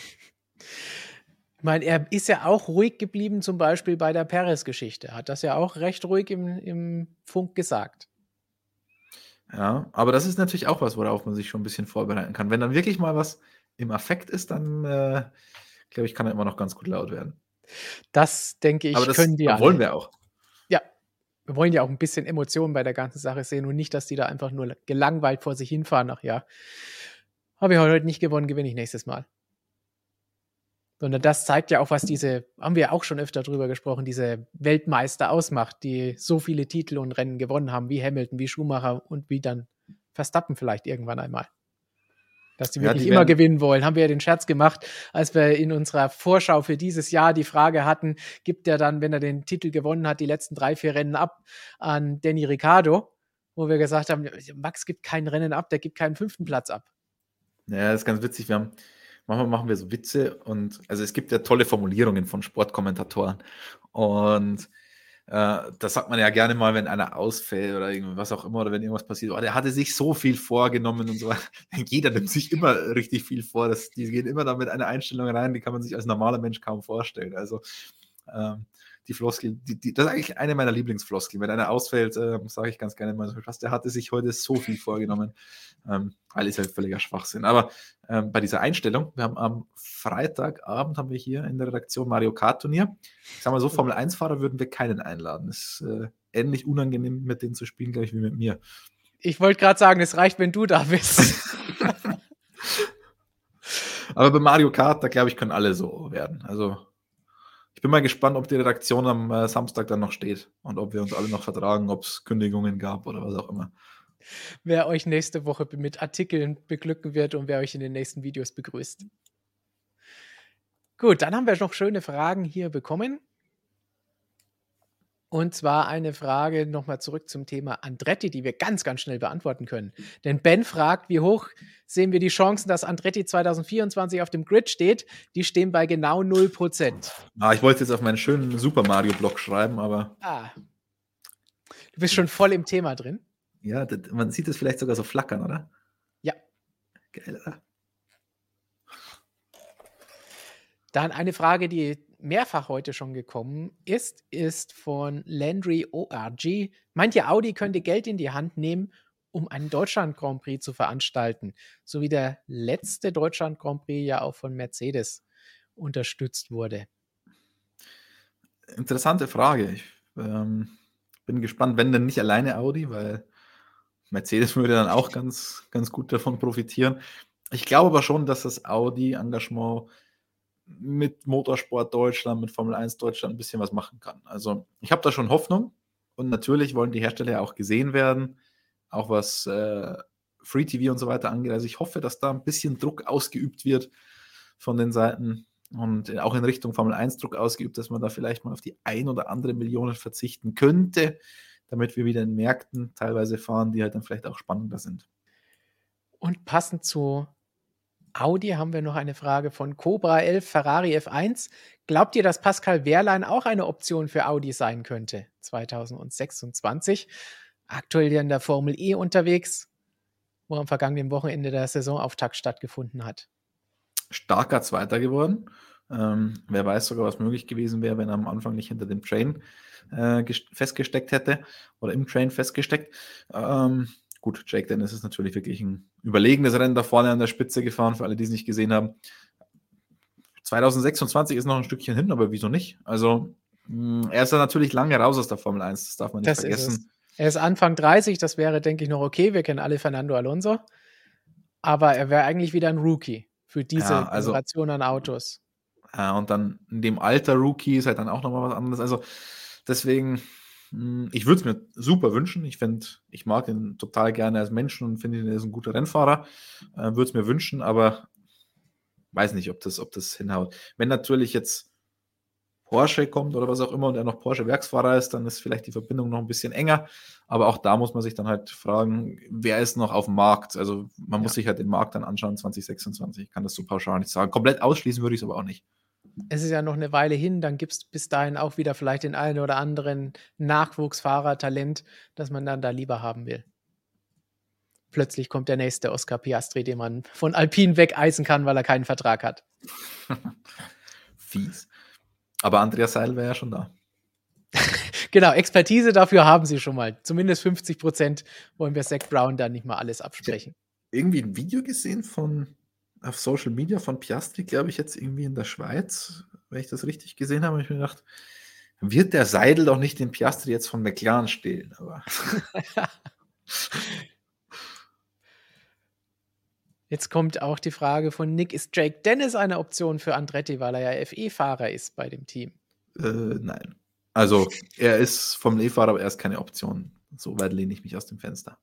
Ich meine, er ist ja auch ruhig geblieben, zum Beispiel bei der Perez-Geschichte. Hat das ja auch recht ruhig im, im Funk gesagt. Ja, aber das ist natürlich auch was, worauf man sich schon ein bisschen vorbereiten kann. Wenn dann wirklich mal was im Affekt ist, dann äh, glaube ich, kann er immer noch ganz gut laut werden. Das, denke ich, Aber das können die alle. wollen wir auch. Ja, wir wollen ja auch ein bisschen Emotionen bei der ganzen Sache sehen und nicht, dass die da einfach nur gelangweilt vor sich hinfahren. Ach ja, habe ich heute nicht gewonnen, gewinne ich nächstes Mal. Sondern das zeigt ja auch, was diese, haben wir auch schon öfter drüber gesprochen, diese Weltmeister ausmacht, die so viele Titel und Rennen gewonnen haben, wie Hamilton, wie Schumacher und wie dann Verstappen vielleicht irgendwann einmal. Dass die Ja, wirklich die immer werden- gewinnen wollen. Haben wir ja den Scherz gemacht, als wir in unserer Vorschau für dieses Jahr die Frage hatten, gibt er dann, wenn er den Titel gewonnen hat, die letzten drei, vier Rennen ab an Danny Ricciardo, wo wir gesagt haben, Max gibt kein Rennen ab, der gibt keinen fünften Platz ab. Ja, das ist ganz witzig. Wir haben, manchmal machen wir so Witze und also es gibt ja tolle Formulierungen von Sportkommentatoren. Und äh, das sagt man ja gerne mal, wenn einer ausfällt oder was auch immer oder wenn irgendwas passiert. Oh, der hatte sich so viel vorgenommen und so weiter. Jeder nimmt sich immer richtig viel vor. Das, die gehen immer da mit einer Einstellung rein, die kann man sich als normaler Mensch kaum vorstellen. Also ähm, die Floskel, die, die, das ist eigentlich eine meiner Lieblingsfloskeln. Wenn einer ausfällt, äh, sage ich ganz gerne mal, was, der hatte sich heute so viel vorgenommen. Ähm, weil ist halt völliger Schwachsinn. Aber ähm, bei dieser Einstellung, wir haben am Freitagabend haben wir hier in der Redaktion Mario Kart Turnier. Ich sag mal so, Formel eins Fahrer würden wir keinen einladen. Das ist äh, ähnlich unangenehm mit denen zu spielen, glaube ich, wie mit mir. Ich wollte gerade sagen, es reicht, wenn du da bist. Aber bei Mario Kart, da glaube ich, können alle so werden. Also ich bin mal gespannt, ob die Redaktion am äh, Samstag dann noch steht und ob wir uns alle noch vertragen, ob es Kündigungen gab oder was auch immer. Wer euch nächste Woche mit Artikeln beglücken wird und wer euch in den nächsten Videos begrüßt. Gut, dann haben wir noch schöne Fragen hier bekommen. Und zwar eine Frage nochmal zurück zum Thema Andretti, die wir ganz, ganz schnell beantworten können. Denn Ben fragt, wie hoch sehen wir die Chancen, dass Andretti zwanzig vierundzwanzig auf dem Grid steht? Die stehen bei genau null Prozent. Ah, ich wollte jetzt auf meinen schönen Super Mario-Blog schreiben, aber... Ah, du bist schon voll im Thema drin. Ja, das, man sieht es vielleicht sogar so flackern, oder? Ja. Geil, oder? Dann eine Frage, die mehrfach heute schon gekommen ist, ist von Landry O R G. Meint ihr, Audi könnte Geld in die Hand nehmen, um einen Deutschland-Grand Prix zu veranstalten? So wie der letzte Deutschland-Grand Prix ja auch von Mercedes unterstützt wurde. Interessante Frage. Ich ähm, bin gespannt, wenn denn nicht alleine Audi, weil Mercedes würde dann auch ganz, ganz gut davon profitieren. Ich glaube aber schon, dass das Audi-Engagement mit Motorsport Deutschland, mit Formel eins Deutschland ein bisschen was machen kann. Also ich habe da schon Hoffnung und natürlich wollen die Hersteller ja auch gesehen werden, auch was äh, Free T V und so weiter angeht. Also ich hoffe, dass da ein bisschen Druck ausgeübt wird von den Seiten und auch in Richtung Formel eins Druck ausgeübt, dass man da vielleicht mal auf die ein oder andere Million verzichten könnte, damit wir wieder in Märkten teilweise fahren, die halt dann vielleicht auch spannender sind. Und passend zu Audi haben wir noch eine Frage von Cobra elf Ferrari F eins. Glaubt ihr, dass Pascal Wehrlein auch eine Option für Audi sein könnte? zwanzig sechsundzwanzig. Aktuell in der Formel E unterwegs, wo am vergangenen Wochenende der Saisonauftakt stattgefunden hat. Starker Zweiter geworden. Ähm, wer weiß sogar, was möglich gewesen wäre, wenn er am Anfang nicht hinter dem Train äh, festgesteckt hätte oder im Train festgesteckt. Ähm, Gut, Jake Dennis ist natürlich wirklich ein überlegenes Rennen da vorne an der Spitze gefahren, für alle, die es nicht gesehen haben. zwanzig sechsundzwanzig ist noch ein Stückchen hin, aber wieso nicht? Also, mh, er ist ja natürlich lange raus aus der Formel eins, das darf man nicht Das vergessen. Ist er ist Anfang dreißig, das wäre, denke ich, noch okay. Wir kennen alle Fernando Alonso. Aber er wäre eigentlich wieder ein Rookie für diese Ja, also, Generation an Autos. Ja, und dann in dem Alter Rookie ist halt dann auch nochmal was anderes. Also, deswegen, Ich würde es mir super wünschen. Ich finde, ich mag ihn total gerne als Menschen und finde ihn ist ein guter Rennfahrer. Äh, würde es mir wünschen, aber weiß nicht, ob das, ob das hinhaut. Wenn natürlich jetzt Porsche kommt oder was auch immer und er noch Porsche-Werksfahrer ist, dann ist vielleicht die Verbindung noch ein bisschen enger. Aber auch da muss man sich dann halt fragen, wer ist noch auf dem Markt? Also man muss Ja. sich halt den Markt dann anschauen, zwanzig sechsundzwanzig. Ich kann das so pauschal nicht sagen. Komplett ausschließen würde ich es aber auch nicht. Es ist ja noch eine Weile hin, dann gibt es bis dahin auch wieder vielleicht den einen oder anderen Nachwuchsfahrer-Talent, das man dann da lieber haben will. Plötzlich kommt der nächste Oscar Piastri, den man von Alpine wegeisen kann, weil er keinen Vertrag hat. Fies. Aber Andreas Seidl wäre ja schon da. Genau, Expertise dafür haben sie schon mal. Zumindest fünfzig Prozent wollen wir Zach Brown dann nicht mal alles absprechen. Irgendwie ein Video gesehen von auf Social Media von Piastri, glaube ich, jetzt irgendwie in der Schweiz, wenn ich das richtig gesehen habe, habe ich mir gedacht, wird der Seidl doch nicht den Piastri jetzt von McLaren stehlen, aber Jetzt kommt auch die Frage von Nick, ist Jake Dennis eine Option für Andretti, weil er ja F E-Fahrer ist bei dem Team? Äh, nein. Also, er ist vom E-Fahrer, aber er ist keine Option. So weit lehne ich mich aus dem Fenster.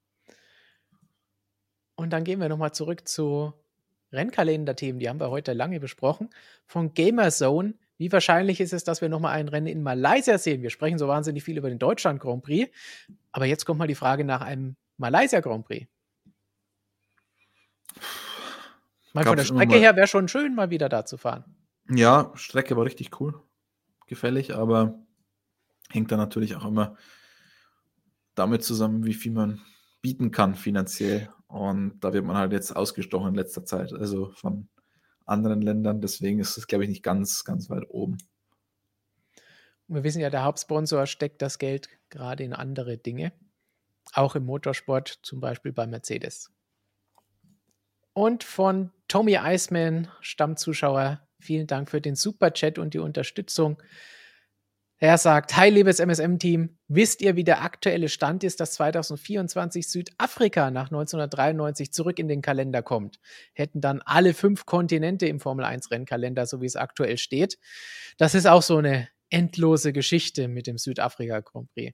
Und dann gehen wir nochmal zurück zu Rennkalender-Themen, die haben wir heute lange besprochen. Von Gamerzone, wie wahrscheinlich ist es, dass wir nochmal ein Rennen in Malaysia sehen? Wir sprechen so wahnsinnig viel über den Deutschland Grand Prix, aber jetzt kommt mal die Frage nach einem Malaysia Grand Prix. Mal von der Strecke her wäre schon schön, mal wieder da zu fahren. Ja, Strecke war richtig cool, gefällig, aber hängt dann natürlich auch immer damit zusammen, wie viel man bieten kann finanziell. Und da wird man halt jetzt ausgestochen in letzter Zeit, also von anderen Ländern. Deswegen ist es, glaube ich, nicht ganz, ganz weit oben. Und wir wissen ja, der Hauptsponsor steckt das Geld gerade in andere Dinge. Auch im Motorsport, zum Beispiel bei Mercedes. Und von Tommy Iceman, Stammzuschauer, vielen Dank für den Superchat und die Unterstützung. Er sagt, hi liebes M S M-Team, wisst ihr, wie der aktuelle Stand ist, dass zwanzig vierundzwanzig Südafrika nach neunzehnhundertdreiundneunzig zurück in den Kalender kommt? Hätten dann alle fünf Kontinente im Formel eins Rennkalender, so wie es aktuell steht. Das ist auch so eine endlose Geschichte mit dem Südafrika Grand Prix.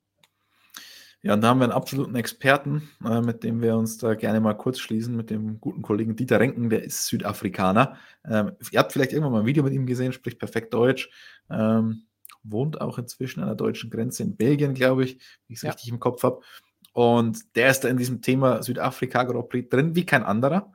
Ja, und da haben wir einen absoluten Experten, äh, mit dem wir uns da gerne mal kurz schließen, mit dem guten Kollegen Dieter Renken, der ist Südafrikaner. Ähm, ihr habt vielleicht irgendwann mal ein Video mit ihm gesehen, spricht perfekt Deutsch, ähm, wohnt auch inzwischen an der deutschen Grenze in Belgien, glaube ich, wenn ich es ja. richtig im Kopf habe. Und der ist da in diesem Thema Südafrika Grand Prix drin, wie kein anderer.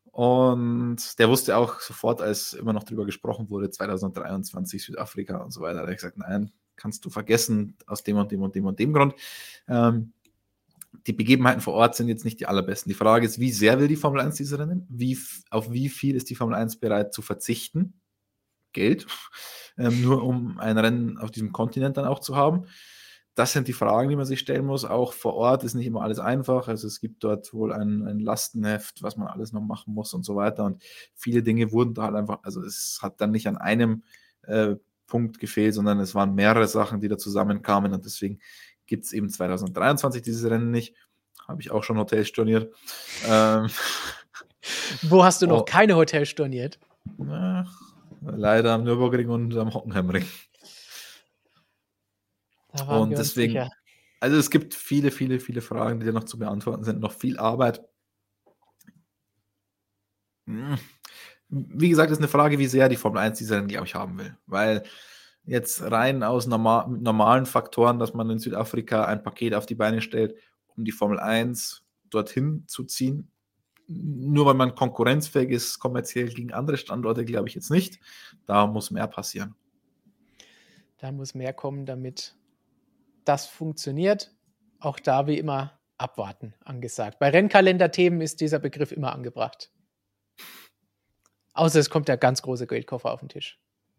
Und der wusste auch sofort, als immer noch darüber gesprochen wurde, zwanzig dreiundzwanzig Südafrika und so weiter, da hat er gesagt, nein, kannst du vergessen, aus dem und dem und dem und dem Grund. Ähm, die Begebenheiten vor Ort sind jetzt nicht die allerbesten. Die Frage ist, wie sehr will die Formel eins diese Rennen? Wie, auf wie viel ist die Formel eins bereit zu verzichten? Geld, ähm, nur um ein Rennen auf diesem Kontinent dann auch zu haben. Das sind die Fragen, die man sich stellen muss. Auch vor Ort ist nicht immer alles einfach. Also es gibt dort wohl ein, ein Lastenheft, was man alles noch machen muss und so weiter. Und viele Dinge wurden da halt einfach, also es hat dann nicht an einem äh, Punkt gefehlt, sondern es waren mehrere Sachen, die da zusammenkamen und deswegen gibt es eben zwanzig dreiundzwanzig dieses Rennen nicht. Habe ich auch schon Hotels storniert. Ähm, Wo hast du noch oh, keine Hotels storniert? Na, leider am Nürburgring und am Hockenheimring. Da waren und wir deswegen, uns sicher. Also es gibt viele, viele, viele Fragen, die noch zu beantworten sind, noch viel Arbeit. Wie gesagt, ist eine Frage, wie sehr die Formel eins diese Rennen, glaube ich, haben will. Weil jetzt rein aus normal, normalen Faktoren, dass man in Südafrika ein Paket auf die Beine stellt, um die Formel eins dorthin zu ziehen, nur weil man konkurrenzfähig ist, kommerziell gegen andere Standorte, glaube ich jetzt nicht. Da muss mehr passieren. Da muss mehr kommen, damit das funktioniert. Auch da wie immer abwarten angesagt. Bei Rennkalender-Themen ist dieser Begriff immer angebracht. Außer es kommt der ganz große Geldkoffer auf den Tisch.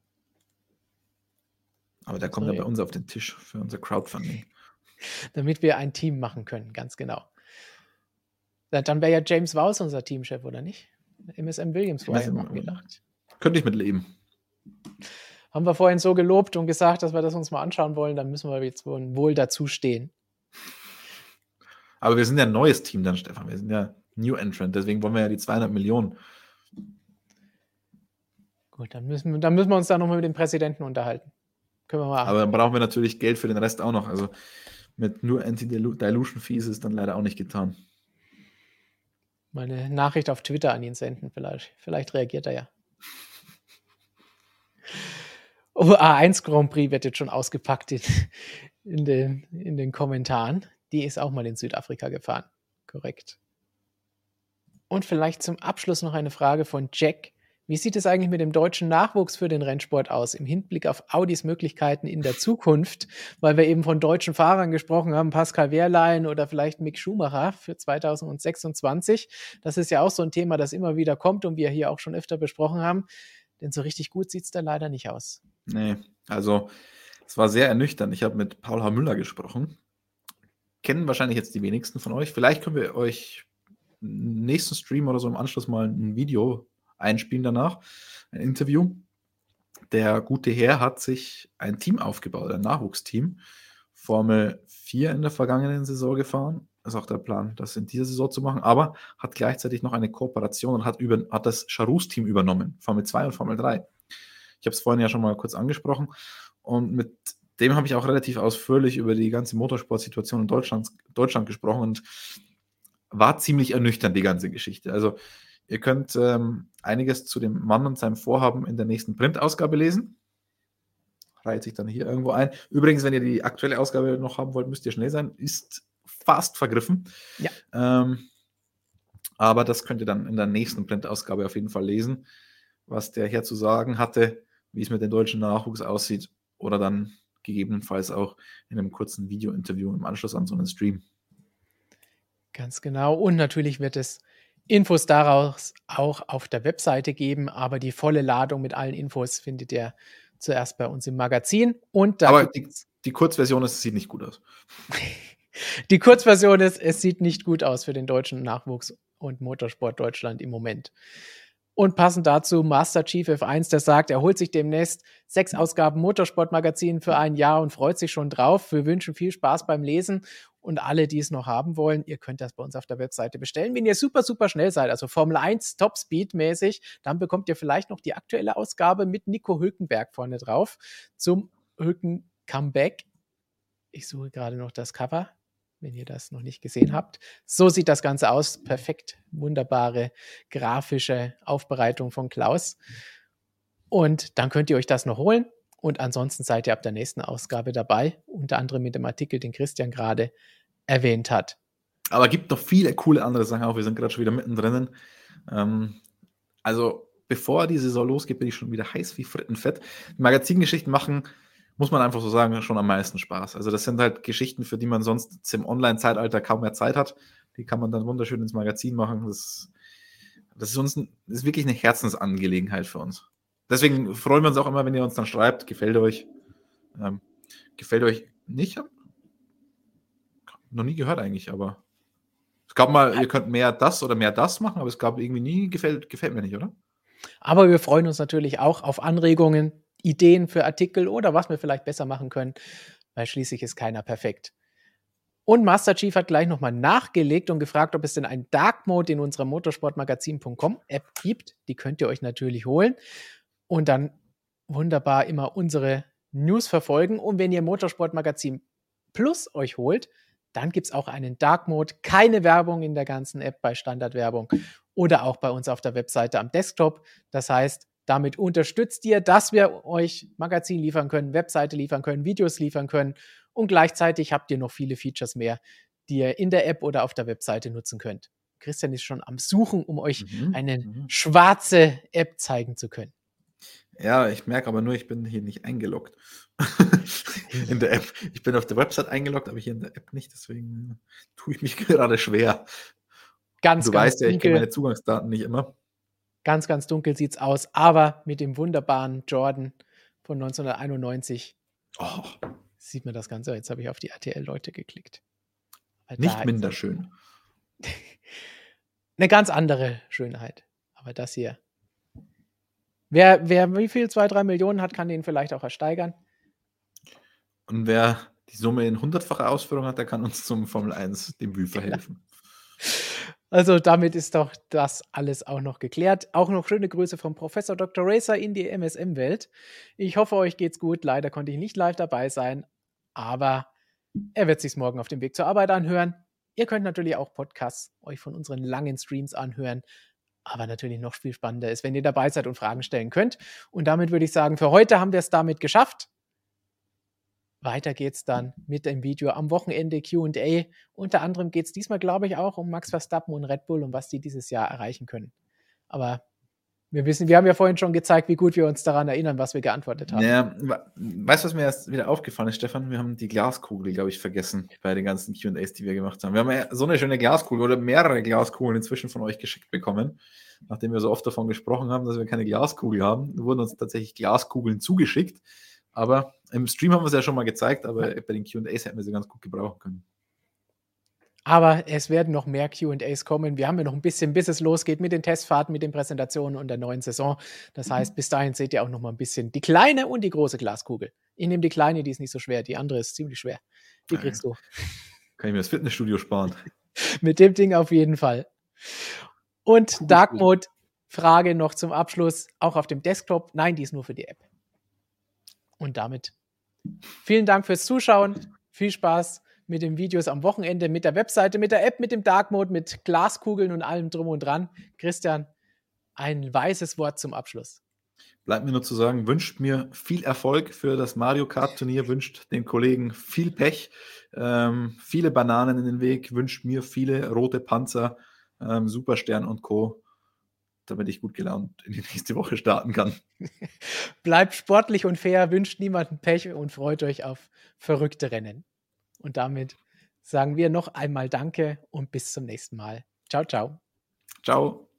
Aber der kommt ja bei uns auf den Tisch für unser Crowdfunding. Damit wir ein Team machen können, ganz genau. Dann wäre ja James Vowles unser Teamchef, oder nicht? M S M Williams vorher immer gedacht. Könnte ich mit leben. Haben wir vorhin so gelobt und gesagt, dass wir das uns mal anschauen wollen, dann müssen wir jetzt wohl dazu stehen. Aber wir sind ja ein neues Team dann, Stefan. Wir sind ja New Entrant, deswegen wollen wir ja die zweihundert Millionen. Gut, dann müssen, dann müssen wir uns da nochmal mit dem Präsidenten unterhalten. Können wir mal. Aber dann brauchen wir natürlich Geld für den Rest auch noch. Also mit nur Anti-Dilution-Fees ist dann leider auch nicht getan. Meine Nachricht auf Twitter an ihn senden, vielleicht. Vielleicht reagiert er ja. Oh, A eins Grand Prix wird jetzt schon ausgepackt in, in, den, in den Kommentaren. Die ist auch mal in Südafrika gefahren. Korrekt. Und vielleicht zum Abschluss noch eine Frage von Jack. Wie sieht es eigentlich mit dem deutschen Nachwuchs für den Rennsport aus, im Hinblick auf Audis Möglichkeiten in der Zukunft? Weil wir eben von deutschen Fahrern gesprochen haben, Pascal Wehrlein oder vielleicht Mick Schumacher für zweitausendsechsundzwanzig. Das ist ja auch so ein Thema, das immer wieder kommt und wir hier auch schon öfter besprochen haben. Denn so richtig gut sieht es da leider nicht aus. Nee, also es war sehr ernüchternd. Ich habe mit Paul H. Müller gesprochen. Kennen wahrscheinlich jetzt die wenigsten von euch. Vielleicht können wir euch im nächsten Stream oder so im Anschluss mal ein Video einspielen danach, ein Interview. Der gute Herr hat sich ein Team aufgebaut, ein Nachwuchsteam. Formel vier in der vergangenen Saison gefahren. Das ist auch der Plan, das in dieser Saison zu machen, aber hat gleichzeitig noch eine Kooperation und hat, über, hat das Charus-Team übernommen, Formel zwei und Formel drei. Ich habe es vorhin ja schon mal kurz angesprochen und mit dem habe ich auch relativ ausführlich über die ganze Motorsportsituation in Deutschland, Deutschland gesprochen und war ziemlich ernüchternd, die ganze Geschichte. Also ihr könnt ähm, einiges zu dem Mann und seinem Vorhaben in der nächsten Printausgabe lesen. Reiht sich dann hier irgendwo ein. Übrigens, wenn ihr die aktuelle Ausgabe noch haben wollt, müsst ihr schnell sein. Ist fast vergriffen. Ja. Ähm, aber das könnt ihr dann in der nächsten Printausgabe auf jeden Fall lesen, was der Herr zu sagen hatte, wie es mit dem deutschen Nachwuchs aussieht oder dann gegebenenfalls auch in einem kurzen Video-Interview im Anschluss an so einen Stream. Ganz genau. Und natürlich wird es Infos daraus auch auf der Webseite geben, aber die volle Ladung mit allen Infos findet ihr zuerst bei uns im Magazin. Und da aber die, die Kurzversion ist, es sieht nicht gut aus. Die Kurzversion ist, es sieht nicht gut aus für den deutschen Nachwuchs und Motorsport Deutschland im Moment. Und passend dazu Master Chief F eins, der sagt, er holt sich demnächst sechs Ausgaben Motorsportmagazin für ein Jahr und freut sich schon drauf. Wir wünschen viel Spaß beim Lesen und alle, die es noch haben wollen, ihr könnt das bei uns auf der Webseite bestellen. Wenn ihr super, super schnell seid, also Formel eins Topspeed mäßig, dann bekommt ihr vielleicht noch die aktuelle Ausgabe mit Nico Hülkenberg vorne drauf zum Hülken Comeback. Ich suche gerade noch das Cover, wenn ihr das noch nicht gesehen habt. So sieht das Ganze aus. Perfekt, wunderbare grafische Aufbereitung von Klaus. Und dann könnt ihr euch das noch holen. Und ansonsten seid ihr ab der nächsten Ausgabe dabei. Unter anderem mit dem Artikel, den Christian gerade erwähnt hat. Aber gibt noch viele coole andere Sachen auch. Wir sind gerade schon wieder mittendrin. Ähm, also bevor die Saison losgeht, bin ich schon wieder heiß wie Frittenfett. Die Magazingeschichten machen, muss man einfach so sagen, schon am meisten Spaß. Also das sind halt Geschichten, für die man sonst im Online-Zeitalter kaum mehr Zeit hat. Die kann man dann wunderschön ins Magazin machen. Das, das ist uns ein, das ist wirklich eine Herzensangelegenheit für uns. Deswegen freuen wir uns auch immer, wenn ihr uns dann schreibt, gefällt euch, ähm, gefällt euch nicht? Noch nie gehört eigentlich, aber es gab mal, ihr könnt mehr das oder mehr das machen, aber es gab irgendwie nie, gefällt, gefällt mir nicht, oder? Aber wir freuen uns natürlich auch auf Anregungen, Ideen für Artikel oder was wir vielleicht besser machen können, weil schließlich ist keiner perfekt. Und Master Chief hat gleich nochmal nachgelegt und gefragt, ob es denn einen Dark Mode in unserer motorsportmagazin punkt com App gibt. Die könnt ihr euch natürlich holen und dann wunderbar immer unsere News verfolgen. Und wenn ihr Motorsportmagazin Plus euch holt, dann gibt es auch einen Dark Mode. Keine Werbung in der ganzen App bei Standardwerbung oder auch bei uns auf der Webseite am Desktop. Das heißt, damit unterstützt ihr, dass wir euch Magazin liefern können, Webseite liefern können, Videos liefern können und gleichzeitig habt ihr noch viele Features mehr, die ihr in der App oder auf der Webseite nutzen könnt. Christian ist schon am Suchen, um euch mhm. eine mhm. schwarze App zeigen zu können. Ja, ich merke aber nur, ich bin hier nicht eingeloggt in der App. Ich bin auf der Website eingeloggt, aber hier in der App nicht, deswegen tue ich mich gerade schwer. Ganz, du ganz weißt ja, ich kenne meine Zugangsdaten nicht immer. Ganz, ganz dunkel sieht's aus, aber mit dem wunderbaren Jordan von neunzehnhunderteinundneunzig oh. sieht man das Ganze. Jetzt habe ich auf die R T L-Leute geklickt. Weil nicht minder schön. Eine ganz andere Schönheit. Aber das hier. Wer, wer wie viel, zwei, drei Millionen hat, kann den vielleicht auch ersteigern. Und wer die Summe in hundertfacher Ausführung hat, der kann uns zum Formel eins Debüt verhelfen. Also damit ist doch das alles auch noch geklärt. Auch noch schöne Grüße vom Professor Doktor Racer in die M S M-Welt. Ich hoffe, euch geht's gut. Leider konnte ich nicht live dabei sein, aber er wird sich's morgen auf dem Weg zur Arbeit anhören. Ihr könnt natürlich auch Podcasts euch von unseren langen Streams anhören. Aber natürlich noch viel spannender ist, wenn ihr dabei seid und Fragen stellen könnt. Und damit würde ich sagen, für heute haben wir es damit geschafft. Weiter geht's dann mit dem Video am Wochenende Q und A. Unter anderem geht es diesmal, glaube ich, auch um Max Verstappen und Red Bull und was die dieses Jahr erreichen können. Aber wir wissen, wir haben ja vorhin schon gezeigt, wie gut wir uns daran erinnern, was wir geantwortet haben. Ja, weißt du, was mir erst wieder aufgefallen ist, Stefan? Wir haben die Glaskugel, glaube ich, vergessen bei den ganzen Q und As, die wir gemacht haben. Wir haben ja so eine schöne Glaskugel oder mehrere Glaskugeln inzwischen von euch geschickt bekommen. Nachdem wir so oft davon gesprochen haben, dass wir keine Glaskugel haben, wurden uns tatsächlich Glaskugeln zugeschickt. Aber im Stream haben wir es ja schon mal gezeigt, aber bei den Q und As hätten wir sie ganz gut gebrauchen können. Aber es werden noch mehr Q und As kommen. Wir haben ja noch ein bisschen, bis es losgeht mit den Testfahrten, mit den Präsentationen und der neuen Saison. Das heißt, bis dahin seht ihr auch noch mal ein bisschen die kleine und die große Glaskugel. Ich nehme die kleine, die ist nicht so schwer. Die andere ist ziemlich schwer. Die kriegst du. Kann ich mir das Fitnessstudio sparen. Mit dem Ding auf jeden Fall. Und Dark Mode, Frage noch zum Abschluss, auch auf dem Desktop. Nein, die ist nur für die App. Und damit vielen Dank fürs Zuschauen. Viel Spaß mit den Videos am Wochenende, mit der Webseite, mit der App, mit dem Dark Mode, mit Glaskugeln und allem drum und dran. Christian, ein weises Wort zum Abschluss. Bleibt mir nur zu sagen, wünscht mir viel Erfolg für das Mario Kart Turnier, wünscht den Kollegen viel Pech, ähm, viele Bananen in den Weg, wünscht mir viele rote Panzer, ähm, Superstern und Co., damit ich gut gelaunt in die nächste Woche starten kann. Bleibt sportlich und fair, wünscht niemandem Pech und freut euch auf verrückte Rennen. Und damit sagen wir noch einmal Danke und bis zum nächsten Mal. Ciao, ciao. Ciao.